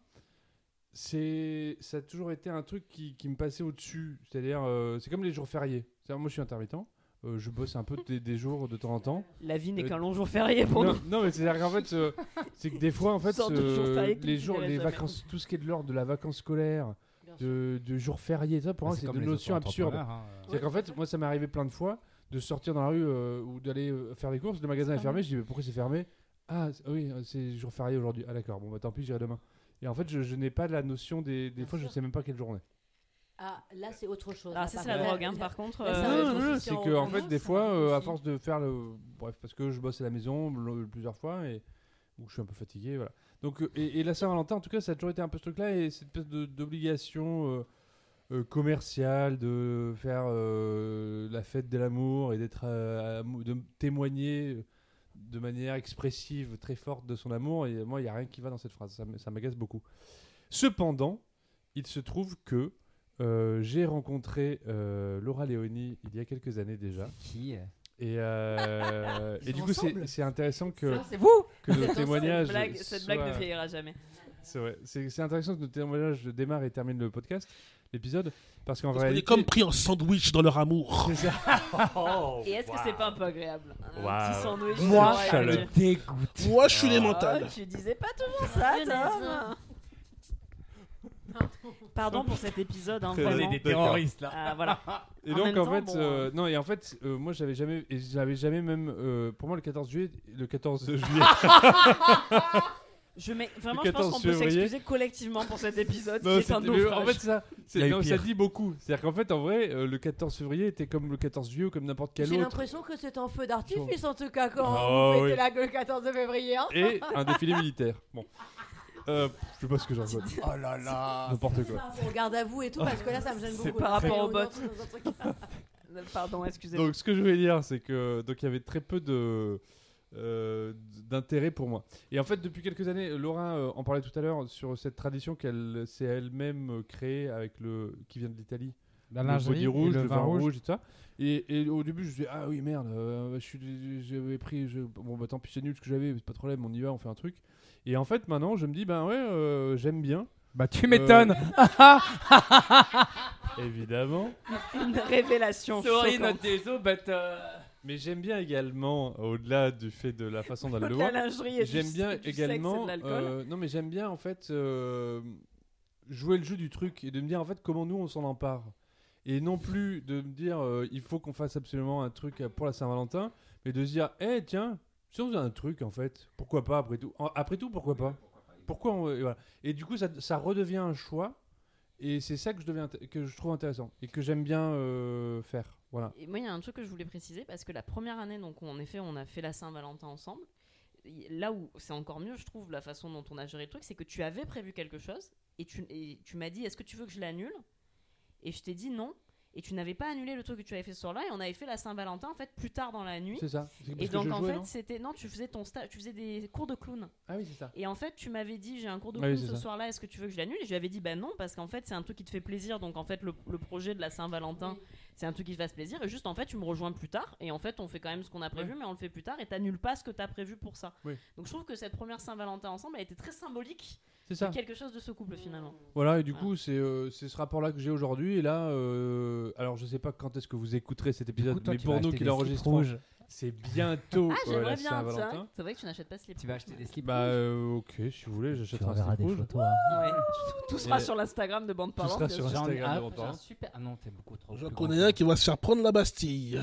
Speaker 1: c'est, ça a toujours été un truc qui, qui me passait au-dessus. C'est-à-dire, euh, c'est comme les jours fériés. C'est-à-dire, moi, je suis intermittent. Euh, je bosse un peu des, des jours de temps en temps.
Speaker 2: La vie n'est
Speaker 1: Euh,
Speaker 2: qu'un long jour férié pour
Speaker 1: Non,
Speaker 2: nous.
Speaker 1: non, mais c'est-à-dire qu'en fait, euh, c'est que des fois, en fait,
Speaker 2: Sorte de jour
Speaker 1: euh,
Speaker 2: férié que
Speaker 1: les
Speaker 2: tu
Speaker 1: jours,
Speaker 2: verrais
Speaker 1: les
Speaker 2: jamais.
Speaker 1: vacances, tout ce qui est de l'ordre de la vacance scolaire,
Speaker 6: Bien sûr.
Speaker 1: de, de jours fériés, ça, pour moi, c'est
Speaker 3: comme
Speaker 1: des
Speaker 3: les
Speaker 1: notions absurdes.
Speaker 3: auto-entrepreneurs, hein, euh.
Speaker 1: C'est qu'en fait, moi, ça m'est arrivé plein de fois de sortir dans la rue euh, ou d'aller euh, faire des courses, le magasin est fermé, je dis mais pourquoi c'est fermé? Ah c'est- oui, euh, c'est jour férié aujourd'hui. Ah d'accord, bon bah tant pis, j'irai demain. Et en fait, je, je n'ai pas la notion des, des
Speaker 6: Bien
Speaker 1: fois, je
Speaker 6: sûr.
Speaker 1: sais même pas quelle journée.
Speaker 6: Ah, là, c'est autre chose.
Speaker 2: Ah,
Speaker 6: Là,
Speaker 2: ça,
Speaker 6: par
Speaker 2: c'est la
Speaker 6: contre,
Speaker 2: drogue,
Speaker 6: là-
Speaker 2: hein,
Speaker 6: là-
Speaker 2: par contre.
Speaker 6: là, ça
Speaker 2: euh,
Speaker 6: va
Speaker 1: non,
Speaker 6: être
Speaker 1: non, non,
Speaker 6: aussi
Speaker 1: c'est
Speaker 6: en
Speaker 1: que en
Speaker 6: romance,
Speaker 1: fait, des
Speaker 6: ça
Speaker 1: fois,
Speaker 6: va
Speaker 1: euh, à
Speaker 6: aussi.
Speaker 1: force de faire le, bref, parce que je bosse à la maison le- plusieurs fois et où je suis un peu fatigué, voilà. Donc euh, et, et la Saint-Valentin, en tout cas, ça a toujours été un peu ce truc-là et cette espèce de- d'obligation euh, euh, commerciale de faire euh, la fête de l'amour et d'être euh, amou- de témoigner de manière expressive très forte de son amour. Et moi, il y a rien qui va dans cette phrase. Ça, m- ça m'agace beaucoup. Cependant, il se trouve que euh, j'ai rencontré euh, Laura Léoni il y a quelques années déjà.
Speaker 3: Qui est-
Speaker 1: Et, euh,
Speaker 6: Ils
Speaker 1: et
Speaker 6: sont
Speaker 1: du coup, c'est
Speaker 6: ensemble.
Speaker 1: c'est intéressant que,
Speaker 2: C'est vous.
Speaker 1: que nos
Speaker 2: Cette
Speaker 1: témoignages.
Speaker 2: blague, cette blague ne
Speaker 1: soient-
Speaker 2: vieillira jamais.
Speaker 1: C'est vrai. C'est c'est intéressant que nos témoignages démarrent et terminent le podcast, l'épisode, parce qu'en
Speaker 5: Parce qu'on est
Speaker 1: réalité.
Speaker 5: comme pris en sandwich dans leur amour.
Speaker 1: C'est ça.
Speaker 2: Et est-ce que c'est pas un peu agréable Un
Speaker 1: Waouh.
Speaker 2: petit sandwich.
Speaker 3: Moi,
Speaker 2: ouais,
Speaker 3: ça
Speaker 1: chaleur.
Speaker 3: me dégoûte.
Speaker 5: Moi, je suis les
Speaker 2: Ah,
Speaker 5: mentales.
Speaker 2: tu disais pas toujours ça, Tom. Pardon pour cet épisode, hein,
Speaker 1: Très
Speaker 2: vraiment.
Speaker 1: bien. terroristes,
Speaker 3: là.
Speaker 2: Ah, voilà.
Speaker 1: Et
Speaker 2: En
Speaker 1: donc
Speaker 2: même
Speaker 1: en
Speaker 2: temps,
Speaker 1: fait,
Speaker 2: bon,
Speaker 1: euh, non et en fait, euh, moi j'avais jamais, et j'avais jamais même, euh, pour moi le quatorze juillet, le quatorze juillet,
Speaker 2: Je mets vraiment,
Speaker 1: Le
Speaker 2: je pense
Speaker 1: quatorze
Speaker 2: qu'on peut
Speaker 1: février.
Speaker 2: s'excuser collectivement pour cet épisode
Speaker 1: non,
Speaker 2: qui est un
Speaker 1: c'était- mais
Speaker 2: naufrage.
Speaker 1: en fait ça, c'est-
Speaker 3: Il y a eu
Speaker 1: non, ça
Speaker 3: pire.
Speaker 1: dit beaucoup. C'est-à-dire qu'en fait, en vrai, euh, le quatorze février était comme le quatorze juillet ou comme n'importe quel
Speaker 6: J'ai
Speaker 1: autre,
Speaker 6: l'impression que c'est un feu d'artifice en tout cas quand
Speaker 1: Oh,
Speaker 6: vous fêtez
Speaker 1: oui.
Speaker 6: la le quatorze février. Hein.
Speaker 1: et un défilé militaire. Bon, euh, je sais pas ce que j'en raconte.
Speaker 3: Oh là là.
Speaker 1: N'importe quoi.
Speaker 6: On regarde à vous et tout parce que là ça me gêne
Speaker 2: C'est
Speaker 6: beaucoup.
Speaker 2: par
Speaker 6: là.
Speaker 2: rapport
Speaker 6: Mais
Speaker 2: aux
Speaker 6: on
Speaker 2: bots.
Speaker 6: entre dans un truc-
Speaker 2: Pardon, excusez-moi.
Speaker 1: Donc ce que je voulais dire, c'est que donc il y avait très peu de euh, d'intérêt pour moi. Et en fait, depuis quelques années, Laura euh, en parlait tout à l'heure sur cette tradition qu'elle s'est elle-même euh, créée avec le qui vient de l'Italie,
Speaker 3: La
Speaker 1: le
Speaker 3: lingerie,
Speaker 1: body
Speaker 3: et
Speaker 1: rouge,
Speaker 3: le
Speaker 1: le
Speaker 3: vin
Speaker 1: vin
Speaker 3: rouge.
Speaker 1: rouge et tout ça. Et, et au début, je me suis dit, ah oui merde, euh, je suis, j'avais pris, je- bon bah tant pis c'est nul ce que j'avais, c'est pas de problème, on y va, on fait un truc. Et en fait, maintenant, je me dis, ben ouais, euh, j'aime bien.
Speaker 3: Bah tu m'étonnes.
Speaker 1: Évidemment.
Speaker 2: Une révélation choquante.
Speaker 3: désolé, but.
Speaker 1: Mais j'aime bien également, au-delà du fait de la façon dont elle le
Speaker 2: La
Speaker 1: voit.
Speaker 2: lingerie et du-
Speaker 1: J'aime bien
Speaker 2: du sexe et
Speaker 1: également.
Speaker 2: de l'alcool.
Speaker 1: euh, non, mais j'aime bien en fait euh, jouer le jeu du truc et de me dire en fait comment nous on s'en empare. Et non plus de me dire euh, il faut qu'on fasse absolument un truc pour la Saint-Valentin, mais de se dire eh tiens, si on faisait un truc en fait, pourquoi pas après tout. En- Après tout, pourquoi pas. Pourquoi on- et, voilà. Et du coup, ça, ça redevient un choix. Et c'est ça que je, deviens, que je trouve intéressant et que j'aime bien euh, faire. Voilà.
Speaker 2: Et moi, il y a un truc que je voulais préciser parce que la première année, donc en effet, on a fait la Saint-Valentin ensemble. Y- Là où c'est encore mieux, je trouve, la façon dont on a géré le truc, c'est que tu avais prévu quelque chose et tu, et tu m'as dit est-ce que tu veux que je l'annule? Et je t'ai dit non. et tu n'avais pas annulé le truc que tu avais fait ce soir-là, et on avait fait la Saint-Valentin en fait plus tard dans la nuit.
Speaker 1: C'est ça. C'est parce
Speaker 2: Et
Speaker 1: que
Speaker 2: donc
Speaker 1: je
Speaker 2: en
Speaker 1: jouais,
Speaker 2: fait
Speaker 1: non
Speaker 2: c'était non, tu faisais ton sta- tu faisais des cours de clown.
Speaker 1: Ah oui, c'est ça.
Speaker 2: Et en fait, tu m'avais dit j'ai un cours de
Speaker 1: Ah oui,
Speaker 2: clown
Speaker 1: c'est
Speaker 2: ce
Speaker 1: ça.
Speaker 2: soir-là, est-ce que tu veux que je l'annule? Et je lui avais dit bah non, parce qu'en fait c'est un truc qui te fait plaisir, donc en fait le, le projet de la Saint-Valentin c'est un truc qui te fasse plaisir, et juste en fait tu me rejoins plus tard, et en fait on fait quand même ce qu'on a prévu,
Speaker 1: Ouais.
Speaker 2: mais on le fait plus tard, et t'annules pas ce que t'as prévu pour ça.
Speaker 1: Oui.
Speaker 2: Donc je trouve que cette première Saint-Valentin ensemble a été très symbolique
Speaker 1: C'est
Speaker 2: de
Speaker 1: ça.
Speaker 2: quelque chose de ce couple finalement.
Speaker 1: Voilà, et du
Speaker 2: Voilà.
Speaker 1: coup, c'est euh, c'est ce rapport-là que j'ai aujourd'hui. Et là, euh, alors je sais pas quand est-ce que vous écouterez cet
Speaker 3: Du
Speaker 1: épisode,
Speaker 3: coup, toi,
Speaker 1: mais
Speaker 3: tu
Speaker 1: pour
Speaker 3: vas
Speaker 1: nous
Speaker 3: acheter
Speaker 1: qui
Speaker 3: des slips
Speaker 1: l'enregistrons,
Speaker 3: rouges.
Speaker 1: c'est bientôt
Speaker 2: Ah
Speaker 1: euh,
Speaker 2: j'aimerais
Speaker 1: la
Speaker 2: bien, c'est
Speaker 1: Saint-Valentin.
Speaker 2: vrai, c'est vrai que tu n'achètes pas ce livre.
Speaker 3: Tu vas acheter des slips
Speaker 1: Bah,
Speaker 3: rouges.
Speaker 1: euh, ok, si vous voulez,
Speaker 3: Tu
Speaker 1: j'achèterai un
Speaker 3: enverras
Speaker 1: slip
Speaker 3: des
Speaker 1: rouge.
Speaker 3: photos. hein.
Speaker 2: Ouais. Tout sera
Speaker 1: Et-
Speaker 2: sur l'Instagram de Bande
Speaker 1: Tout
Speaker 2: Parlante.
Speaker 1: sera
Speaker 2: bien
Speaker 1: sur
Speaker 2: sûr.
Speaker 3: J'en ai
Speaker 1: Instagram
Speaker 3: un-
Speaker 1: de Bande
Speaker 3: j'ai un
Speaker 1: Parlante.
Speaker 3: super. Ah non, t'es beaucoup trop.
Speaker 5: J'en
Speaker 3: plus
Speaker 5: connais
Speaker 3: grand
Speaker 5: un
Speaker 3: que
Speaker 5: qui va se faire prendre la Bastille.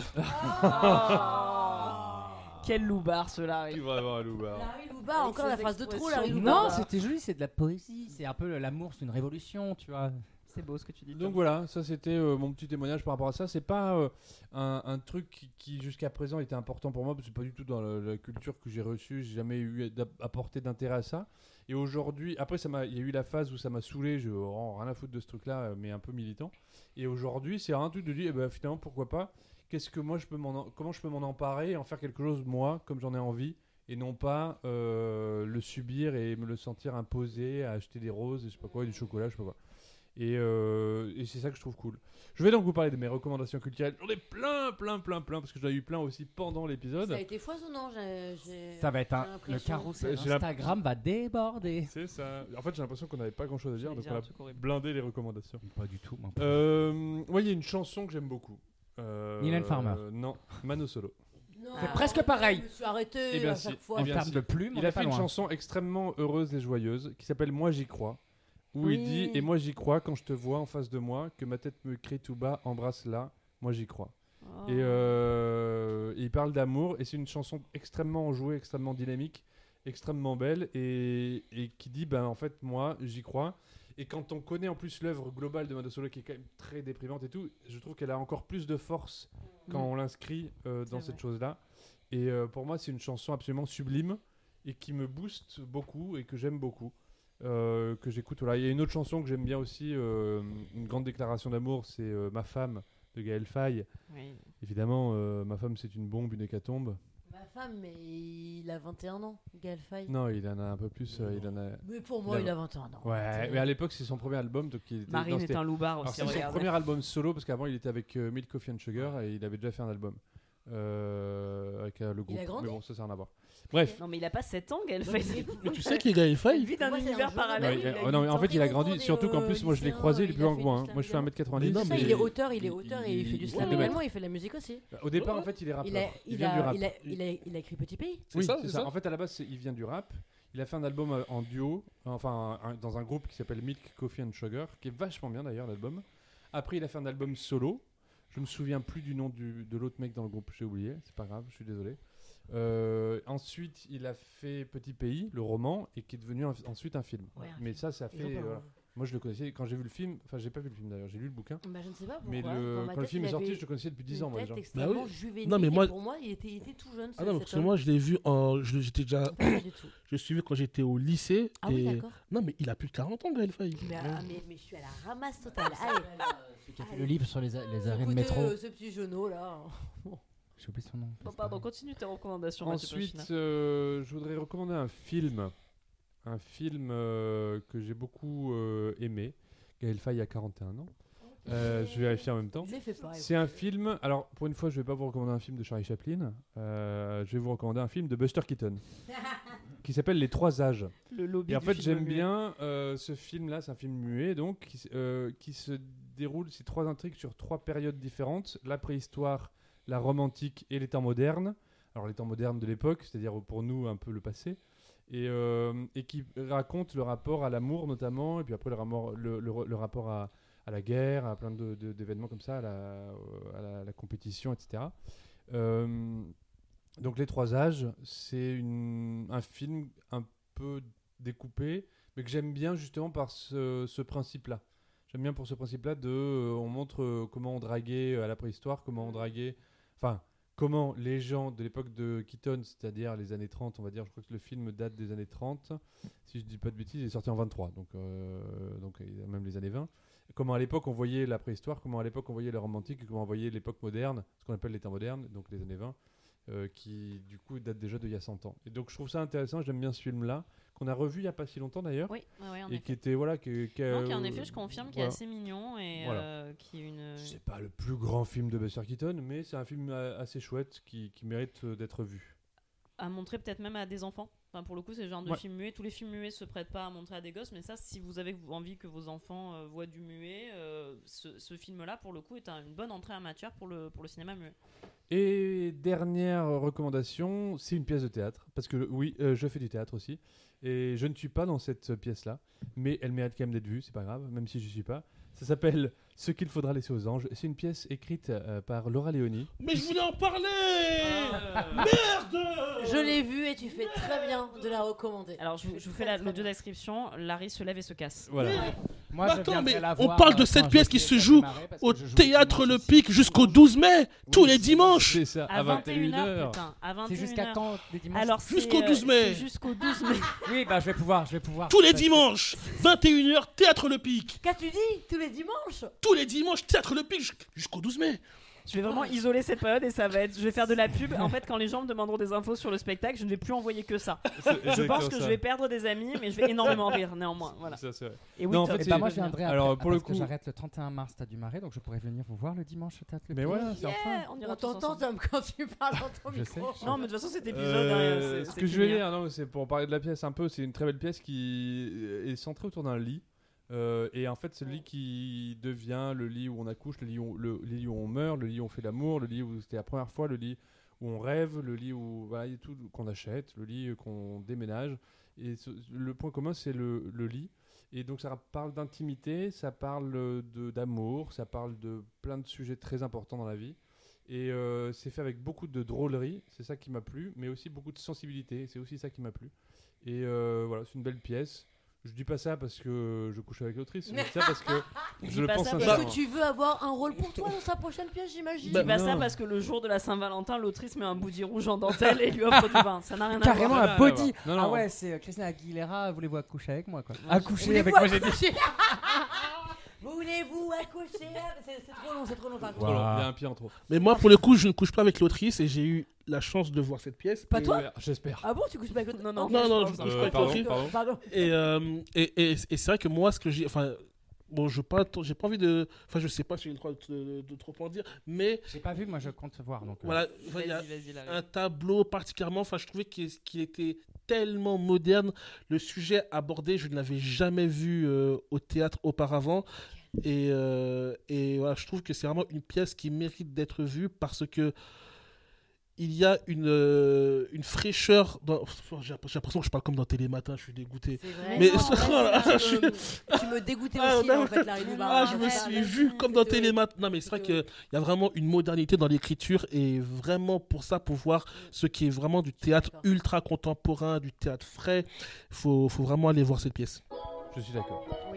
Speaker 2: Ah. Quel loupard cela.
Speaker 1: Qui va avoir un loupard.
Speaker 4: Larry Louba, encore la phrase de trop,
Speaker 2: expressions.
Speaker 4: Larry
Speaker 3: moi.
Speaker 4: Louba.
Speaker 3: Non, c'était joli, c'est de la poésie. C'est un peu l'amour, c'est une révolution, tu vois.
Speaker 2: C'est beau ce que tu dis.
Speaker 1: Donc
Speaker 2: Tom.
Speaker 1: voilà, ça c'était euh, mon petit témoignage par rapport à ça. C'est pas euh, un, un truc qui, qui, jusqu'à présent était important pour moi, parce que c'est pas du tout dans la, la culture que j'ai reçue. J'ai jamais eu d'a- apporté d'intérêt à ça. Et aujourd'hui, après ça m'a, il y a eu la phase où ça m'a saoulé. Je oh, rien à foutre de ce truc-là, euh, mais un peu militant. Et aujourd'hui, c'est un truc de dire, eh ben, finalement pourquoi pas. Qu'est-ce que moi je peux m'en, en- comment je peux m'en emparer et en faire quelque chose moi, comme j'en ai envie, et non pas euh, le subir et me le sentir imposé à acheter des roses, et je sais pas quoi, et du chocolat, je sais pas quoi. Et, euh, et c'est ça que je trouve cool. Je vais donc vous parler de mes recommandations culturelles. J'en ai plein, plein, plein, plein, parce que j'en ai eu plein aussi pendant l'épisode.
Speaker 4: Ça a été foisonnant, j'ai. j'ai-
Speaker 3: Ça va être un.
Speaker 4: j'ai
Speaker 3: Le
Speaker 4: l'impression.
Speaker 3: carrousel
Speaker 1: C'est la-
Speaker 3: Instagram va déborder.
Speaker 1: C'est ça. En fait, j'ai l'impression qu'on n'avait pas grand chose à dire,
Speaker 2: J'allais
Speaker 1: donc
Speaker 2: dire
Speaker 1: on
Speaker 2: un
Speaker 1: a
Speaker 2: truc horrible.
Speaker 1: blindé les recommandations.
Speaker 3: Pas du tout. moi.
Speaker 1: Euh, ouais, il y a une chanson que j'aime beaucoup. Euh,
Speaker 3: Mylène Farmer.
Speaker 1: euh, Non, Mano Solo.
Speaker 4: Non,
Speaker 2: C'est
Speaker 3: presque pareil.
Speaker 4: Je me suis arrêté
Speaker 1: Eh bien,
Speaker 4: à
Speaker 1: si.
Speaker 4: chaque
Speaker 1: Eh
Speaker 4: fois.
Speaker 3: En
Speaker 1: bien,
Speaker 3: termes
Speaker 1: si.
Speaker 3: de plumes, on
Speaker 1: Il
Speaker 3: est
Speaker 1: a
Speaker 3: pas
Speaker 1: fait une
Speaker 3: loin.
Speaker 1: chanson extrêmement heureuse et joyeuse qui s'appelle Moi j'y crois, où il
Speaker 4: Oui.
Speaker 1: dit et moi j'y crois quand je te vois en face de moi, que ma tête me crie tout bas, embrasse-la, moi j'y crois.
Speaker 2: Oh.
Speaker 1: Et, euh, et il parle d'amour et c'est une chanson extrêmement enjouée, extrêmement dynamique, extrêmement belle et, et qui dit ben en fait moi j'y crois. Et quand on connaît en plus l'œuvre globale de Mano Solo qui est quand même très déprimante et tout, je trouve qu'elle a encore plus de force quand
Speaker 2: Mm.
Speaker 1: on l'inscrit euh, dans
Speaker 2: C'est
Speaker 1: cette
Speaker 2: vrai.
Speaker 1: chose-là. Et euh, pour moi c'est une chanson absolument sublime et qui me booste beaucoup et que j'aime beaucoup. Euh, que j'écoute. Voilà. Il y a une autre chanson que j'aime bien aussi, euh, une grande déclaration d'amour, c'est euh, Ma femme de Gaël Faye.
Speaker 2: Oui.
Speaker 1: Évidemment, euh, ma femme c'est une bombe, une hécatombe.
Speaker 4: Ma femme, mais il a vingt et un ans, Gaël Faye.
Speaker 1: Non, il en a un peu plus. euh, il en a...
Speaker 4: Mais pour moi,
Speaker 1: Il
Speaker 4: il
Speaker 1: a-
Speaker 4: a vingt et un ans.
Speaker 1: Ouais, mais à l'époque c'est son premier album, donc il était.
Speaker 2: Marine
Speaker 1: non,
Speaker 2: est
Speaker 1: c'était-
Speaker 2: un loupard
Speaker 1: Alors,
Speaker 2: aussi.
Speaker 1: c'est son
Speaker 2: regardez.
Speaker 1: premier album solo parce qu'avant il était avec euh, Milk Coffee and Sugar et il avait déjà fait un album euh, avec euh, le groupe.
Speaker 4: a grandi
Speaker 1: Mais bon, ça, ça n'a rien à voir. Bref.
Speaker 2: Non mais il a pas sept ans, Gaël
Speaker 4: Non,
Speaker 2: Faye.
Speaker 4: mais-
Speaker 5: Mais tu sais qu'il gagne
Speaker 2: Il
Speaker 5: faille.
Speaker 2: vit d'un
Speaker 4: Moi, c'est un
Speaker 2: univers
Speaker 4: jeu
Speaker 2: parallèle.
Speaker 1: Ouais,
Speaker 2: il a
Speaker 1: euh, non, mais en fait, il a grandi.
Speaker 4: Des,
Speaker 1: Surtout qu'en
Speaker 4: euh,
Speaker 1: plus, moi, je l'ai
Speaker 4: lycéens,
Speaker 1: croisé, il est
Speaker 4: il
Speaker 1: plus
Speaker 4: a
Speaker 1: grand que
Speaker 4: fait
Speaker 1: moi.
Speaker 4: du
Speaker 1: hein.
Speaker 4: slam
Speaker 1: Moi, je fais un mètre
Speaker 4: dance.
Speaker 1: quatre-vingt-dix.
Speaker 5: Mais non,
Speaker 4: Ça,
Speaker 5: mais-
Speaker 4: il est auteur, il est
Speaker 1: il-
Speaker 4: auteur et il fait du
Speaker 1: il-
Speaker 4: slam
Speaker 1: ouais, mais-
Speaker 4: également, il fait de la musique aussi.
Speaker 1: Au départ, en fait, il est rappeur.
Speaker 4: Il a,
Speaker 1: Il
Speaker 4: il,
Speaker 1: vient du
Speaker 4: a,
Speaker 1: rap.
Speaker 4: il, a, il, a, il a écrit Petit Pays.
Speaker 5: C'est
Speaker 1: Oui,
Speaker 5: ça,
Speaker 1: c'est
Speaker 5: c'est
Speaker 1: ça.
Speaker 5: ça.
Speaker 1: En fait, à la base, c'est- il vient du rap. Il a fait un album euh, en duo, enfin un- dans un groupe qui s'appelle Milk Coffee and Sugar, qui est vachement bien d'ailleurs l'album. Après, il a fait un album solo. Je me souviens plus du nom du, de l'autre mec dans le groupe, j'ai oublié. C'est pas grave, je suis désolé. Euh, ensuite, il a fait Petit Pays, le roman, et qui est devenu un- ensuite un film.
Speaker 4: Ouais, un
Speaker 1: Mais
Speaker 4: film.
Speaker 1: ça, ça
Speaker 4: Ils ont
Speaker 1: fait.
Speaker 4: pas-
Speaker 1: voilà. Moi, je le connaissais quand j'ai vu le film. Enfin, j'ai pas vu le film d'ailleurs, j'ai lu le bouquin.
Speaker 4: Bah, je ne sais pas pourquoi.
Speaker 1: Mais le-
Speaker 4: Dans ma
Speaker 1: quand le
Speaker 4: tête,
Speaker 1: film
Speaker 4: il
Speaker 1: est sorti,
Speaker 4: avait
Speaker 1: je le connaissais depuis dix
Speaker 4: une
Speaker 1: ans, moi
Speaker 4: tête
Speaker 1: déjà.
Speaker 4: extrêmement
Speaker 5: Bah oui.
Speaker 4: juvénile.
Speaker 5: Non, mais
Speaker 4: et
Speaker 5: moi-
Speaker 4: pour moi, il était, il était tout jeune.
Speaker 5: Ah
Speaker 4: ce-
Speaker 5: non,
Speaker 4: cet
Speaker 5: parce que
Speaker 4: homme.
Speaker 5: moi je l'ai vu en. je- J'étais déjà.
Speaker 4: Pas du tout.
Speaker 5: Je suis vu quand j'étais au lycée.
Speaker 4: Ah oui,
Speaker 5: et...
Speaker 4: d'accord.
Speaker 5: Non, mais il a plus de quarante ans, Gaël Faye.
Speaker 4: Mais, ah, mais, mais je suis à la ramasse totale. Allez,
Speaker 3: Celui qui a fait le livre sur les, a- les arrêts de
Speaker 4: écoutez,
Speaker 3: métro.
Speaker 4: euh, ce petit genou là.
Speaker 3: J'ai oublié son nom.
Speaker 2: Bon, pardon, continue tes recommandations. Mathieu
Speaker 1: Ensuite,
Speaker 2: Pachina.
Speaker 1: euh, je voudrais recommander un film. Un film euh, que j'ai beaucoup euh, aimé. Gaël Faye a quarante et un ans. Euh, je vais vérifier en même temps.
Speaker 4: Ne fais pas.
Speaker 1: C'est un film. Alors, pour une fois, je vais pas vous recommander un film de Charlie Chaplin. Euh, je vais vous recommander un film de Buster Keaton qui s'appelle Les Trois Âges.
Speaker 2: Le lobby
Speaker 1: Et en
Speaker 2: du
Speaker 1: fait,
Speaker 2: film
Speaker 1: j'aime
Speaker 2: muet.
Speaker 1: bien euh, ce film-là. C'est un film muet, donc qui, s- euh, qui se déroule. C'est trois intrigues sur trois périodes différentes la préhistoire, la Rome antique et les temps modernes. Alors, les temps modernes de l'époque, c'est-à-dire pour nous un peu le passé. Et, euh, et qui raconte le rapport à l'amour notamment, et puis après le, rapport- le, le- le rapport à, à la guerre, à plein de- de- d'événements comme ça, à la, euh, à la- la compétition, et cetera. Euh, donc Les Trois Âges, c'est une- un film un peu découpé, mais que j'aime bien justement par ce, ce principe-là. J'aime bien pour ce principe-là de, euh, on montre euh, comment on draguait à la préhistoire, comment on draguait, enfin, comment les gens de l'époque de Keaton, c'est-à-dire les années trente, on va dire, je crois que le film date des années trente, si je dis pas de bêtises, il est sorti en vingt-trois, donc, euh, donc même les années vingt. Comment à l'époque on voyait la préhistoire, comment à l'époque on voyait le romantique, comment on voyait l'époque moderne, ce qu'on appelle les temps modernes, donc les années vingt, euh, qui du coup date déjà d'il y a cent ans. Et donc je trouve ça intéressant, j'aime bien ce film-là, qu'on a revu il n'y a pas si longtemps d'ailleurs,
Speaker 2: Oui, ouais, ouais, en
Speaker 1: et
Speaker 2: effet.
Speaker 1: qui était, voilà, qui, qui,
Speaker 2: Non, qui en effet, je confirme, qui est
Speaker 1: voilà.
Speaker 2: assez mignon et
Speaker 1: Voilà.
Speaker 2: euh, qui est une.
Speaker 1: C'est pas le plus grand film de Buster Keaton, mais c'est un film euh, assez chouette qui, qui mérite euh, d'être vu.
Speaker 2: À montrer peut-être même à des enfants. Enfin, pour le coup, c'est le genre de
Speaker 1: Ouais.
Speaker 2: film muet. Tous les films muets se prêtent pas à montrer à des gosses, mais ça, si vous avez envie que vos enfants euh, voient du muet, euh, ce, ce film-là, pour le coup, est un- une bonne entrée en matière pour le, pour le cinéma muet.
Speaker 1: Et dernière recommandation, c'est une pièce de théâtre. Parce que oui, euh, je fais du théâtre aussi. Et je ne suis pas dans cette pièce-là. Mais elle mérite quand même d'être vue, c'est pas grave, même si je ne suis pas. Ça s'appelle Ce qu'il faudra laisser aux anges. C'est une pièce écrite euh, par Laura Leoni.
Speaker 5: Mais je voulais en parler.
Speaker 2: Euh,
Speaker 5: Merde.
Speaker 4: Je l'ai vu et tu fais très bien de la recommander.
Speaker 2: Alors, je, vous- je vous fais la- l'audio description. Larry se lève et se casse.
Speaker 1: Voilà.
Speaker 3: Moi,
Speaker 5: Mais
Speaker 3: je
Speaker 5: attends,
Speaker 3: viendrai
Speaker 5: mais
Speaker 3: la
Speaker 5: on
Speaker 3: voir,
Speaker 5: parle de
Speaker 3: euh,
Speaker 5: cette
Speaker 3: quand
Speaker 5: pièce
Speaker 3: je
Speaker 5: qui
Speaker 3: fais
Speaker 5: se
Speaker 3: le
Speaker 5: joue
Speaker 3: démarrer, parce
Speaker 5: Au
Speaker 3: que je joue
Speaker 5: Théâtre
Speaker 3: dimanche
Speaker 5: Le
Speaker 3: aussi.
Speaker 5: Pic jusqu'au douze mai, tous les dimanches.
Speaker 1: C'est ça,
Speaker 2: À,
Speaker 1: à
Speaker 2: vingt et une
Speaker 1: vingt et une
Speaker 2: heures,
Speaker 1: heures.
Speaker 2: putain. À vingt et
Speaker 3: C'est
Speaker 2: une
Speaker 3: jusqu'à
Speaker 2: heures.
Speaker 3: quand les dimanches?
Speaker 2: Alors, c'est,
Speaker 5: Jusqu'au
Speaker 2: euh,
Speaker 5: douze mai.
Speaker 2: c'est Jusqu'au douze mai.
Speaker 3: Oui, bah je vais pouvoir, je vais pouvoir.
Speaker 5: Tous les
Speaker 3: Parce que-
Speaker 5: dimanches, vingt et une heures, Théâtre Le Pic.
Speaker 4: Qu'as-tu dit? Tous les dimanches?
Speaker 5: Tous les dimanches, Théâtre Le Pic jusqu'- jusqu'au douze mai.
Speaker 2: Je vais vraiment isoler cette période et ça va être. Je vais faire de la pub. En fait, quand les gens me demanderont des infos sur le spectacle, je ne vais plus envoyer que ça. Je pense que je vais perdre des amis, mais je vais énormément rire néanmoins. Voilà.
Speaker 1: Ça, c'est vrai.
Speaker 2: Et oui,
Speaker 1: Non, en
Speaker 2: Tom,
Speaker 1: fait,
Speaker 3: Eh
Speaker 1: c'est-
Speaker 3: ben, moi je viendrai après,
Speaker 1: Alors, pour le
Speaker 3: parce que
Speaker 1: coup-
Speaker 3: j'arrête le trente et un mars Stade du Marais, donc je pourrais venir vous voir le dimanche au Théâtre Le
Speaker 1: Mais
Speaker 3: Pic.
Speaker 1: voilà, c'est
Speaker 2: yeah,
Speaker 1: enfin.
Speaker 2: on ira
Speaker 4: On
Speaker 2: tous
Speaker 4: t'entend,
Speaker 2: ensemble.
Speaker 4: Tom, quand tu parles dans ton
Speaker 3: Je
Speaker 4: micro.
Speaker 3: sais.
Speaker 2: Non, mais de toute façon, cet épisode,
Speaker 1: Euh,
Speaker 2: euh, c'est-
Speaker 1: ce
Speaker 2: c'est
Speaker 1: que je vais
Speaker 2: fini, hein.
Speaker 1: dire, non, c'est pour parler de la pièce un peu, c'est une très belle pièce qui est centrée autour d'un lit. Euh, et en fait, c'est le lit qui devient le lit où on accouche, le lit où, le, le lit où on meurt, le lit où on fait l'amour, le lit où c'était la première fois, le lit où on rêve, le lit où voilà, il y a tout qu'on achète, le lit qu'on déménage. Et ce- le point commun, c'est le, le lit. Et donc, ça parle d'intimité, ça parle de, d'amour, ça parle de plein de sujets très importants dans la vie. Et euh, c'est fait avec beaucoup de drôlerie, c'est ça qui m'a plu, mais aussi beaucoup de sensibilité, c'est aussi ça qui m'a plu. Et euh, voilà, c'est une belle pièce. Je dis pas ça parce que je couche avec l'autrice, je dis ça parce que je
Speaker 2: Dis
Speaker 1: le
Speaker 2: pas
Speaker 1: pense
Speaker 2: ça parce
Speaker 1: sincèrement.
Speaker 4: Est-ce que tu veux avoir un rôle pour toi dans sa prochaine pièce, j'imagine?
Speaker 2: Je
Speaker 5: Bah,
Speaker 2: dis pas ça
Speaker 1: non.
Speaker 2: parce que le jour de la Saint-Valentin, l'autrice met un bouddhi rouge en dentelle et lui offre du vin. Ça n'a rien à
Speaker 3: Carrément
Speaker 2: voir.
Speaker 1: Rien
Speaker 3: un
Speaker 1: à
Speaker 3: body.
Speaker 1: voir. Non, non.
Speaker 3: Ah ouais, c'est euh, Christina Aguilera. Voulez-vous accoucher avec moi quoi?
Speaker 2: Ouais,
Speaker 3: Accoucher
Speaker 4: Voulez-vous
Speaker 3: avec moi, j'ai dit.
Speaker 4: accoucher Voulez-vous accoucher? C'est c'est trop long, c'est trop long par contre.
Speaker 1: Trop long,
Speaker 3: Wow.
Speaker 1: Il y a un pied en trop.
Speaker 5: Mais moi, pour le coup, je ne couche pas avec l'autrice et j'ai eu la chance de voir cette pièce.
Speaker 4: Pas
Speaker 5: Et-
Speaker 4: toi?
Speaker 1: J'espère.
Speaker 4: Ah bon, tu couches pas avec l'autre?
Speaker 2: Non, non,
Speaker 4: Ok,
Speaker 5: Non, non,
Speaker 4: pense.
Speaker 5: je couche
Speaker 1: Euh,
Speaker 5: pas avec
Speaker 1: pardon,
Speaker 5: l'autrice.
Speaker 1: pardon.
Speaker 4: Pardon.
Speaker 5: Et, euh, et, et, et c'est vrai que moi, ce que j'ai. Enfin, bon, je pas, j'ai pas envie de. Enfin, je sais pas si j'ai le droit de, de trop en dire, mais
Speaker 3: J'ai pas vu, moi je compte voir donc. euh,
Speaker 5: voilà, enfin, il y a
Speaker 2: Vas-y, vas-y, Larry.
Speaker 5: un tableau particulièrement. Enfin, je trouvais qu'il qu'il était tellement moderne. Le sujet abordé, je ne l'avais jamais vu euh, au théâtre auparavant. Et, euh, et voilà, je trouve que c'est vraiment une pièce qui mérite d'être vue parce que il y a une, euh, une fraîcheur. Dans... J'ai j'ai l'impression que je parle comme dans Télématin, je suis dégoûté.
Speaker 4: C'est vrai.
Speaker 5: Mais-
Speaker 4: Non,
Speaker 5: Oh
Speaker 4: ouais,
Speaker 5: là là,
Speaker 4: tu, me, tu me dégoûtais
Speaker 5: Ah,
Speaker 4: aussi,
Speaker 5: non.
Speaker 4: là, en fait, Larry Dumas.
Speaker 5: Ah, je me
Speaker 4: Ouais,
Speaker 5: suis
Speaker 4: vas-y,
Speaker 5: vu comme dans
Speaker 4: c'est
Speaker 5: Télématin. Non, mais c'est vrai
Speaker 4: c'est
Speaker 5: qu'il y a vraiment une modernité dans l'écriture et vraiment pour ça, pour voir ce qui est vraiment du théâtre
Speaker 4: d'accord.
Speaker 5: ultra contemporain, du théâtre frais, il faut, faut vraiment aller voir cette pièce.
Speaker 1: Je suis d'accord.
Speaker 4: Oui.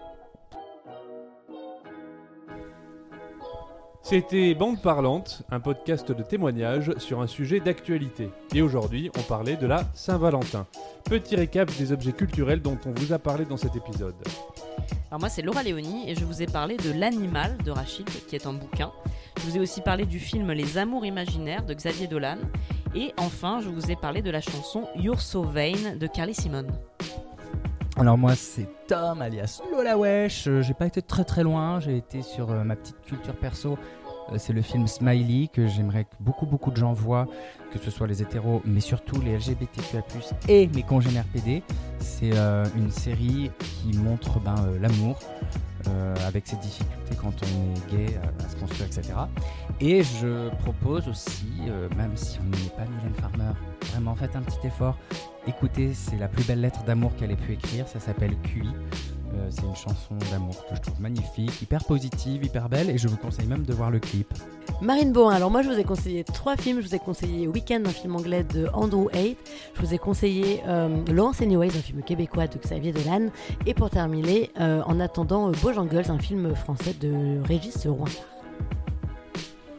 Speaker 1: C'était Bande Parlante, un podcast de témoignages sur un sujet d'actualité. Et aujourd'hui, on parlait de la Saint-Valentin. Petit récap des objets culturels dont on vous a parlé dans cet épisode.
Speaker 2: Alors moi c'est Laura Léoni et je vous ai parlé de L'Animal de Rachid qui est un bouquin. Je vous ai aussi parlé du film Les Amours imaginaires de Xavier Dolan. Et enfin je vous ai parlé de la chanson You're So Vain de Carly Simon.
Speaker 3: Alors moi c'est Tom alias Lola Wesh. Euh, j'ai pas été très très loin, j'ai été sur euh, ma petite culture perso. Euh, c'est le film Smiley que j'aimerais que beaucoup beaucoup de gens voient, que ce soit les hétéros mais surtout les L G B T Q A plus, et mes congénères P D. C'est euh, une série qui montre ben, euh, l'amour euh, avec ses difficultés quand on est gay, euh, à se construire, et cetera. Et je propose aussi, euh, même si on n'est pas Mylène Farmer, vraiment faites un petit effort. Écoutez, c'est la plus belle lettre d'amour qu'elle ait pu écrire, ça s'appelle Q I. Euh, c'est une chanson d'amour que je trouve magnifique, hyper positive, hyper belle, et je vous conseille même de voir le clip.
Speaker 4: Marine Bohin, alors moi je vous ai conseillé trois films. Je vous ai conseillé Weekend, un film anglais de Andrew Tate. Je vous ai conseillé euh, Lawrence Anyways, un film québécois de Xavier Dolan. Et pour terminer, euh, en attendant, euh, Bojangles, un film français de Régis Roy.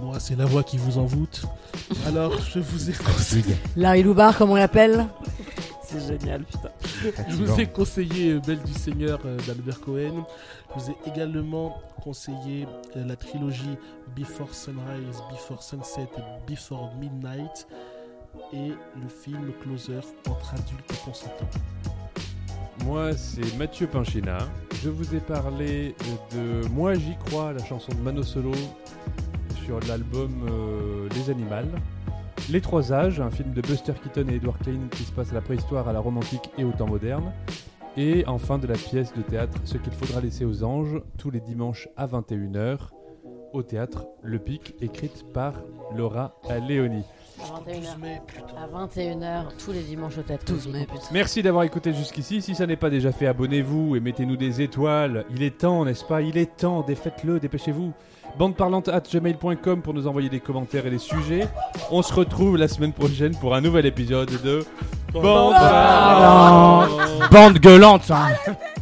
Speaker 5: Moi, c'est la voix qui vous envoûte. Alors, je vous ai conseillé,
Speaker 4: Larry Loubar, comme on l'appelle.
Speaker 2: C'est génial, putain.
Speaker 5: je vous ai conseillé euh, Belle du Seigneur euh, d'Albert Cohen. Je vous ai également conseillé euh, la trilogie Before Sunrise, Before Sunset et Before Midnight. Et le film Closer entre adultes et consentants.
Speaker 1: Moi, c'est Mathieu Pinchina. Je vous ai parlé de Moi j'y crois, la chanson de Mano Solo sur l'album euh, Les Animals. Les Trois Âges, un film de Buster Keaton et Edward Klein qui se passe à la préhistoire, à la romantique et au temps moderne. Et enfin de la pièce de théâtre Ce qu'il faudra laisser aux anges, tous les dimanches à vingt et une heures, au théâtre Le Pic, écrite par Laura Léoni.
Speaker 4: À vingt et une heures.
Speaker 5: douze mai, putain.
Speaker 4: À vingt et une heures, tous les dimanches au théâtre.
Speaker 6: douze mai, putain.
Speaker 1: Merci d'avoir écouté jusqu'ici. Si ça n'est pas déjà fait, abonnez-vous et mettez-nous des étoiles. Il est temps, n'est-ce pas? Il est temps. Faites-le, dépêchez-vous. bandeparlante arobase gmail point com pour nous envoyer des commentaires et des sujets. On se retrouve la semaine prochaine pour un nouvel épisode de Bande Parlante.
Speaker 3: Bande gueulante, hein.